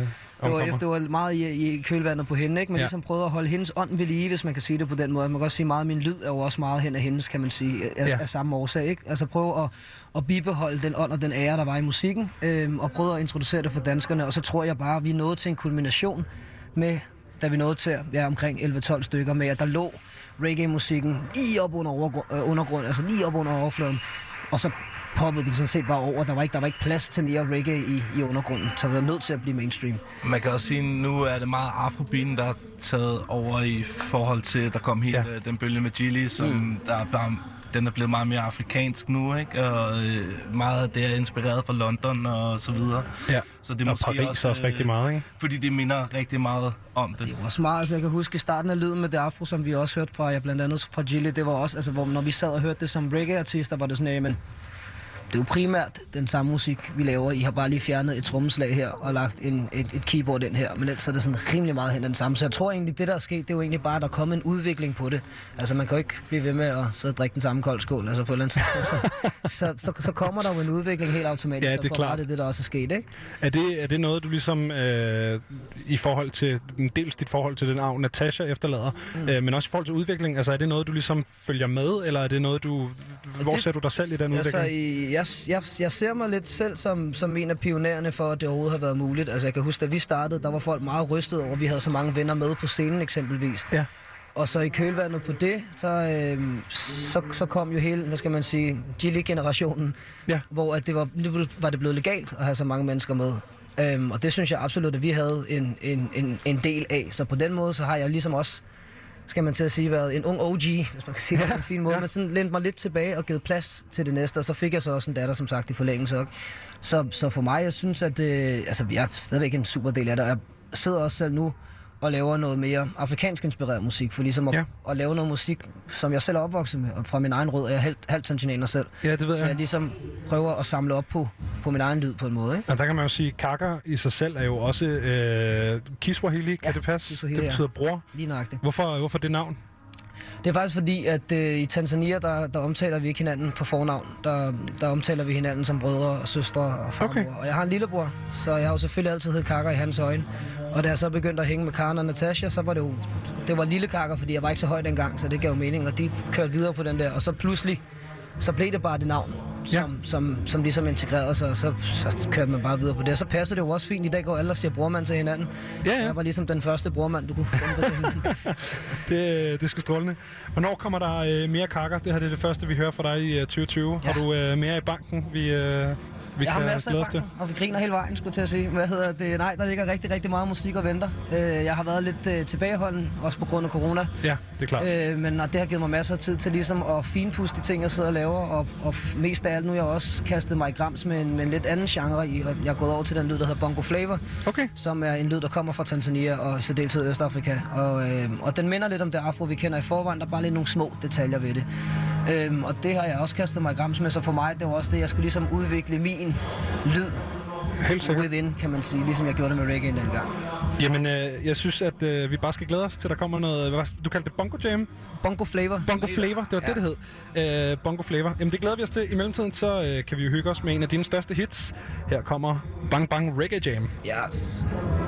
det var meget i kølvandet på hende, ikke? Man ligesom prøvede at holde hendes ånd ved lige, hvis man kan sige det på den måde. Man kan også sige, meget af min lyd er jo også meget hen af hendes, kan man sige, af samme årsag, ikke? Altså prøve at bibeholde den ånd og den ære, der var i musikken, og prøve at introducere det for danskerne, og så tror jeg bare, at vi nåede til en kulmination med, da vi nåede til omkring 11-12 stykker med, at der lå reggae-musikken lige op under undergrund, altså lige op under overfladen, og så poppede den sådan set bare over. Der var ikke plads til mere reggae i undergrunden, så vi var nødt til at blive mainstream. Man kan også sige, nu er det meget afrobeaten, der er taget over i forhold til, der kom hele den bølge med Gilly, som der er bare... Den er blevet meget mere afrikansk nu, ikke? Og meget af det er inspireret fra London og så videre. Ja, så det er og Paris også rigtig meget, ikke? Fordi det minder rigtig meget om det. Det var smart, altså jeg kan huske starten af lyden med det afro, som vi også hørte fra, blandt andet fra Gilly, det var også, altså hvor når vi sad og hørte det som reggae-artister, var det sådan, men det er jo primært den samme musik, vi laver. I har bare lige fjernet et trommeslag her og lagt et keyboard ind her, men ellers er det sådan rimelig meget hen den samme. Så jeg tror egentlig, det der er sket, det er jo egentlig bare, at der er kommet en udvikling på det. Altså man kan jo ikke blive ved med at så drikke den samme Koldskål, altså på et eller andet så kommer der jo en udvikling helt automatisk. Ja, det er klart. Det er det, der også er sket, ikke? Er det noget, du ligesom i forhold til, dels dit forhold til den arv, Natasha efterlader, men også i forhold til udvikling, altså er det noget, du ligesom følger med, eller er det noget, hvor ser du dig selv i den udvikling? Jeg ser mig lidt selv som en af pionererne for, at det overhovedet har været muligt. Altså jeg kan huske, da vi startede, der var folk meget rystet over, at vi havde så mange venner med på scenen eksempelvis. Ja. Og så i kølvandet på det, så kom jo hele, hvad skal man sige, Gilly-generationen, hvor at det var det blevet legalt at have så mange mennesker med. Og det synes jeg absolut, at vi havde en del af. Så på den måde, så har jeg ligesom også, skal man til at sige, været en ung OG, hvis man kan sige det på en fin måde, men sådan lændt mig lidt tilbage og givet plads til det næste, og så fik jeg så også en datter, som sagt, i forlængelse. Så for mig, jeg synes, at jeg er stadigvæk en super del af det, og jeg sidder også selv nu og laver noget mere afrikansk inspireret musik, for ligesom at lave noget musik, som jeg selv er opvokset med, og fra min egen rød, og jeg er halvt tanzanianer selv. Ja, det ved jeg. Så jeg ligesom prøver at samle op på min egen lyd på en måde, ikke? Og der kan man jo sige, Kaka i sig selv er jo også Kiswahili, kan det passe? Kiswahili, det betyder bror. Lige nøjagtigt. Hvorfor det navn? Det er faktisk fordi, at i Tanzania, der omtaler vi ikke hinanden på fornavn. Der omtaler vi hinanden som brødre og søstre og farmor. Okay. Og jeg har en lillebror, så jeg har jo selvfølgelig altid heddet Kaka i hans øjne. Og da jeg så begyndte at hænge med Karen og Natasha, så var det var lille Kaka, fordi jeg var ikke så høj dengang, så det gav mening. Og de kørte videre på den der, og så pludselig, så blev det bare det navn, som ligesom integrerede sig, og så kørte man bare videre på det. Og så passer det jo også fint. I dag går alle og siger brormand til hinanden. Ja. Jeg var ligesom den første brormand, du kunne finde på scenen. Det er sgu strålende. Hvornår kommer der mere Kaka? Det her er det første, vi hører fra dig i 2020. Ja. Har du mere i banken? vi kan glæde os til. Og vi griner hele vejen, skulle jeg til at sige. Hvad hedder det? Nej, der ligger rigtig, rigtig meget musik og venter. Jeg har været lidt tilbageholden, også på grund af corona. Ja, det er klart. Men det har givet mig masser af tid til ligesom at finpudse de ting, jeg sidder og laver. Og mest af alt, nu har jeg også kastet mig i grams med en lidt anden genre. Jeg er gået over til den lyd, der hedder Bongo Flavor. Okay. Som er en lyd, der kommer fra Tanzania og så dels Østafrika. Og den minder lidt om det afro, vi kender i forvejen. Der er bare lidt nogle små detaljer ved det. Og det har jeg også kastet mig i grams med, så for mig, det var også det, jeg skulle ligesom udvikle min lyd within, kan man sige, ligesom jeg gjorde det med reggae dengang. Jamen, jeg synes, at vi bare skal glæde os til, der kommer noget, du kaldte det Bongo Jam? Bongo Flavor. Bongo Flavor, det var det hed. Bongo Flavor. Jamen, det glæder vi os til. I mellemtiden, så kan vi jo hygge os med en af dine største hits. Her kommer Bang Bang Reggae Jam. Yes.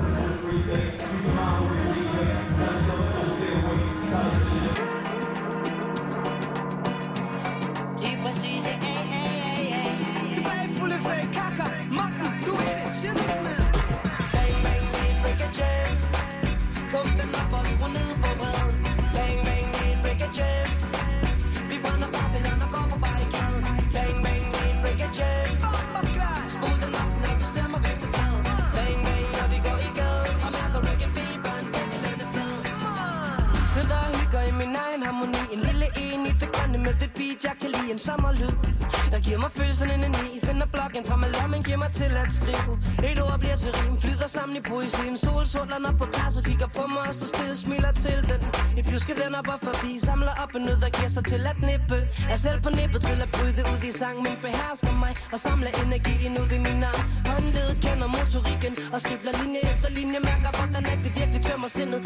Med det beat, jeg kan lide en sommerlyd, der giver mig følelsen indeni. Finder blokken fra med lommen, giver mig til at skrive. Et ord bliver til rim, flyder sammen i poesien. Solsorten op på græs og kigger på mig og står stille, smiler til den. I pluske den op og forbi, samler op en nød og giver sig til at nippe. Er selv på nippet til at bryde ud i sang, men behersker mig og samler energien ud i min arm. Håndledet kender motorikken og skribler linje efter linje, mærker hvordan at det virkelig tømmer sindet.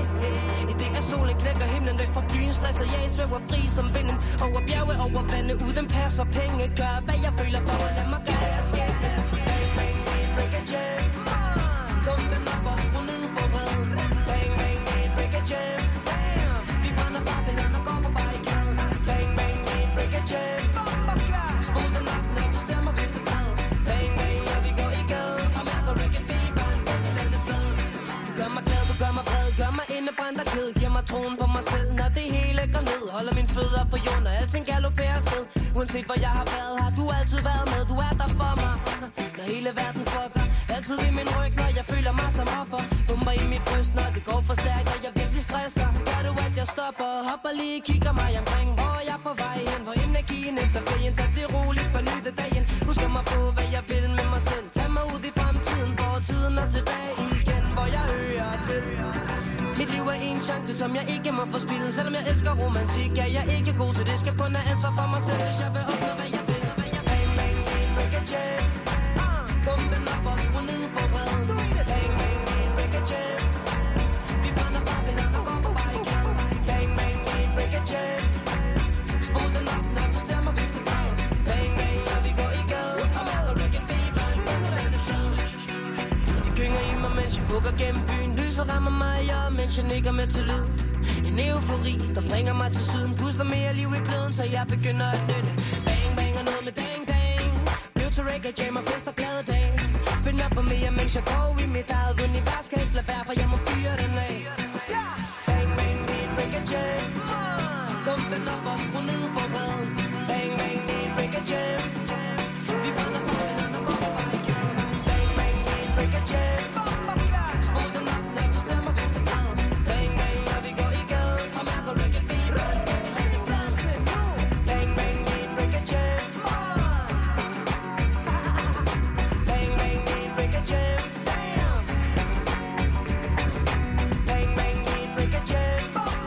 I det er solen knækker himlen væk fra byen, stress og jeg svæver fri som vinden. Over bjerge, over vandet, uden pas og penge. Gør hvad jeg føler for at lade mig gøre jeg skal. Bang, bang, bang, reggae jam. Kom den op og skru ned for vreden. Bang, bang, bang, reggae jam. Vi brænder Babylon og går på barrikaden. Bang, bang, bang, reggae jam. Spol den op, når du ser mig vifte flad. Bang, bang, når vi går i gaden. Og mærker reggae-fiberen, begge lande flad. Du gør mig glad, du gør mig bred, gør mig indebrændt og ked. Giver mig troen på mig selv, når det hele går ned. Holder mine fødder på jorden, og alting galopperer sted. Uanset hvor jeg har været, har du altid været med. Du er der for mig, når hele verden fucker. Altid i min ryg, når jeg føler mig som offer. Bomber i mit bryst, når det går for stærkt, og jeg virkelig stresser. Gør du at jeg stopper, hopper lige, kigger mig omkring. Hvor er jeg på vej hen, hvor energien efter ferien. Tag det roligt på nyde dagen. Husker mig på, hvad jeg vil med mig selv. Tag mig ud i fremtiden, for tiden og tilbage igen, hvor jeg hører til. Mit liv er en chance, som jeg ikke må forspilde. Selvom jeg elsker romantik, er jeg ikke god til det. Skal kun have ansvar for mig selv, hvis jeg vil opnå, hvad jeg vil. Bang, bang, bang, reggae jam. Kom den op og skru ned for vreden. Bang, bang, bang, reggae jam. Vi brænder Babylon og går på barrikaden. Bang, bang, bang, reggae jam. Spol den op, når du ser mig vifte flad. Bang, bang, når vi går i gaden. Og mærker reggae-fiberen, begge lande flad. De gynger i mig, mens jeg vugger gennem byen. Lyset rammer mig i øjet, mens jeg nikker med til lyd. En eufori, der bringer mig til syden. Puster mere liv i gløden, så jeg begynder at nynne. Bang, bang og noget med dang, dang. Blev til reggae jam og fest og glade dag. Find op på mere, mens jeg går i mit eget univers. Kan ikke lade være, for jeg må fyre den af. Bang, bang, bang, reggae jam. Kom den op og skru ned for vreden. Bang, bang, bang, reggae jam. Vi brænder Babylon og går på barrikaden. Bang, bang, bang, reggae jam. Spol den op, når du ser mig vifte flad. Bang, bang, når vi går i gaden. Og mærker reggae-fiberen, begge lande flad. Bang, bang, bang, reggae jam. Bang, bang, bang, reggae jam. Bang, bang, bang, reggae jam.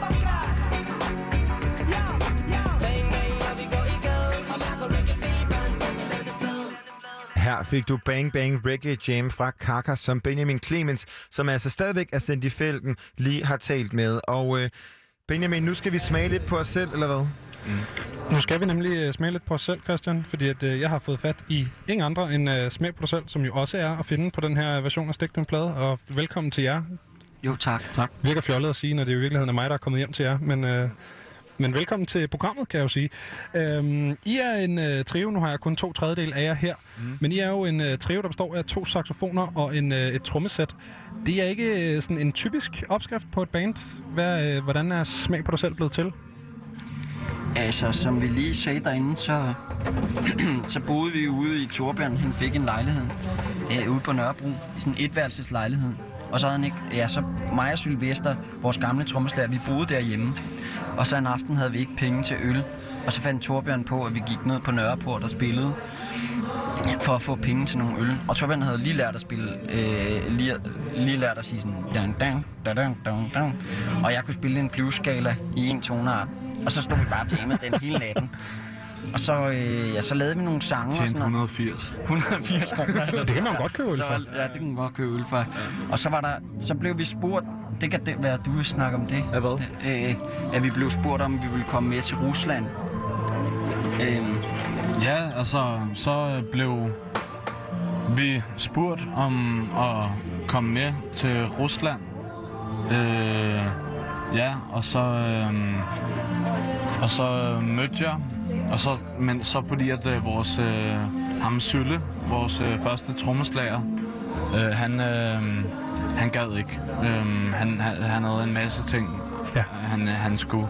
Bang, bang, når vi går i gaden. Og mærker reggae-fiberen, begge lande flad. Her fik du Bang Bang Reggae Jam fra Kaka, som Benjamin Clemens, som altså stadigvæk er sendt i felten, lige har talt med. Og Benjamin, nu skal vi smage lidt på os selv, eller hvad? Nu skal vi nemlig smage lidt på os selv, Christian, fordi at, jeg har fået fat i ingen andre end Smag på dig selv, som jo også er at finde på den her version af Stik den plade. Og velkommen til jer. Jo, tak. Virker fjollet at sige, når det i virkeligheden er mig, der er kommet hjem til jer, men velkommen til programmet, kan jeg jo sige. I er en trio, nu har jeg kun 2/3 af jer her, men I er jo en trio, der består af 2 saxofoner og et trommesæt. Det er ikke sådan en typisk opskrift på et band. Hvordan er Smag på dig selv blevet til? Altså, som vi lige sagde derinde, så boede vi ude i Torbjørn. Han fik en lejlighed ude på Nørrebro, i sådan en etværelseslejlighed. Og så havde han ikke, så mig og Sylvester, vores gamle trommeslager, vi boede derhjemme. Og så en aften havde vi ikke penge til øl. Og så fandt Torbjørn på, at vi gik ned på Nørreport og spillede for at få penge til nogle øl. Og Torbjørn havde lige lært at spille, lige lært at sige sådan dang, dang, dang, dang, dang. Og jeg kunne spille en bluesskala i en toneart. Og så stod vi bare og jammede den hele natten. Og så, så lavede vi nogle sange. Tjent 180. 180 kroner. Det kan man godt købe øl for. Ja, det kan man godt købe øl for. Og så blev vi spurgt, det kan det være, du vil snakke om det. Ja, hvad? At vi blev spurgt om, vi ville komme med til Rusland. Ja, altså, så blev vi spurgt om at komme med til Rusland. Ja, og så mødte jeg. Men så fordi at vores ham Sylle, vores første trommeslager, han gad ikke. Han havde en masse ting, han skulle.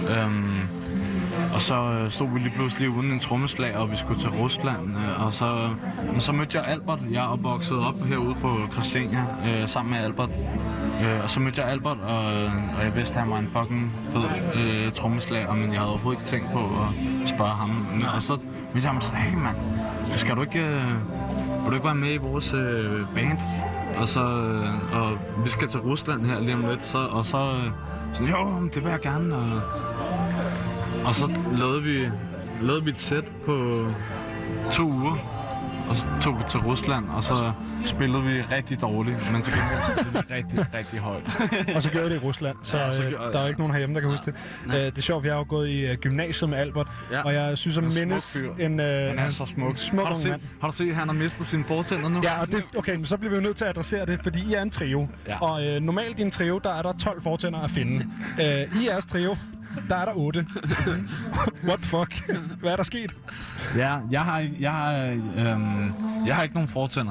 Og så stod vi lige pludselig uden en trommeslager, og vi skulle til Rusland. Og så mødte jeg Albert. Jeg er opvokset op herude på Christiania sammen med Albert. Og så mødte jeg Albert, og jeg vidste, at han var en fucking fed trommeslager, men jeg havde overhovedet ikke tænkt på at spørge ham. Og så mødte jeg ham og sagde, hey mand, vil du ikke være med i vores band? Og vi skal til Rusland her lige om lidt. Sådan, jo, det vil jeg gerne. Og så lavede vi et sæt på 2 uger, og så tog vi til Rusland, og så spillede vi rigtig dårligt, men så spillede vi rigtig, rigtig højt. Og så gjorde det i Rusland, så der er ikke nogen herhjemme, der kan huske det. Det er sjovt, jeg har jo gået i gymnasiet med Albert, og jeg synes, at mindes han er så smuk. Har du set, at han har mistet sine fortænder nu? Ja, og okay, men så bliver vi jo nødt til at adressere det, fordi I er en trio. Ja. Og normalt i en trio, der er der 12 fortænder at finde. I jeres trio, der er der 8. What the fuck? Hvad er der sket? Ja, jeg har ikke nogen fortænder.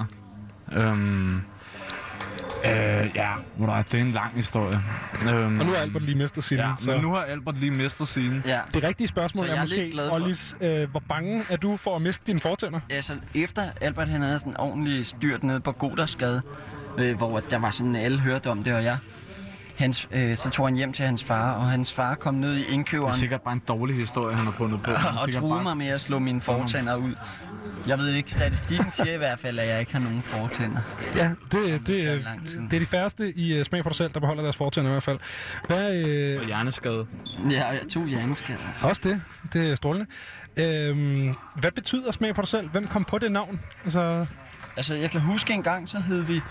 Ja, det er en lang historie. Og nu har Albert lige mistet sine. Ja, så nu har Albert lige mistet sine. Ja. Det rigtige spørgsmål er måske, Ollis, hvor bange er du for at miste dine fortænder? Altså, efter Albert han havde sådan ordentlig styrt nede på Godersgade, hvor der var sådan, alle hørte om det, og jeg. Så tog han hjem til hans far, og hans far kom ned i indkøberen. Det er sikkert bare en dårlig historie, han har fundet på. Og truede mig med at slå mine fortænder ud. Jeg ved ikke, statistikken siger i hvert fald, at jeg ikke har nogen fortænder. Ja, det er de færreste i Smag på dig selv, der beholder deres fortænder i hvert fald. Og hjerneskade. Ja, jeg tog hjerneskade. Også det er strålende. Hvad betyder Smag på dig selv? Hvem kom på det navn? Altså, jeg kan huske en gang, så hed vi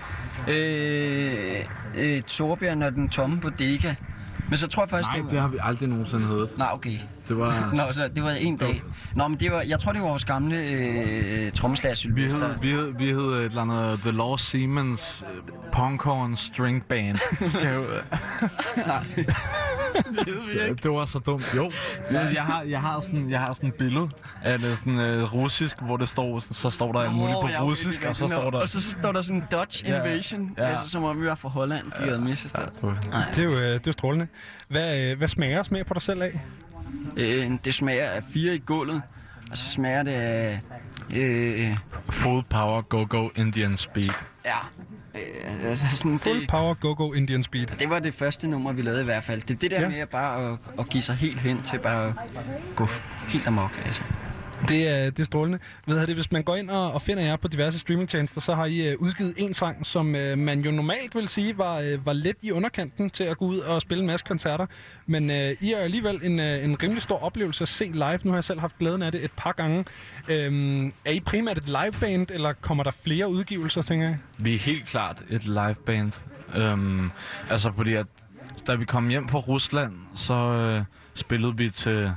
Torbjørn og den tomme bodega. Men så tror jeg faktisk, det har vi aldrig nogensinde heddet. Nej, okay. Det var... Nå, så det var en dag. Nå, men jeg tror, det var vores gamle trommeslager Sylvester. Vi hed et eller andet The Lost Siemens Punkhorn String Band. Nej. Det var så dumt. Jo. Jeg har sådan et billede af det sådan russisk, hvor det så står der alt muligt på russisk, og så står der... Og så står der sådan Dutch Invasion, altså som om vi var fra Holland, de havde misforstået. Det er jo strålende. Hvad smager Smag på dig selv af? Det smager af 4 i gulvet, og så smager det af... Full Power Go-Go Indian Speed. Ja. Sådan Full Power Go-Go Indian Speed. Det var det første nummer, vi lavede i hvert fald. Det er det der med bare at give sig helt hen til bare at gå helt amok, altså. Det er strålende. Hvis man går ind og finder jer på diverse streamingtjenester, så har I udgivet en sang, som man jo normalt vil sige var lidt i underkanten til at gå ud og spille en masse koncerter. Men I er alligevel en rimelig stor oplevelse at se live. Nu har jeg selv haft glæden af det et par gange. Er I primært et liveband, eller kommer der flere udgivelser, tænker jeg? Vi er helt klart et liveband. Altså fordi at da vi kom hjem fra Rusland, så spillede vi til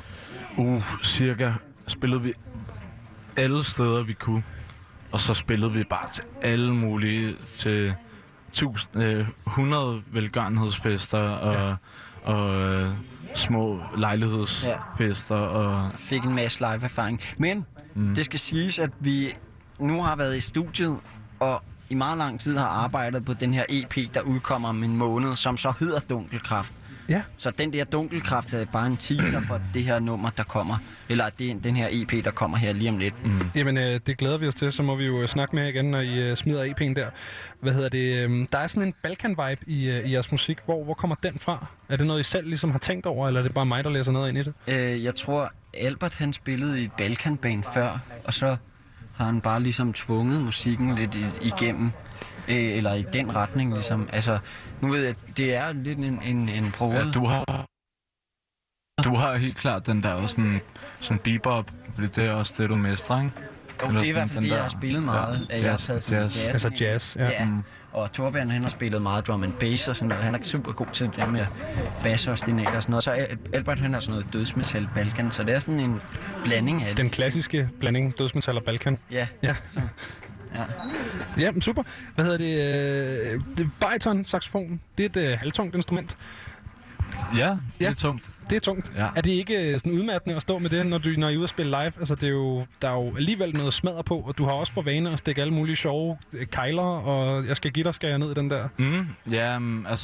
spillede vi alle steder, vi kunne. Og så spillede vi bare til alle mulige, til 100 velgørenhedsfester og små lejlighedsfester. Og fik en masse live-erfaring. Men det skal siges, at vi nu har været i studiet, og i meget lang tid har arbejdet på den her EP, der udkommer om en måned, som så hedder Dunkelkraft. Ja. Så den der dunkelkraft er bare en teaser for det her nummer, der kommer. Eller den her EP, der kommer her lige om lidt. Jamen, det glæder vi os til. Så må vi jo snakke med igen, når I smider EP'en der. Hvad hedder det? Der er sådan en Balkan-vibe i jeres musik. Hvor kommer den fra? Er det noget, I selv ligesom har tænkt over, eller er det bare mig, der læser noget ind i det? Jeg tror, Albert han spillede i et Balkan-band før, og så har han bare ligesom tvunget musikken lidt igennem. Eller i den retning, ligesom. Altså, nu ved jeg, det er lidt en prøve. Ja, du har helt klart den der også sådan bebop, fordi det er også det, du mestrer, ikke? Jo, det er i hvert fald det, jeg har spillet meget. Ja, jeg har taget jazz. Altså jazz, ja. Og Torbjørn, han har spillet meget drum and bass og sådan noget. Han er super god til det med bass og stinaler og sådan noget. Så Albert, han har sådan noget dødsmetal Balkan, så det er sådan en blanding af det. Den klassiske blanding dødsmetal og Balkan. Ja. Så. Ja, super. Hvad hedder det? Bariton saxofon. Det er et halvtungt instrument. Ja, det er tungt. Det er tungt. Ja. Er det ikke sådan udmattende at stå med det, når I er ude at spille live? Altså, der er jo alligevel noget smadder på, og du har også for vane at stikke alle mulige sjove kejler, og jeg skal give dig, skal jeg ned i den der? Ja,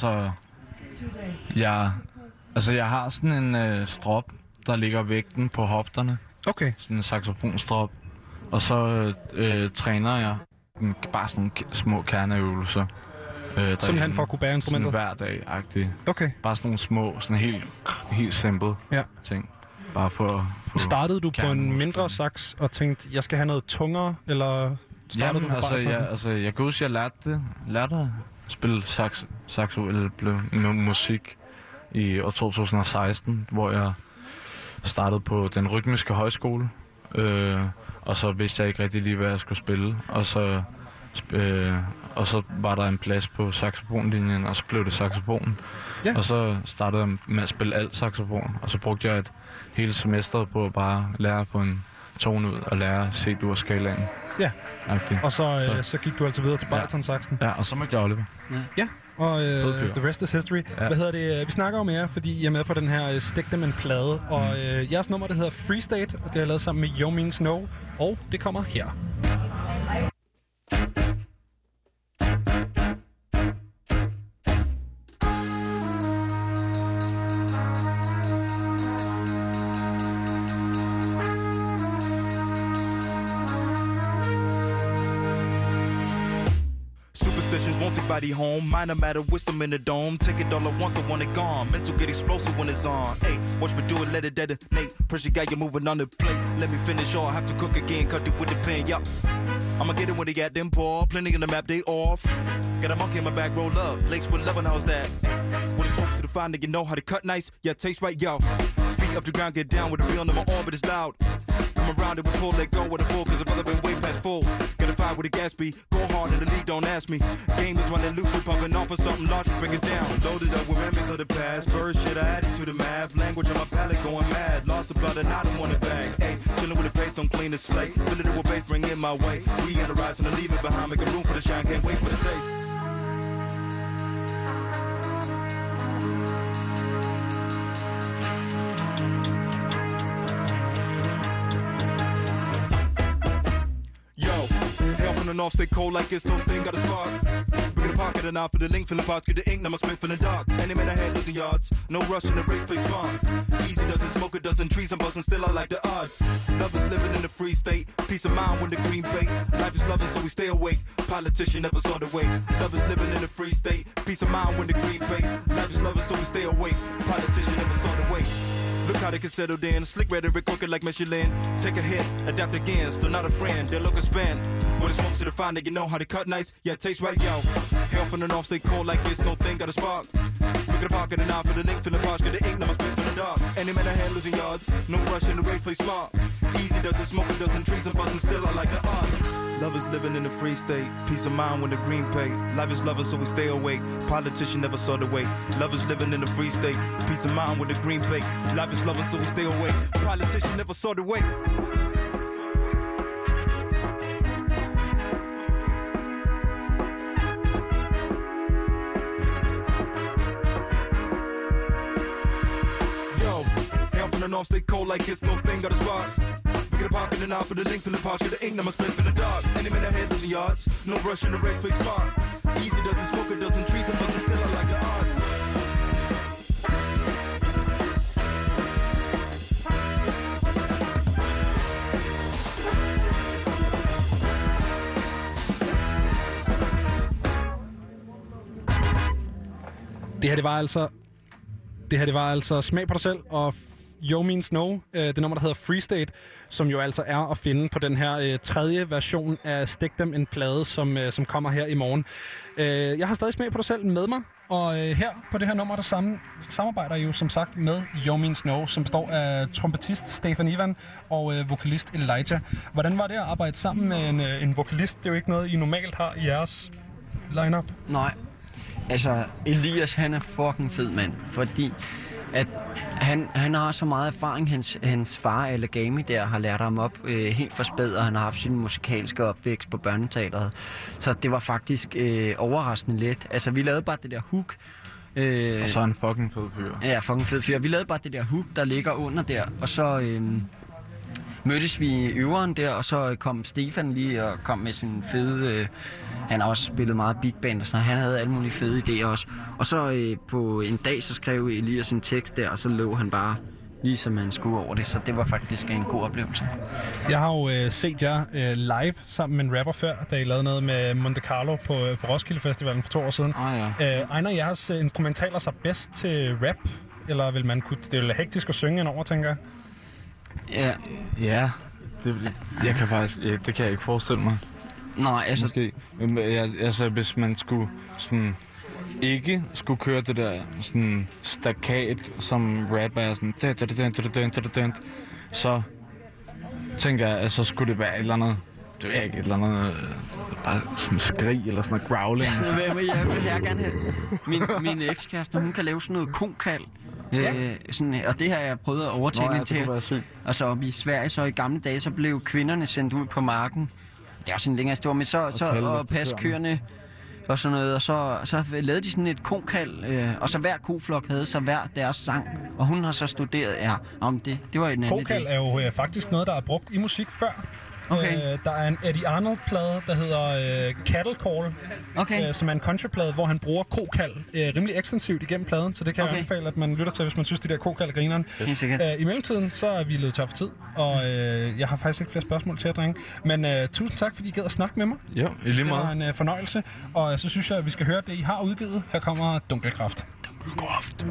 altså... Jeg har sådan en strop, der ligger vægten på hofterne. Okay. Sådan en saxofonstrop. Og så træner jeg bare sådan små kerneøvelser. Simpelthen for at kunne bære instrumentet? Sådan hver dag-agtigt. Okay. Bare sådan nogle små, sådan helt simple ting. Bare for startede du på en mindre sax og tænkte, jeg skal have noget tungere, eller startede du på bariton? Jeg kan huske, jeg lærte at spille saxo eller musik i år 2016, hvor jeg startede på den rytmiske højskole. Og så vidste jeg ikke rigtig lige, hvad jeg skulle spille. Og så var der en plads på saxofonlinjen, og så blev det saxofonen. Ja. Og så startede jeg med at spille alt saxofon, og så brugte jeg et hele semester på at bare lære at få en tone ud, og lære C-dur-skalaen. Ja, og så gik du altså videre til bariton-saxen. Ja, og så mødte jeg Oliver. Ja. Og the rest is history. Ja. Hvad hedder det? Vi snakker om jer, fordi I er med på den her Stik Dem en plade. Og jeres nummer, det hedder Free State, og det har jeg lavet sammen med Yo Means No. Og det kommer her. Won't take body home, mind a matter, wisdom in the dome. Take it all at once, I want it gone. Mental get explosive when it's on. Hey, watch me do it, let it detonate. Pressure got you moving on the plate. Let me finish or I have to cook again, cut it with the pen, yup. I'ma get it when they got them pour. Plenty in the map, they off. Got a monkey in my back, roll up. Lakes with 11, how's that? When it's focused to the fine, nigga know how to cut nice. Yeah, taste right, yo. Feet off the ground, get down with the real on my arm, but it's loud. Come around it with pull, let go with the bull, cause the brother been way past full. Gotta fight with the gas beat, go hard in the league, don't ask me. Game is running loose, we're pumping off for something large, we bring it down. Loaded up with memories of the past, first shit I added to the math. Language on my palate going mad, lost the blood and I don't want it back. Hey, chillin' with the bass, don't clean the slate. Fill it with bass, bring it my way. We in the rise and I leave it behind, making room for the shine, can't wait for the taste. Off, stay cold like it's no thing, got a spark. Bring the pocket and out for the link, feeling parts, get the ink, now my spit feeling dark. Any man ahead losing yards, no rush in the race, play smart. Easy doesn't smoke a dozen trees, I'm busting, still I like the odds. Lovers living in the free state, peace of mind when the green bait. Life is loving, so we stay awake. Politician never saw the way. Lovers living in the free state, peace of mind when the green bait. Life is loving, so we stay awake. Politician never saw the way. Look how they can settle in. Slick rhetoric, working like Michelin. Take a hit, adapt again. Still not a friend, they'll look a spin. When it smokes to the fine, they know how to cut nice. Yeah, it tastes right, yo. Hell from the north, stay cold like it's no thing, got a spark. Look at the pocket and out for the link, feeling parts, get the ink, now my spit for the dark. Any man ahead losing yards, no rush in the race, play smart. Easy doesn't smoke a dozen trees, I'm busting still, I like the art. Lovers living in the free state, peace of mind when the green pay. Life is lovers, so we stay awake. Politician never saw the way. Lovers living in the free state, peace of mind with the green pay. Life is lovers, so we stay awake. Politician never saw the way. Yo, hell from the north, stay cold like it's no thing, got a spark. Get a pocket and out for the link, feeling parts, get the ink, now my spit feeling dark. Any man ahead losing yards, no rush in the race, play smart. Easy doesn't smoke a dozen trees, and buzzing still I like the odds. Det her, det var altså Smag på dig selv og Yo Means No, det nummer, der hedder Free State, som jo altså er at finde på den her tredje version af Stik Dem, en plade, som kommer her i morgen. Jeg har stadig Smag på dig selv med mig, og her på det her nummer, der samarbejder jeg jo som sagt med Yo Means No, som består af trompetist Stefan Ivan og vokalist Elijah. Hvordan var det at arbejde sammen med en vokalist? Det er jo ikke noget, I normalt har i jeres line-up. Nej, altså Elias, han er fucking fed mand, fordi at han har så meget erfaring. Hans far, Alagami, der har lært ham op helt fra spæd, og han har haft sin musikalske opvækst på børneteateret. Så det var faktisk overraskende let. Altså, vi lavede bare det der hook. Og så en fucking fed fyr. Ja, fucking fed fyr. Vi lavede bare det der hook, der ligger under der, og så mødtes vi i øveren der, og så kom Stefan lige og kom med sin fede... han har også spillet meget big band, så han havde alle mulige fede idéer også. Og så på en dag, så skrev Elias en tekst der, og så lå han bare lige som han skulle over det, så det var faktisk en god oplevelse. Jeg har jo set jer live sammen med en rapper før, da I lavede noget med Monte Carlo på Roskilde Festivalen for 2 år siden. Egner jeres instrumentaler sig bedst til rap, eller vil man kunne... Det er jo hektisk at synge indover, tænker jeg. Ja. Jeg kan faktisk... Det kan jeg ikke forestille mig. Nej, altså... Måske. Altså, hvis man skulle sådan... ikke skulle køre det der sådan stakkat, som rap er sådan... Så tænker jeg, at så skulle det være et eller andet... Det er ikke et eller andet... bare sådan skrig eller sådan noget growling. Ja, sådan noget, jeg vil gerne have... Min ekskæreste, hun kan lave sådan noget konkald. Sådan, og det har jeg prøvet at overtale hende til. Og så op i Sverige, så i gamle dage, så blev kvinderne sendt ud på marken. Det er også en længere historie, men så passe køerne og sådan noget. Og så lavede de sådan et kokald, og så hver koflok havde så hver deres sang. Og hun har så studeret om det. Det var en anden idé. Kokald er jo faktisk noget, der er brugt i musik før. Okay. Der er en Eddie Arnold-plade, der hedder Cattle Call, som er en countryplade, hvor han bruger kokald rimelig ekstensivt igennem pladen, så det kan jeg anbefale, at man lytter til, hvis man synes, de der kokald er grineren. I mellemtiden, så er vi løbet tør for tid, og jeg har faktisk ikke flere spørgsmål til at drenge. Men tusind tak, fordi I gad at snakke med mig. Jo, i lige meget. Det var en fornøjelse, og så synes jeg, at vi skal høre det, I har udgivet. Her kommer Dunkelkraft. Dunkelkraft.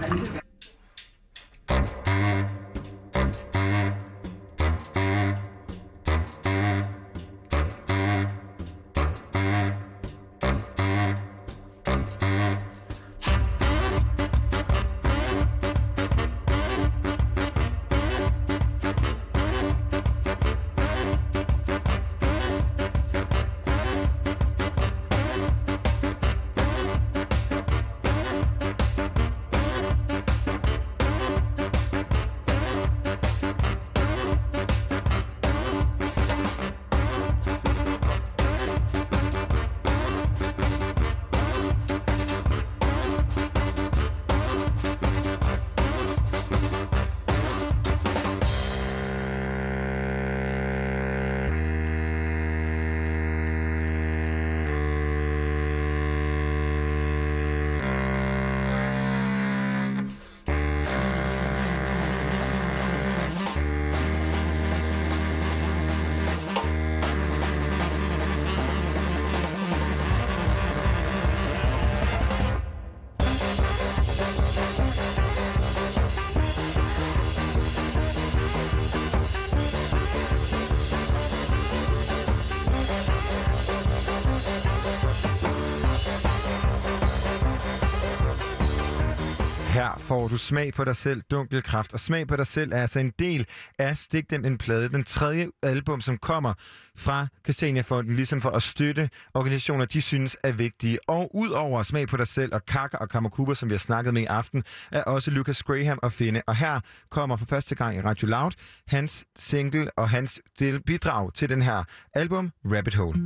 Her får du Smag på dig selv, Dunkelkraft. Og Smag på dig selv er altså en del af Stik Dem, en plade. Den tredje album, som kommer fra Christiania-fonden, ligesom for at støtte organisationer, de synes er vigtige. Og udover Smag på dig selv og Kaka og Kamakuba, som vi har snakket med i aften, er også Lucas Graham at finde. Og her kommer for første gang i Radio Loud hans single og hans bidrag til den her album, Rabbit Hole.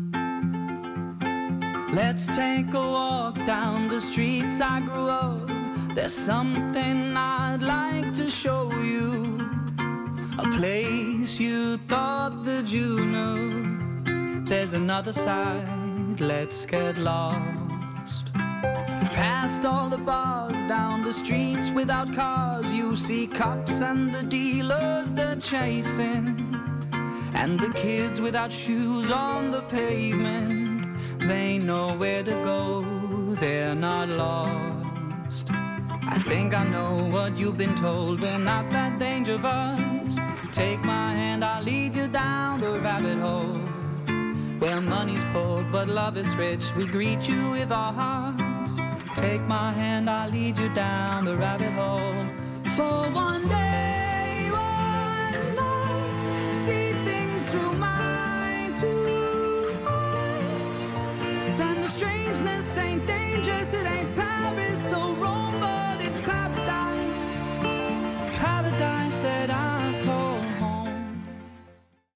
Let's take a walk down the streets I grew up. There's something I'd like to show you. A place you thought that you knew. There's another side, let's get lost. Past all the bars, down the streets without cars, you see cops and the dealers they're chasing. And the kids without shoes on the pavement, they know where to go, they're not lost. think I know what you've been told. We're not that dangerous. Take my hand, I'll lead you down the rabbit hole. Where money's poor, but love is rich. We greet you with our hearts. Take my hand, I'll lead you down the rabbit hole. For one day, one night, see things through my two eyes. Then the strangeness ain't